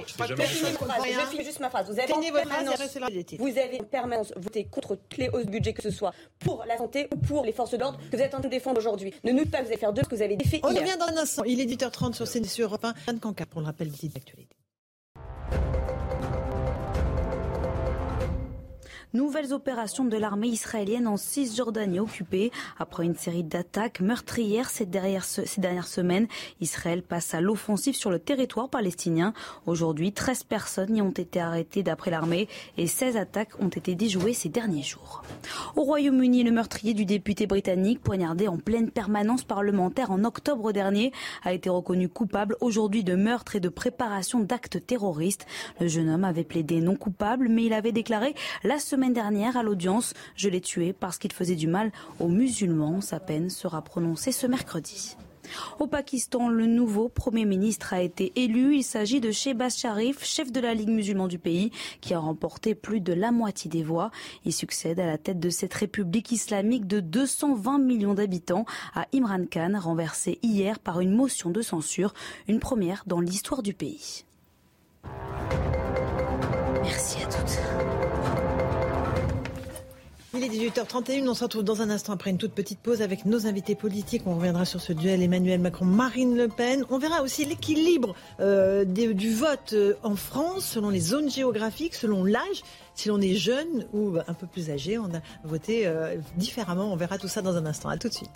Je finis juste ma phrase. Vous avez en permanence, vous avez en permanence voté contre toutes les hausses de budget, que ce soit pour la santé ou pour les forces de l'ordre que vous êtes en train de défendre aujourd'hui. Ne nous dites pas que vous allez faire deux ce que vous avez fait hier. On revient dans un instant. Il est huit heures trente sur C N C Europe un. Anne Cancard pour le rappel des titres d'actualité. Nouvelles opérations de l'armée israélienne en Cisjordanie occupée. Après une série d'attaques meurtrières ces dernières, ces dernières semaines, Israël passe à l'offensive sur le territoire palestinien. Aujourd'hui, treize personnes y ont été arrêtées d'après l'armée et seize attaques ont été déjouées ces derniers jours. Au Royaume-Uni, le meurtrier du député britannique poignardé en pleine permanence parlementaire en octobre dernier a été reconnu coupable aujourd'hui de meurtre et de préparation d'actes terroristes. Le jeune homme avait plaidé non coupable, mais il avait déclaré la semaine dernière à l'audience « Je l'ai tué parce qu'il faisait du mal aux musulmans ». Sa peine sera prononcée ce mercredi. Au Pakistan, le nouveau Premier ministre a été élu. Il s'agit de Shehbaz Sharif, chef de la Ligue musulmane du pays, qui a remporté plus de la moitié des voix. Il succède à la tête de cette république islamique de deux cent vingt millions d'habitants à Imran Khan, renversé hier par une motion de censure, une première dans l'histoire du pays. Merci à toutes. Il est dix-huit heures trente et une, on se retrouve dans un instant après une toute petite pause avec nos invités politiques. On reviendra sur ce duel Emmanuel Macron-Marine Le Pen. On verra aussi l'équilibre euh, des, du vote en France selon les zones géographiques, selon l'âge. Si l'on est jeune ou un peu plus âgé, on a voté euh, différemment. On verra tout ça dans un instant. À tout de suite.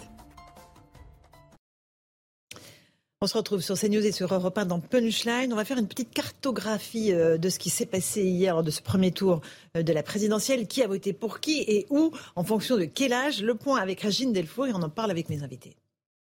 On se retrouve sur CNews et sur Europe un dans Punchline. On va faire une petite cartographie de ce qui s'est passé hier de ce premier tour de la présidentielle. Qui a voté pour qui et où, en fonction de quel âge. Le point avec Régine Delfour et on en parle avec mes invités.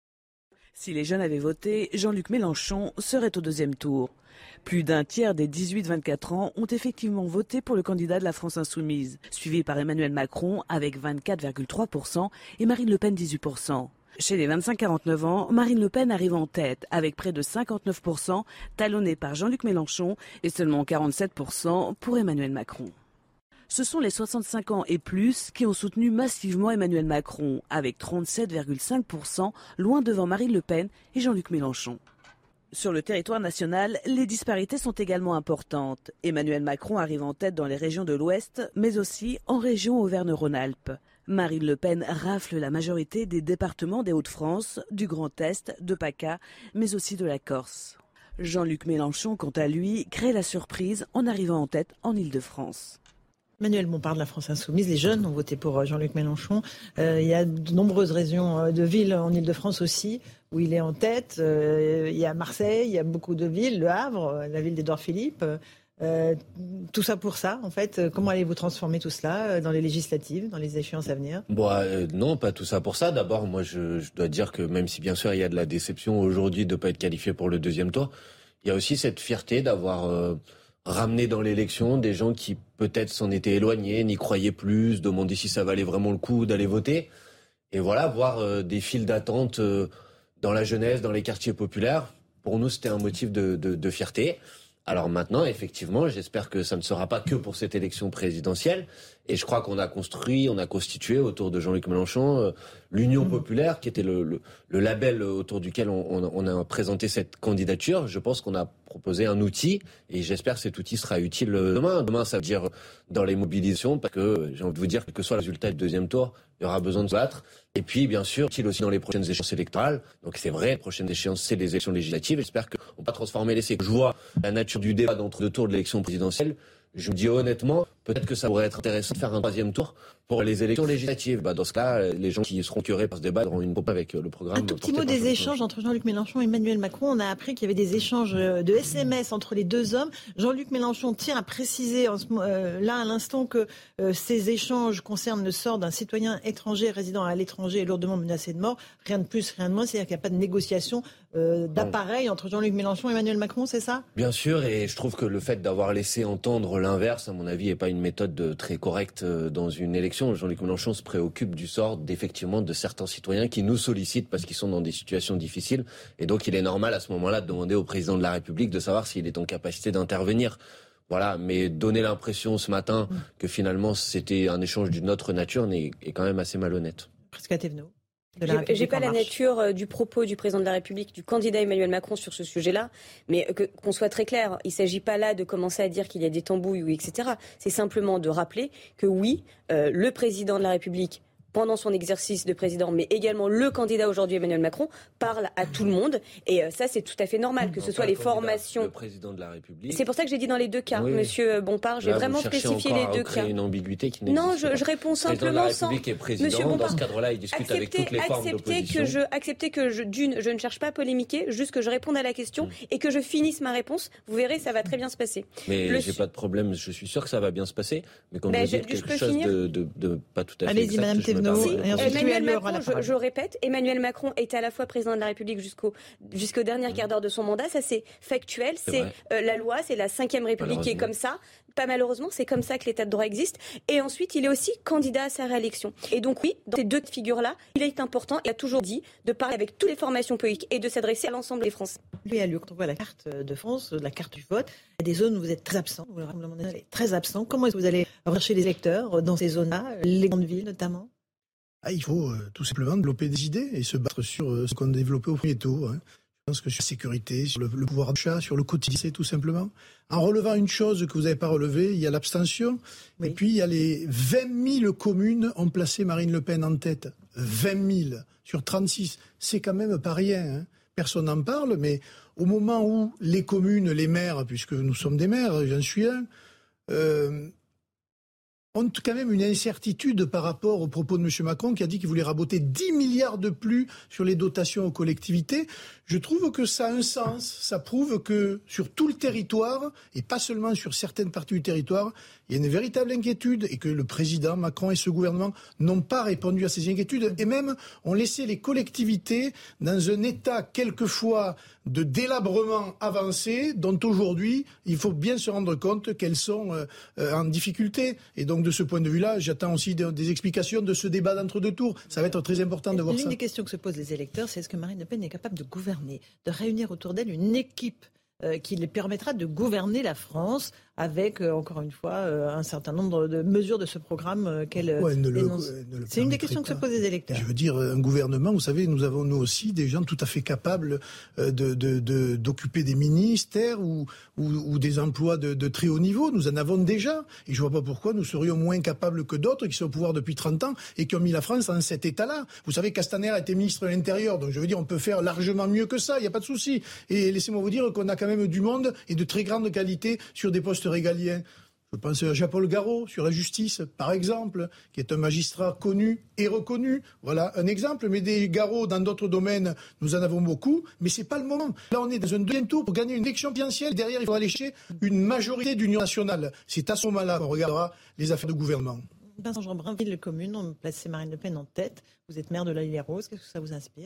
Si les jeunes avaient voté, Jean-Luc Mélenchon serait au deuxième tour. Plus d'un tiers des dix-huit vingt-quatre ans ont effectivement voté pour le candidat de la France Insoumise, suivi par Emmanuel Macron avec vingt-quatre virgule trois pour cent et Marine Le Pen dix-huit pour cent. Chez les vingt-cinq à quarante-neuf ans, Marine Le Pen arrive en tête avec près de cinquante-neuf pour cent, talonnée par Jean-Luc Mélenchon et seulement quarante-sept pour cent pour Emmanuel Macron. Ce sont les soixante-cinq ans et plus qui ont soutenu massivement Emmanuel Macron avec trente-sept virgule cinq pour cent, loin devant Marine Le Pen et Jean-Luc Mélenchon. Sur le territoire national, les disparités sont également importantes. Emmanuel Macron arrive en tête dans les régions de l'Ouest, mais aussi en région Auvergne-Rhône-Alpes. Marine Le Pen rafle la majorité des départements des Hauts-de-France, du Grand Est, de PACA, mais aussi de la Corse. Jean-Luc Mélenchon, quant à lui, crée la surprise en arrivant en tête en Île-de-France. Manuel Bompard de la France Insoumise, les jeunes ont voté pour Jean-Luc Mélenchon. Euh, il y a de nombreuses régions de villes en Île-de-France aussi où il est en tête. Euh, il y a Marseille, il y a beaucoup de villes, Le Havre, la ville d'Édouard Philippe. Euh, tout ça pour ça, en fait. Comment allez-vous transformer tout cela dans les législatives, dans les échéances à venir ? Bon, euh, non, pas tout ça pour ça. D'abord, moi, je, je dois dire que même si bien sûr il y a de la déception aujourd'hui de ne pas être qualifié pour le deuxième tour, il y a aussi cette fierté d'avoir euh, ramené dans l'élection des gens qui peut-être s'en étaient éloignés, n'y croyaient plus, se demandaient si ça valait vraiment le coup d'aller voter. Et voilà, voir euh, des files d'attente euh, dans la jeunesse, dans les quartiers populaires, pour nous, c'était un motif de, de, de fierté. Alors maintenant, effectivement, j'espère que ça ne sera pas que pour cette élection présidentielle. Et je crois qu'on a construit, on a constitué autour de Jean-Luc Mélenchon euh, l'Union populaire, qui était le, le, le label autour duquel on, on, on a présenté cette candidature. Je pense qu'on a proposé un outil et j'espère que cet outil sera utile demain. Demain, ça veut dire dans les mobilisations, parce que j'ai envie de vous dire, quel que soit le résultat du deuxième tour, il y aura besoin de se battre. Et puis, bien sûr, utile aussi dans les prochaines échéances électorales. Donc c'est vrai, les prochaines échéances, c'est les élections législatives. J'espère qu'on va transformer l'essai. Je vois la nature du débat d'entre deux tours de l'élection présidentielle. Je me dis honnêtement, peut-être que ça pourrait être intéressant de faire un troisième tour pour les élections législatives. Bah, dans ce cas, les gens qui seront curés par ce débat auront une propos avec le programme. Un tout petit mot des échanges entre Jean-Luc Mélenchon et Emmanuel Macron. On a appris qu'il y avait des échanges de S M S entre les deux hommes. Jean-Luc Mélenchon tient à préciser en ce, euh, là à l'instant que euh, ces échanges concernent le sort d'un citoyen étranger résidant à l'étranger et lourdement menacé de mort. Rien de plus, rien de moins. C'est-à-dire qu'il n'y a pas de négociation euh, d'appareil entre Jean-Luc Mélenchon et Emmanuel Macron, c'est ça ? Bien sûr, et je trouve que le fait d'avoir laissé entendre l'inverse, à mon avis, n'est pas une méthode très correcte dans une élection. Jean-Luc Mélenchon se préoccupe du sort d'effectivement de certains citoyens qui nous sollicitent parce qu'ils sont dans des situations difficiles. Et donc il est normal à ce moment-là de demander au président de la République de savoir s'il est en capacité d'intervenir. Voilà, mais donner l'impression ce matin que finalement c'était un échange d'une autre nature est quand même assez malhonnête. Presque à Thévenot. J'ai, j'ai pas la nature euh, du propos du président de la République, du candidat Emmanuel Macron sur ce sujet-là, mais que, qu'on soit très clair, il s'agit pas là de commencer à dire qu'il y a des tambouilles ou et cetera. C'est simplement de rappeler que oui, euh, le président de la République pendant son exercice de président, mais également le candidat aujourd'hui Emmanuel Macron parle à tout le monde. Et ça, c'est tout à fait normal que ce soit les formations. Le président de la République. C'est pour ça que j'ai dit dans les deux cas, oui. Monsieur Bompard. J'ai Là, vraiment spécifié les deux cas. Une ambiguïté qui n'existe non, je, pas. je réponds simplement le président de la sans. République est président. Monsieur Bompard, dans ce cadre-là, il discute acceptez, avec toutes les formes d'opposition. Que je, acceptez que je, d'une, je ne cherche pas à polémiquer, juste que je réponde à la question mmh. et que je finisse ma réponse. Vous verrez, ça va très bien se passer. Mais le j'ai su... pas de problème. Je suis sûr que ça va bien se passer. Mais quand ben, vous dites je, quelque je chose de, de, de pas tout à fait Allez-y, exact, Madame Thévenot. Emmanuel Macron, je, je répète, Emmanuel Macron était à la fois président de la République jusqu'au jusqu'au dernier quart d'heure de son mandat. Ça, c'est factuel. C'est, c'est euh, la loi, c'est la cinquième République qui est comme ça. Pas malheureusement, c'est comme ça que l'état de droit existe. Et ensuite, il est aussi candidat à sa réélection. Et donc oui, dans ces deux figures-là, il est important, il a toujours dit, de parler avec toutes les formations politiques et de s'adresser à l'ensemble des Français. Lui, à lui, quand on voit la carte de France, la carte du vote, il y a des zones où vous êtes très absent, vous êtes très absent. Comment est-ce que vous allez rechercher les électeurs dans ces zones-là, les grandes villes notamment ? Ah, il faut euh, tout simplement développer des idées et se battre sur euh, ce qu'on a développé au premier tour. Hein. Je pense que sur la sécurité, sur le, le pouvoir d'achat, sur le quotidien, tout simplement. En relevant une chose que vous n'avez pas relevée, il y a l'abstention. Oui. Et puis, il y a les vingt mille communes ont placé Marine Le Pen en tête. vingt mille sur trente-six. C'est quand même pas rien. Hein. Personne n'en parle, mais au moment où les communes, les maires, puisque nous sommes des maires, j'en suis un, euh, ont quand même une incertitude par rapport aux propos de M. Macron qui a dit qu'il voulait raboter dix milliards de plus sur les dotations aux collectivités. Je trouve que ça a un sens. Ça prouve que sur tout le territoire, et pas seulement sur certaines parties du territoire, il y a une véritable inquiétude et que le président Macron et ce gouvernement n'ont pas répondu à ces inquiétudes et même ont laissé les collectivités dans un état quelquefois de délabrement avancé dont aujourd'hui il faut bien se rendre compte qu'elles sont euh, en difficulté. Et donc de ce point de vue-là, j'attends aussi des, des explications de ce débat d'entre-deux tours. Ça va être très important de voir L'une ça. L'une des questions que se posent les électeurs, c'est est-ce que Marine Le Pen est capable de gouverner, de réunir autour d'elle une équipe euh, qui lui permettra de gouverner la France avec, euh, encore une fois, euh, un certain nombre de mesures de ce programme euh, qu'elle ouais, ne le, énonce. Ne le C'est une des questions pas. que se posent les électeurs. Je veux dire, un gouvernement, vous savez, nous avons nous aussi des gens tout à fait capables euh, de, de, de, d'occuper des ministères ou, ou, ou des emplois de, de très haut niveau. Nous en avons déjà. Et je ne vois pas pourquoi nous serions moins capables que d'autres qui sont au pouvoir depuis trente ans et qui ont mis la France dans cet état-là. Vous savez, Castaner était ministre de l'Intérieur, donc je veux dire, on peut faire largement mieux que ça, il n'y a pas de souci. Et laissez-moi vous dire qu'on a quand même du monde et de très grande qualité sur des postes régaliens. Je pense à Jean-Paul Garot, sur la justice, par exemple, qui est un magistrat connu et reconnu. Voilà un exemple. Mais des Garot dans d'autres domaines, nous en avons beaucoup. Mais c'est pas le moment. Là, on est dans un deuxième tour pour gagner une élection présidentielle. Derrière, il faudra aller chercher une majorité d'union nationale. C'est à ce moment-là qu'on regardera les affaires de gouvernement. Vincent Jeanbrun, ville commune, on place Marine Le Pen en tête. Vous êtes maire de la Île-et-Rose. Qu'est-ce que ça vous inspire ?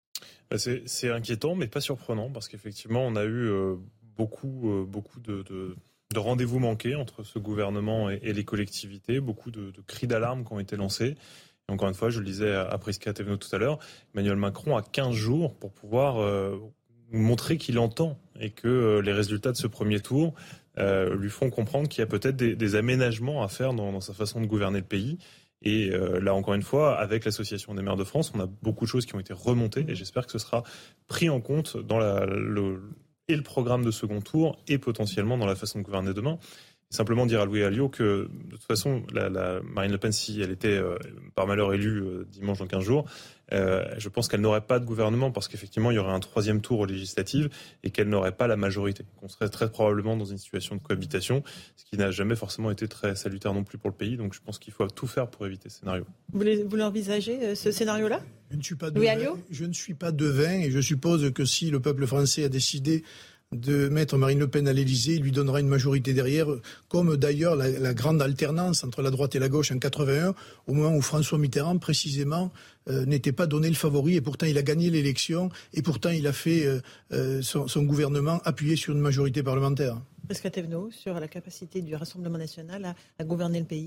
c'est, c'est inquiétant, mais pas surprenant, parce qu'effectivement, on a eu euh, beaucoup, euh, beaucoup de... de... de rendez-vous manqués entre ce gouvernement et, et les collectivités, beaucoup de, de cris d'alarme qui ont été lancés. Et encore une fois, je le disais à, à Prisca Thévenot tout à l'heure, Emmanuel Macron a quinze jours pour pouvoir euh, montrer qu'il entend et que euh, les résultats de ce premier tour euh, lui font comprendre qu'il y a peut-être des, des aménagements à faire dans, dans sa façon de gouverner le pays. Et euh, là, encore une fois, avec l'Association des maires de France, on a beaucoup de choses qui ont été remontées et j'espère que ce sera pris en compte dans la, le... et le programme de second tour et potentiellement dans la façon de gouverner demain. Et simplement dire à Louis Alliot que de toute façon, la, la Marine Le Pen, si elle était euh, par malheur élue euh, dimanche dans quinze jours, euh, je pense qu'elle n'aurait pas de gouvernement parce qu'effectivement il y aurait un troisième tour aux législatives et qu'elle n'aurait pas la majorité. Qu'on serait très probablement dans une situation de cohabitation, ce qui n'a jamais forcément été très salutaire non plus pour le pays. Donc je pense qu'il faut tout faire pour éviter ce scénario. Vous, les, vous l'envisagez, ce scénario-là ? Je ne suis pas devin, je ne suis pas devin et je suppose que si le peuple français a décidé de mettre Marine Le Pen à l'Élysée, il lui donnera une majorité derrière, comme d'ailleurs la, la grande alternance entre la droite et la gauche en quatre-vingt-un, au moment où François Mitterrand, précisément, euh, n'était pas donné le favori, et pourtant il a gagné l'élection, et pourtant il a fait euh, euh, son, son gouvernement appuyé sur une majorité parlementaire. Prisca Thévenot, sur la capacité du Rassemblement national à, à gouverner le pays ?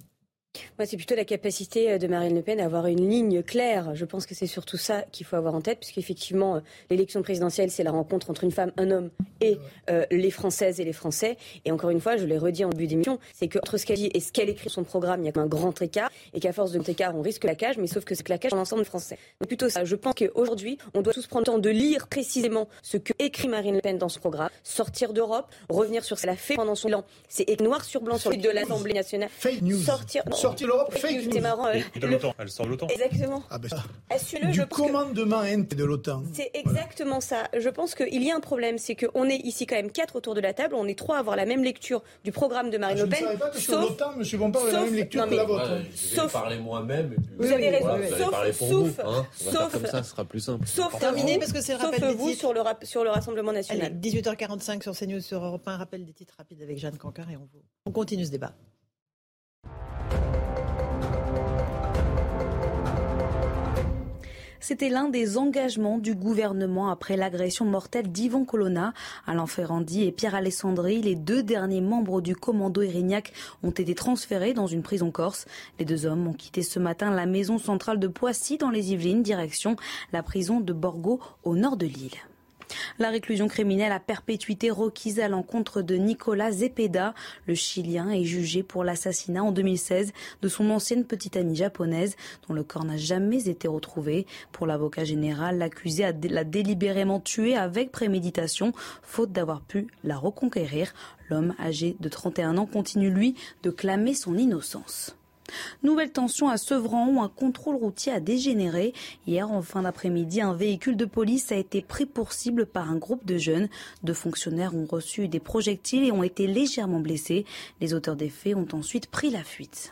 Moi, c'est plutôt la capacité de Marine Le Pen à avoir une ligne claire. Je pense que c'est surtout ça qu'il faut avoir en tête, puisqu'effectivement, l'élection présidentielle, c'est la rencontre entre une femme, un homme et euh, les Françaises et les Français. Et encore une fois, je l'ai redit en début d'émission, c'est qu'entre ce qu'elle dit et ce qu'elle écrit sur son programme, il y a un grand écart, et qu'à force de grand écart, on risque la cage, mais sauf que c'est claquage pour l'ensemble des Français. Donc plutôt ça. Je pense qu'aujourd'hui, on doit tous prendre le temps de lire précisément ce que écrit Marine Le Pen dans son programme, sortir d'Europe, revenir sur ce qu'elle a fait pendant son bilan. C'est noir sur blanc sur le site de l'Assemblée nationale. Fake news. Sortir, sortir l'Europe. Fake news. Marrant, euh, de l'OTAN. Elle sort de l'OTAN. Exactement. Ah ben, Assure-le, du je pense commandement que... de l'OTAN. C'est exactement voilà. ça. Je pense qu'il y a un problème, c'est qu'on est ici quand même quatre autour de la table, on est trois à avoir la même lecture du programme de Marine ah, Le Pen. Je ne savais pas que sauf, sur l'OTAN, M. Bompard a la même lecture non, que la vôtre. Ouais, je vais sauf, parler moi-même. Et puis, vous avez raison. Voilà, vous sauf, allez sauf, vous, hein. sauf, comme ça, ce sera plus simple. Sauf terminé parce que c'est le rappel sauf des vous titres. sur le rap, sur le Rassemblement national. Allez, dix-huit heures quarante-cinq sur CNews sur Europe un, rappel des titres rapides avec Jeanne Cancard et on, vous... on continue ce débat. C'était l'un des engagements du gouvernement après l'agression mortelle d'Yvan Colonna. Alain Ferrandi et Pierre Alessandri, les deux derniers membres du commando Erignac, ont été transférés dans une prison corse. Les deux hommes ont quitté ce matin la maison centrale de Poissy dans les Yvelines, direction la prison de Borgo au nord de l'île. La réclusion criminelle à perpétuité requise à l'encontre de Nicolas Zepeda. Le Chilien est jugé pour l'assassinat en deux mille seize de son ancienne petite amie japonaise dont le corps n'a jamais été retrouvé. Pour l'avocat général, l'accusé l'a délibérément tué avec préméditation, faute d'avoir pu la reconquérir. L'homme âgé de trente et un ans continue, lui, de clamer son innocence. Nouvelle tension à Sevran où un contrôle routier a dégénéré. Hier, en fin d'après-midi, un véhicule de police a été pris pour cible par un groupe de jeunes. Deux fonctionnaires ont reçu des projectiles et ont été légèrement blessés. Les auteurs des faits ont ensuite pris la fuite.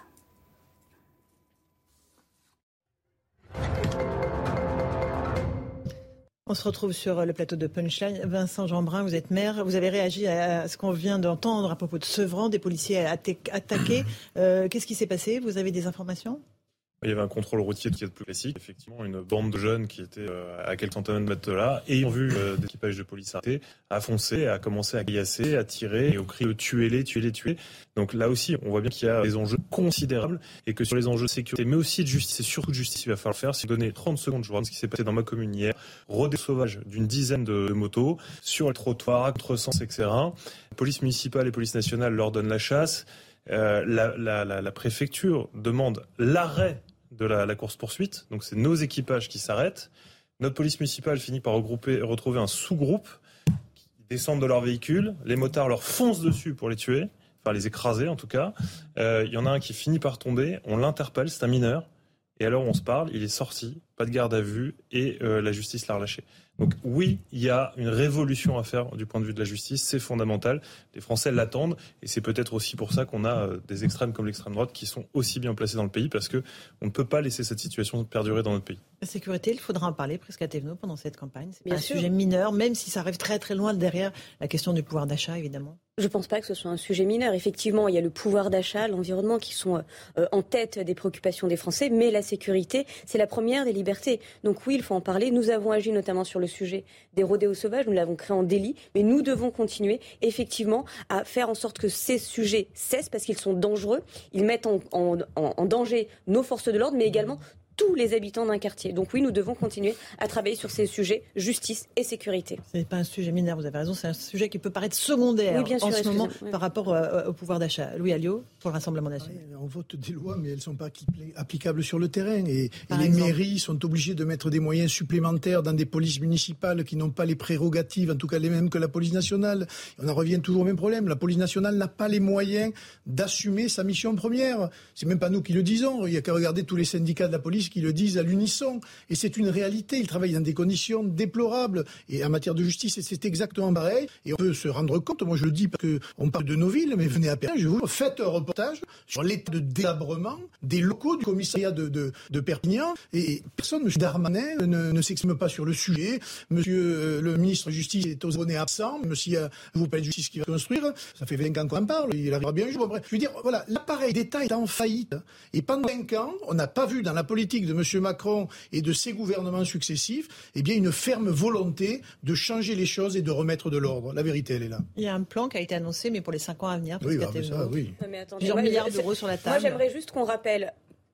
On se retrouve sur le plateau de Punchline. Vincent Jeanbrun, vous êtes maire. Vous avez réagi à ce qu'on vient d'entendre à propos de Sevran, des policiers attaqués. Euh, qu'est-ce qui s'est passé? Vous avez des informations? Il y avait un contrôle routier qui est plus classique. Effectivement, une bande de jeunes qui étaient à quelques centaines de mètres de là, ayant vu euh, des équipages de police arrêtés, a foncé, a commencé à caillasser, à tirer et au cri de tuez-les, tuez-les, tuez-les. Donc là aussi, on voit bien qu'il y a des enjeux considérables et que sur les enjeux de sécurité, mais aussi de justice, et surtout de justice, il va falloir faire, c'est donner trente secondes. Je vois ce qui s'est passé dans ma commune hier. Rodéo sauvage d'une dizaine de, de motos sur le trottoir, à contresens, et cetera. La police municipale et police nationale leur donnent la chasse. Euh, la, la, la, la préfecture demande l'arrêt de la, la course-poursuite. Donc c'est nos équipages qui s'arrêtent. Notre police municipale finit par regrouper, retrouver un sous-groupe qui descendent de leur véhicule. Les motards leur foncent dessus pour les tuer, enfin les écraser en tout cas. Euh, il y en a un qui finit par tomber. On l'interpelle, c'est un mineur. Et alors on se parle, il est sorti, pas de garde à vue et euh, la justice l'a relâché. Donc oui, il y a une révolution à faire du point de vue de la justice, c'est fondamental. Les Français l'attendent et c'est peut-être aussi pour ça qu'on a des extrêmes comme l'extrême droite qui sont aussi bien placés dans le pays parce que on ne peut pas laisser cette situation perdurer dans notre pays. La sécurité, il faudra en parler, Prisca Thévenot, pendant cette campagne. C'est bien pas un sûr. sujet mineur, même si ça arrive très très loin derrière la question du pouvoir d'achat, évidemment. Je ne pense pas que ce soit un sujet mineur. Effectivement, il y a le pouvoir d'achat, l'environnement qui sont euh, en tête des préoccupations des Français, mais la sécurité, c'est la première des libertés. Donc oui, il faut en parler. Nous avons agi notamment sur le sujet des rodéos sauvages, nous l'avons créé en délit, mais nous devons continuer effectivement à faire en sorte que ces sujets cessent parce qu'ils sont dangereux. Ils mettent en, en, en danger nos forces de l'ordre, mais également tous les habitants d'un quartier. Donc oui, nous devons continuer à travailler sur ces sujets, justice et sécurité. Ce n'est pas un sujet mineur, vous avez raison, c'est un sujet qui peut paraître secondaire oui, bien sûr, en ce moment oui. par rapport au, au pouvoir d'achat. Louis Alliot, pour le Rassemblement national. Oui, on vote des lois, mais elles ne sont pas applicables sur le terrain. Et, et les exemple. mairies sont obligées de mettre des moyens supplémentaires dans des polices municipales qui n'ont pas les prérogatives, en tout cas les mêmes que la police nationale. Et on en revient toujours au même problème. La police nationale n'a pas les moyens d'assumer sa mission première. C'est même pas nous qui le disons. Il n'y a qu'à regarder tous les syndicats de la police qui le disent à l'unisson. Et c'est une réalité. Ils travaillent dans des conditions déplorables. Et en matière de justice, c'est exactement pareil. Et on peut se rendre compte, moi je le dis parce qu'on parle de nos villes, mais venez à Perpignan, je vous faites un reportage sur l'état de délabrement des locaux du commissariat de, de, de Perpignan. Et personne, M. Darmanin, ne, ne s'exprime pas sur le sujet. Monsieur euh, le ministre de la Justice est aux abonnés absents. Monsieur euh, vous parlez de justice qui va construire. Ça fait vingt ans qu'on en parle. Il arrivera bien un jour. Bref, je veux dire, voilà, l'appareil d'État est en faillite. Et pendant cinq ans, on n'a pas vu dans la politique de M. Macron et de ses gouvernements successifs, eh bien, une ferme volonté de changer les choses et de remettre de l'ordre. La vérité, elle est là. Il y a un plan qui a été annoncé, mais pour les cinq ans à venir. Oui, bah, ça, oui. Mais attendez, plusieurs moi, milliards je, d'euros sur la table. Moi, j'aimerais juste qu'on rappelle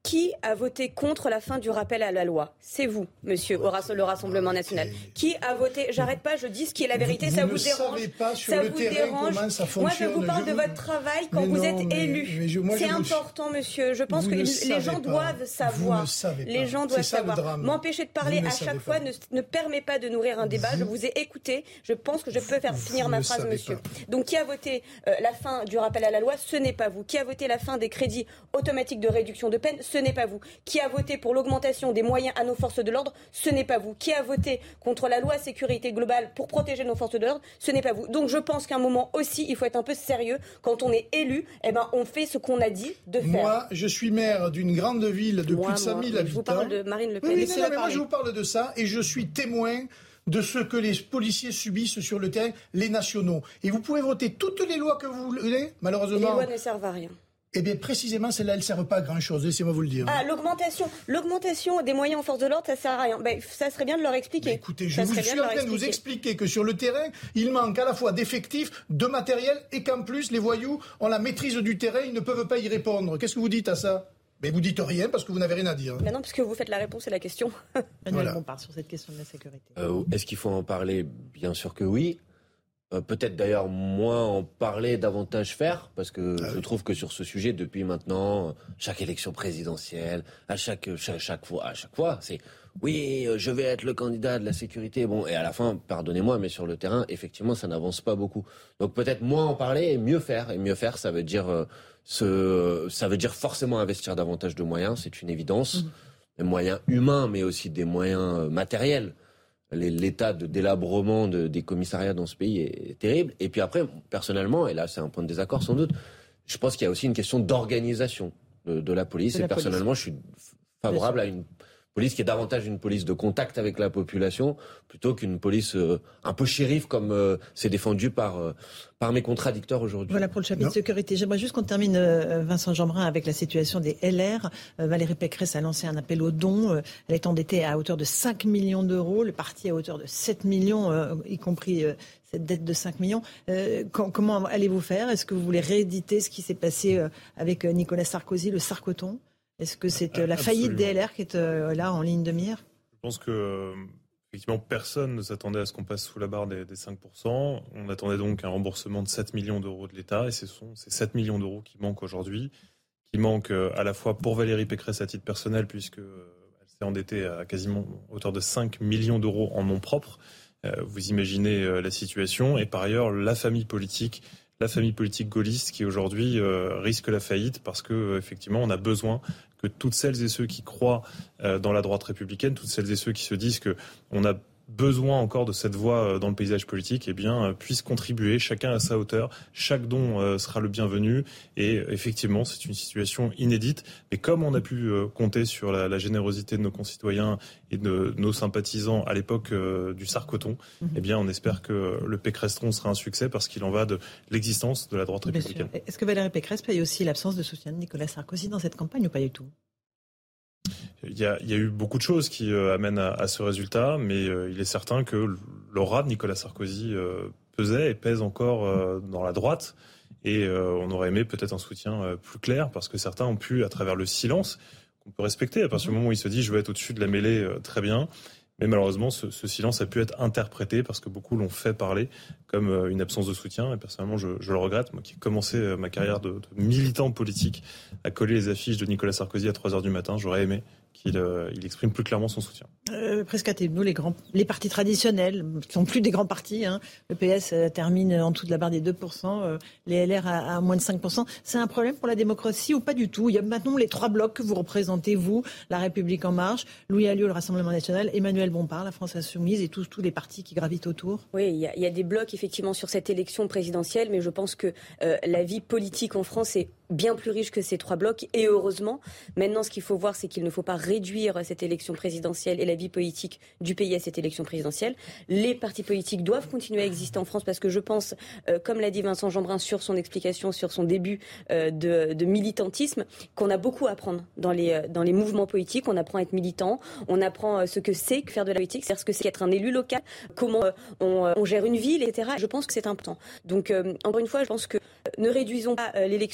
Qui a voté contre la fin du rappel à la loi? C'est vous, monsieur, au le Rassemblement national. Qui a voté? J'arrête pas, je dis ce qui est la vérité, vous, ça vous vous dérange. Pas sur ça le vous terrain dérange. Comment ça Moi, fonctionne. je vous parle je de vous... votre travail quand mais vous non, êtes mais, élu. Mais je, moi, c'est je important, vous... monsieur. Je pense vous que les, les gens pas. doivent savoir. Les gens doivent savoir. M'empêcher de parler à chaque fois ne, ne permet pas de nourrir un débat. Vous... Je vous ai écouté. Je pense que je peux faire finir vous ma phrase, monsieur. Pas. Donc, qui a voté euh, la fin du rappel à la loi? Ce n'est pas vous. Qui a voté la fin des crédits automatiques de réduction de peine? Ce n'est pas vous. Qui a voté pour l'augmentation des moyens à nos forces de l'ordre? Ce n'est pas vous. Qui a voté contre la loi sécurité globale pour protéger nos forces de l'ordre? Ce n'est pas vous. Donc, je pense qu'à un moment aussi, il faut être un peu sérieux. Quand on est élu, eh ben, on fait ce qu'on a dit de faire. Moi, je suis maire d'une grande ville de moi, plus de cinq mille habitants. Je vous parle de Marine Le Pen. Oui, oui, non, non, mais moi, je vous parle de ça et je suis témoin de ce que les policiers subissent sur le terrain, les nationaux. Et vous pouvez voter toutes les lois que vous voulez, malheureusement. Les lois ne servent à rien. Eh bien, précisément, celle-là, elle ne sert pas à grand-chose. Laissez-moi vous le dire. Ah, l'augmentation, l'augmentation des moyens en force de l'ordre, ça ne sert à rien. Ben, ça serait bien de leur expliquer. Mais écoutez, je ça vous suis suis en train de vous expliquer que sur le terrain, il manque à la fois d'effectifs, de matériel, et qu'en plus, les voyous ont la maîtrise du terrain, ils ne peuvent pas y répondre. Qu'est-ce que vous dites à ça? Mais vous dites rien parce que vous n'avez rien à dire. Ben non, parce que vous faites la réponse et la question. Voilà. On part sur cette question de la sécurité. Euh, est-ce qu'il faut en parler? Bien sûr que oui. Euh, peut-être d'ailleurs moins en parler, davantage faire, parce que ah oui. je trouve que sur ce sujet, depuis maintenant, chaque élection présidentielle, à chaque, chaque, chaque fois, à chaque fois, c'est oui, je vais être le candidat de la sécurité. Bon, et à la fin, pardonnez-moi, mais sur le terrain, effectivement, ça n'avance pas beaucoup. Donc peut-être moins en parler et mieux faire. Et mieux faire, ça veut dire, euh, ce, ça veut dire forcément investir davantage de moyens, c'est une évidence. Mmh. Des moyens humains, mais aussi des moyens matériels. L'état de délabrement de, des commissariats dans ce pays est terrible. Et puis après, personnellement, et là c'est un point de désaccord sans doute, je pense qu'il y a aussi une question d'organisation de, de la police. De et la personnellement, police. Je suis favorable à une police qui est davantage une police de contact avec la population plutôt qu'une police euh, un peu shérif comme euh, c'est défendu par, euh, par mes contradicteurs aujourd'hui. Voilà pour le chapitre non. sécurité. J'aimerais juste qu'on termine, euh, Vincent Jeanbrun, avec la situation des L R. Euh, Valérie Pécresse a lancé un appel aux dons. Euh, elle est endettée à hauteur de cinq millions d'euros. Le parti à hauteur de sept millions, euh, y compris euh, cette dette de cinq millions. Euh, quand, comment allez-vous faire? Est-ce que vous voulez rééditer ce qui s'est passé euh, avec Nicolas Sarkozy, le Sarkoton? Est-ce que c'est euh, la Absolument. faillite des L R qui est euh, là en ligne de mire? Je pense que euh, effectivement personne ne s'attendait à ce qu'on passe sous la barre des, des cinq pour cent. On attendait donc un remboursement de sept millions d'euros de l'État et ce sont ces sept millions d'euros qui manquent aujourd'hui, qui manquent euh, à la fois pour Valérie Pécresse à titre personnel puisque euh, elle s'est endettée à quasiment hauteur de cinq millions d'euros en nom propre. Euh, vous imaginez euh, la situation et par ailleurs la famille politique. La famille politique gaulliste qui aujourd'hui euh, risque la faillite parce que euh, effectivement on a besoin que toutes celles et ceux qui croient euh, dans la droite républicaine, toutes celles et ceux qui se disent que on a besoin encore de cette voix dans le paysage politique, eh bien, puissent contribuer, chacun à sa hauteur. Chaque don euh, sera le bienvenu. Et effectivement, c'est une situation inédite. Mais comme on a pu euh, compter sur la, la générosité de nos concitoyens et de nos sympathisants à l'époque euh, du Sarkoton, mmh. eh bien, on espère que le Pécresse-tron sera un succès parce qu'il en va de l'existence de la droite Bien républicaine. Sûr. Est-ce que Valérie Pécresse paye aussi l'absence de soutien de Nicolas Sarkozy dans cette campagne ou pas du tout ? Il y, a, il y a eu beaucoup de choses qui euh, amènent à, à ce résultat, mais euh, il est certain que l'aura de Nicolas Sarkozy euh, pesait et pèse encore euh, dans la droite. Et euh, on aurait aimé peut-être un soutien euh, plus clair, parce que certains ont pu, à travers le silence, qu'on peut respecter, à partir du moment où il se dit « je veux être au-dessus de la mêlée euh, », très bien. Mais malheureusement, ce, ce silence a pu être interprété, parce que beaucoup l'ont fait parler comme euh, une absence de soutien. Et personnellement, je, je le regrette. Moi qui ai commencé euh, ma carrière de, de militant politique à coller les affiches de Nicolas Sarkozy à trois heures du matin, j'aurais aimé qu'il euh, il exprime plus clairement son soutien. Euh, Prescott-nous, les, grands, les partis traditionnels, qui sont plus des grands partis, hein. Le P S euh, termine en dessous de la barre des deux pour cent, euh, les L R à, à moins de cinq pour cent. C'est un problème pour la démocratie ou pas du tout? Il y a maintenant les trois blocs que vous représentez, vous, La République En Marche, Louis Alliot, le Rassemblement National, Emmanuel Bompard, la France Insoumise et tous, tous les partis qui gravitent autour. Oui, il y, a, il y a des blocs effectivement sur cette élection présidentielle, mais je pense que euh, la vie politique en France est bien plus riche que ces trois blocs, et heureusement. Maintenant, ce qu'il faut voir, c'est qu'il ne faut pas réduire cette élection présidentielle et la vie politique du pays à cette élection présidentielle. Les partis politiques doivent continuer à exister en France, parce que je pense, euh, comme l'a dit Vincent Jeanbrun sur son explication, sur son début euh, de, de militantisme, qu'on a beaucoup à apprendre dans les, dans les mouvements politiques. On apprend à être militant, on apprend ce que c'est que faire de la politique, c'est-à-dire ce que c'est qu'être un élu local, comment euh, on, on gère une ville, et cetera. Je pense que c'est important. Donc, euh, encore une fois, je pense que euh, ne réduisons pas euh, l'élection présidentielle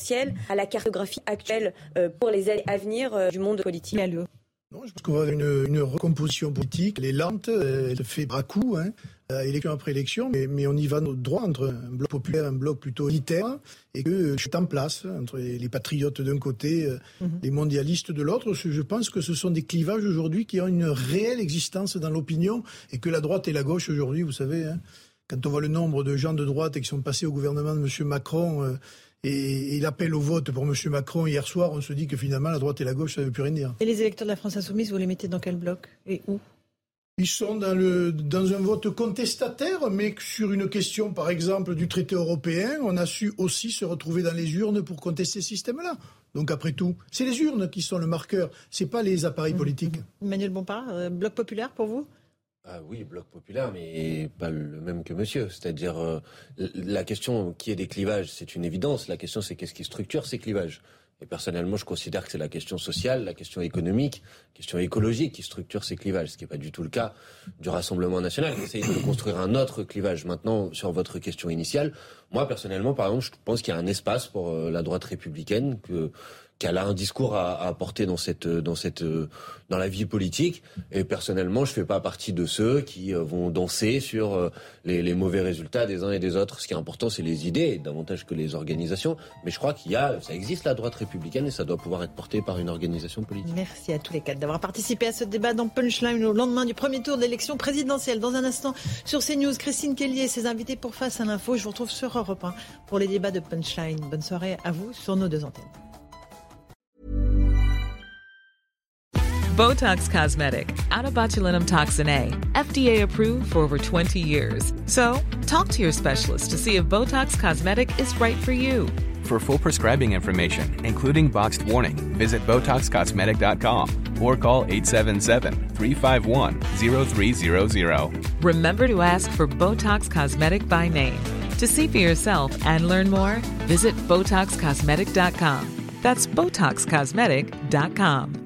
présidentielle à la cartographie actuelle euh, pour les années à venir euh, du monde politique. Non, je pense qu'on va une, une recomposition politique. Elle est lente, elle fait bras coups, hein, élection après élection, mais, mais on y va droit entre un bloc populaire, un bloc plutôt élitaire, et que je suis en place entre les, les patriotes d'un côté, mm-hmm. les mondialistes de l'autre. Je pense que ce sont des clivages aujourd'hui qui ont une réelle existence dans l'opinion, et que la droite et la gauche aujourd'hui, vous savez, hein, quand on voit le nombre de gens de droite qui sont passés au gouvernement de M. Macron, euh, et, et l'appel au vote pour M. Macron hier soir, on se dit que finalement la droite et la gauche, ça ne veut plus rien dire. Et les électeurs de la France Insoumise, vous les mettez dans quel bloc et où ? Ils sont dans, le, dans un vote contestataire, mais sur une question, par exemple, du traité européen, on a su aussi se retrouver dans les urnes pour contester ce système-là. Donc après tout, c'est les urnes qui sont le marqueur, c'est pas les appareils mmh. politiques. Emmanuel Bompard, euh, bloc populaire pour vous ? Ah oui, bloc populaire, mais pas le même que monsieur. C'est-à-dire, euh, la question qui est des clivages, c'est une évidence. La question, c'est qu'est-ce qui structure ces clivages ? Et personnellement, je considère que c'est la question sociale, la question économique, la question écologique qui structure ces clivages, ce qui n'est pas du tout le cas du Rassemblement national. Essayez de construire un autre clivage. Maintenant, sur votre question initiale, moi, personnellement, par exemple, je pense qu'il y a un espace pour euh, la droite républicaine, que qu'elle a un discours à, à apporter dans cette, dans cette, dans la vie politique. Et personnellement, je fais pas partie de ceux qui vont danser sur les, les mauvais résultats des uns et des autres. Ce qui est important, c'est les idées, davantage que les organisations. Mais je crois qu'il y a, ça existe la droite républicaine et ça doit pouvoir être porté par une organisation politique. Merci à tous les quatre d'avoir participé à ce débat dans Punchline au lendemain du premier tour de l'élection présidentielle. Dans un instant, sur CNews, Christine Kelly et ses invités pour Face à l'info. Je vous retrouve sur Europe un pour les débats de Punchline. Bonne soirée à vous sur nos deux antennes. Botox Cosmetic, out of botulinum toxin A, F D A approved for over twenty years. So, talk to your specialist to see if Botox Cosmetic is right for you. For full prescribing information, including boxed warning, visit Botox Cosmetic dot com or call eight seven seven, three five one, zero three zero zero. Remember to ask for Botox Cosmetic by name. To see for yourself and learn more, visit Botox Cosmetic dot com. That's Botox Cosmetic dot com.